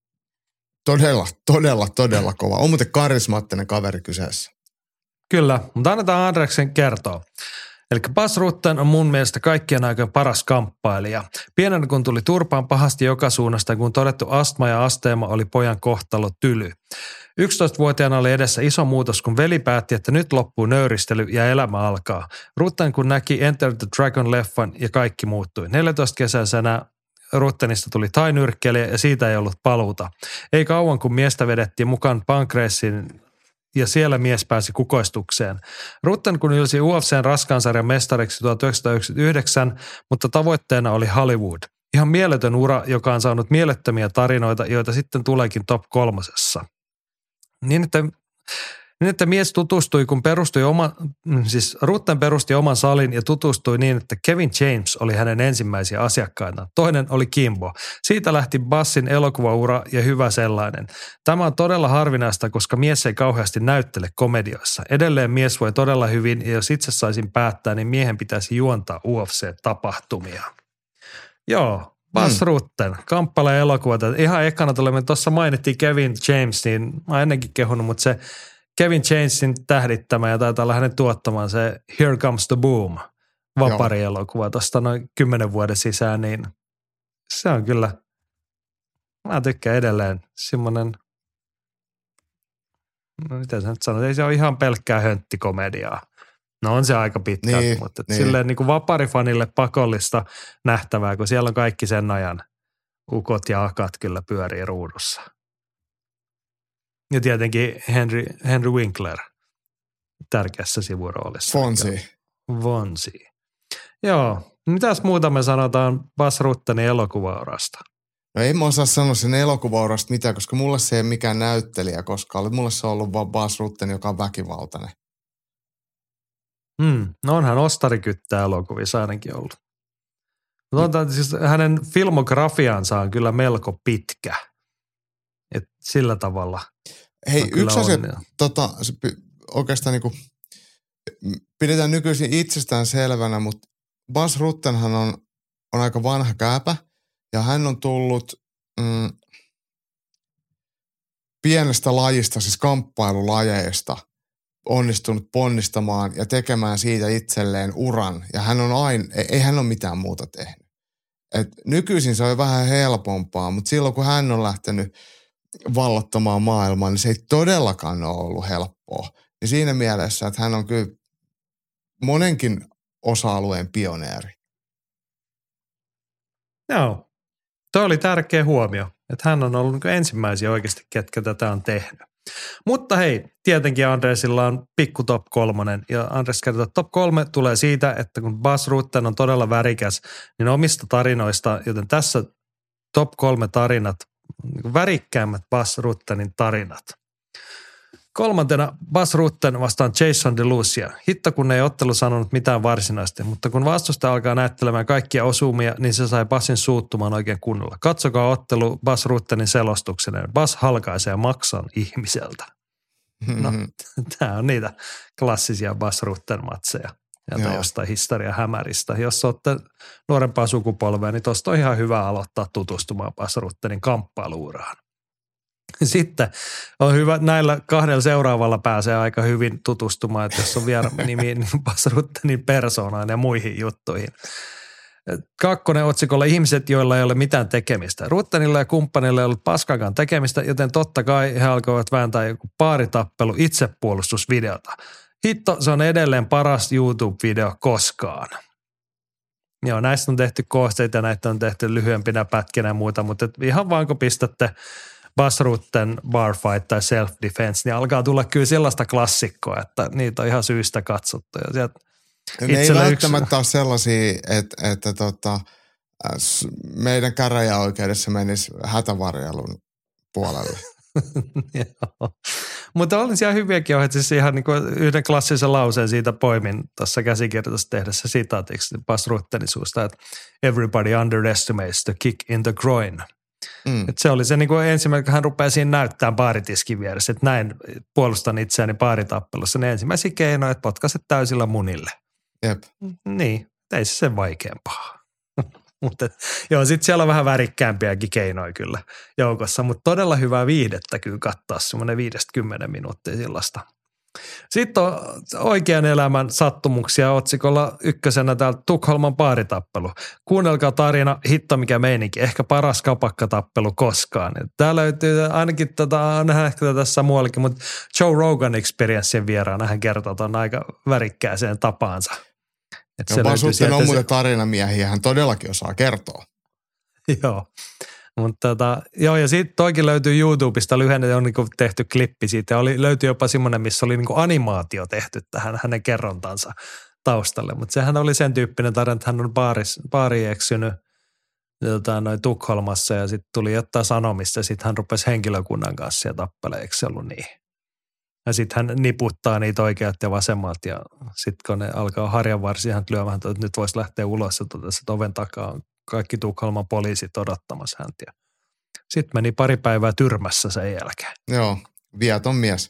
Todella, todella, todella kova. On muuten karismaattinen kaveri kyseessä. Kyllä, mutta annetaan Andreksen kertoa. Eli Bas Rutten on mun mielestä kaikkien aikojen paras kamppailija. Pienenä kun tuli turpaan pahasti joka suunnasta, kun todettu astma ja asteema oli pojan kohtalo tyly. yksitoistavuotiaana oli edessä iso muutos, kun veli päätti, että nyt loppuu nöyristely ja elämä alkaa. Rutten kun näki Enter the Dragon-leffan ja kaikki muuttui. neljätoista kesäisenä Ruttenista tuli tainyrkkeilijä ja siitä ei ollut paluuta. Ei kauan kun miestä vedettiin mukaan Pancrasiin ja siellä mies pääsi kukoistukseen. Rutten kun ylsi U F C:n raskaansarjan mestariksi tuhatyhdeksänsataayhdeksänkymmentäyhdeksän, mutta tavoitteena oli Hollywood. Ihan mieletön ura, joka on saanut mielettömiä tarinoita, joita sitten tuleekin top kolmosessa. Niin että, niin että mies tutustui, kun perustui oma, siis Rutten perusti oman salin ja tutustui niin, että Kevin James oli hänen ensimmäisiä asiakkaita. Toinen oli Kimbo. Siitä lähti Bassin elokuvaura ja hyvä sellainen. Tämä on todella harvinaista, koska mies ei kauheasti näyttele komedioissa. Edelleen mies voi todella hyvin ja jos itse saisin päättää, niin miehen pitäisi juontaa U F C-tapahtumia. Joo. Bas hmm. Rutten, kamppale elokuvat. Ihan ekana tulemme, tuossa mainittiin Kevin James, niin mä oon ennenkin kehunut, mutta se Kevin Jamesin tähdittämä ja taitaa olla hänen tuottamaan se Here Comes the Boom vapari-elokuva tuosta noin kymmenen vuoden sisään, niin se on kyllä, mä tykkään edelleen semmoinen, no miten sä nyt sanot, ei se ole ihan pelkkää hönttikomediaa. No on se aika pitkälti, niin, mutta niin. Silleen niin kuin vaparifanille pakollista nähtävää, kun siellä on kaikki sen ajan ukot ja akat kyllä pyörii ruudussa. Ja tietenkin Henry, Henry Winkler tärkeässä sivuroolissa. Fonsi. Fonsi. Joo. Mitäs muuta me sanotaan Bas Ruttenin elokuvaurasta? No ei mä osaa sanoa sen elokuvaurasta mitään, koska mulle se ei ole mikään näyttelijä koskaan. Mulle se on ollut vaan Bas Rutten, joka on väkivaltainen. Hmm. No onhan ostarikyttää elokuvissa ainakin ollut. Mutta on, siis hänen filmografiansa on kyllä melko pitkä. Et sillä tavalla. Hei, yksi asia, tota, oikeastaan niin kuin, pidetään nykyisin itsestään selvänä, mutta Bas Ruttenhan on, on aika vanha kääpä ja hän on tullut mm, pienestä lajista, siis kamppailulajeista, onnistunut ponnistamaan ja tekemään siitä itselleen uran. Ja hän on aina, ei hän ole mitään muuta tehnyt. Et nykyisin se on vähän helpompaa, mutta silloin kun hän on lähtenyt vallottamaan maailmaa, niin se ei todellakaan ole ollut helppoa. Ja siinä mielessä, että hän on kyllä monenkin osa-alueen pioneeri. Joo, tuo oli tärkeä huomio. Että hän on ollut niin kuin ensimmäisiä oikeasti, ketkä tätä on tehnyt. Mutta hei, tietenkin Andresilla on pikku top kolmonen ja Andres kertoo, että top kolme tulee siitä, että kun Bas Rutten on todella värikäs, niin omista tarinoista, joten tässä top kolme tarinat, niin värikkäämmät Bas Ruttenin tarinat. Kolmantena Bas Rutten vastaan Jason DeLucia. Hitto kun ei ottelu sanonut mitään varsinaisesti, mutta kun vastusta alkaa näyttelemään kaikkia osumia, niin se sai Basin suuttumaan oikein kunnolla. Katsokaa ottelu Bas Ruttenin selostuksen. Bas halkaisee maksan ihmiseltä. No, tämä on niitä klassisia Bas Rutten matseja. Ja jostain historia hämäristä. Jos olette nuorempaa sukupolvea, niin tuosta on ihan hyvä aloittaa tutustumaan Bas Ruttenin kamppailuuraan. Sitten on hyvä, näillä kahdella seuraavalla pääsee aika hyvin tutustumaan, että jos on vielä nimi niin Bas Ruttenin persoonaan ja muihin juttuihin. Kakkonen otsikolla ihmiset, joilla ei ole mitään tekemistä. Ruttenilla ja kumppanilla ei ollut paskakaan tekemistä, joten totta kai he alkoivat vääntää joku paaritappelu itsepuolustusvideota. Hitto, se on edelleen paras YouTube-video koskaan. Joo, näistä on tehty koosteita ja näitä on tehty lyhyempinä pätkinä ja muuta, mutta ihan vaan kun pistätte Bas Rutten barfight tai self-defense, niin alkaa tulla kyllä sellaista klassikkoa, että niitä on ihan syystä katsottu. Ja sieltä ne ei välttämättä yksi ole sellaisia, että, että tota, meidän käräjäoikeudessa menisi hätävarjelun puolelle. Mutta oli siellä hyviäkin ohjeet, siis ihan niin kuin yhden klassisen lauseen siitä poimin tuossa käsikirjoitusta tehdessä sitaatiksi Bas Ruttenin suusta, että everybody underestimates the kick in the groin. Mm. Että se oli se niin kuin ensimmäinen, kun hän rupeaa siinä näyttämään baaritiskin vieressä, että näin puolustan itseäni baaritappelussa. Ne ensimmäisiä keinoja, että potkaset täysillä munille. Jep. Niin, ei se sen vaikeampaa. Mutta joo, sitten siellä on vähän värikkäämpiäkin keinoja kyllä joukossa, mutta todella hyvää viihdettä kyllä katsoa semmoinen viidestä kymmenen minuuttia sellaista. Sitten on oikean elämän sattumuksia otsikolla ykkösenä täältä Tukholman baaritappelu. Kuunnelkaa tarina, hitto mikä meininki, ehkä paras kapakkatappelu koskaan. Tää löytyy ainakin, tota, nähdään ehkä tässä muuallakin, mutta Joe Rogan Experiencen vieraana hän kertoo ton aika värikkääseen tapaansa. Ja Bas Rutten on muuten tarinamiehiä, hän todellakin osaa kertoa. Joo. Mutta tota, joo, ja sitten toikin löytyy YouTubesta lyhenne, on niinku tehty klippi siitä. Ja oli, löytyi jopa semmoinen, missä oli niinku animaatio tehty tähän hänen kerrontansa taustalle. Mutta sehän oli sen tyyppinen tarina, että hän on baaris, baariin eksynyt jotain noin Tukholmassa ja sitten tuli jotain sanomista ja sitten hän rupesi henkilökunnan kanssa ja tappelee, eikö se ollut niin? Ja sitten hän niputtaa niitä oikeat ja vasemmat ja sitten kun ne alkaa harjanvarsia, hän lyömään, että nyt voisi lähteä ulos ja totesi, että oven takaa on kaikki Tukholman poliisit odottamassa häntä. Sitten meni pari päivää tyrmässä sen jälkeen. Joo, vieton mies.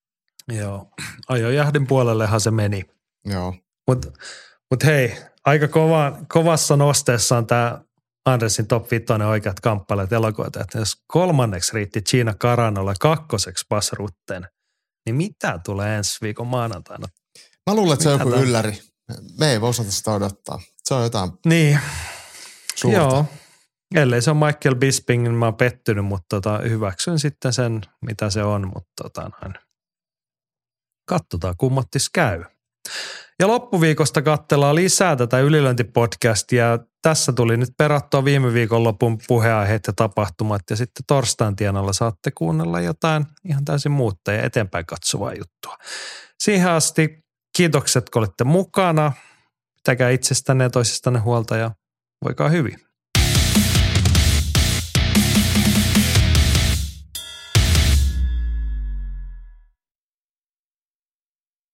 Joo, ajojahdin puolellehan se meni. Joo. Mutta mut hei, aika kova, kovassa nosteessa on tämä Andresin top viitonen oikeat kamppailijat elokuvat. Että jos kolmanneksi riitti Gina Caranolle, kakkoseksi Bas Rutten, niin mitä tulee ensi viikon maanantaina? Mä luulen, että se on joku tämän ylläri. Me ei voi osata sitä odottaa. Se on jotain niin suurta. Joo, ellei se on Michael Bisping, niin mä oon pettynyt, mutta tota, hyväksyn sitten sen, mitä se on, mutta tota, noin. Katsotaan, kummottis käy. Ja loppuviikosta katsellaan lisää tätä ylilöintipodcastia. Tässä tuli nyt perattua viime viikonlopun puheenaiheet ja tapahtumat ja sitten torstain tienoilla saatte kuunnella jotain ihan täysin muutta ja eteenpäin katsovaa juttua. Siihen asti kiitokset, kun olette mukana. Pitäkää itsestänne ja toisistanne huolta ja voikaa hyvin.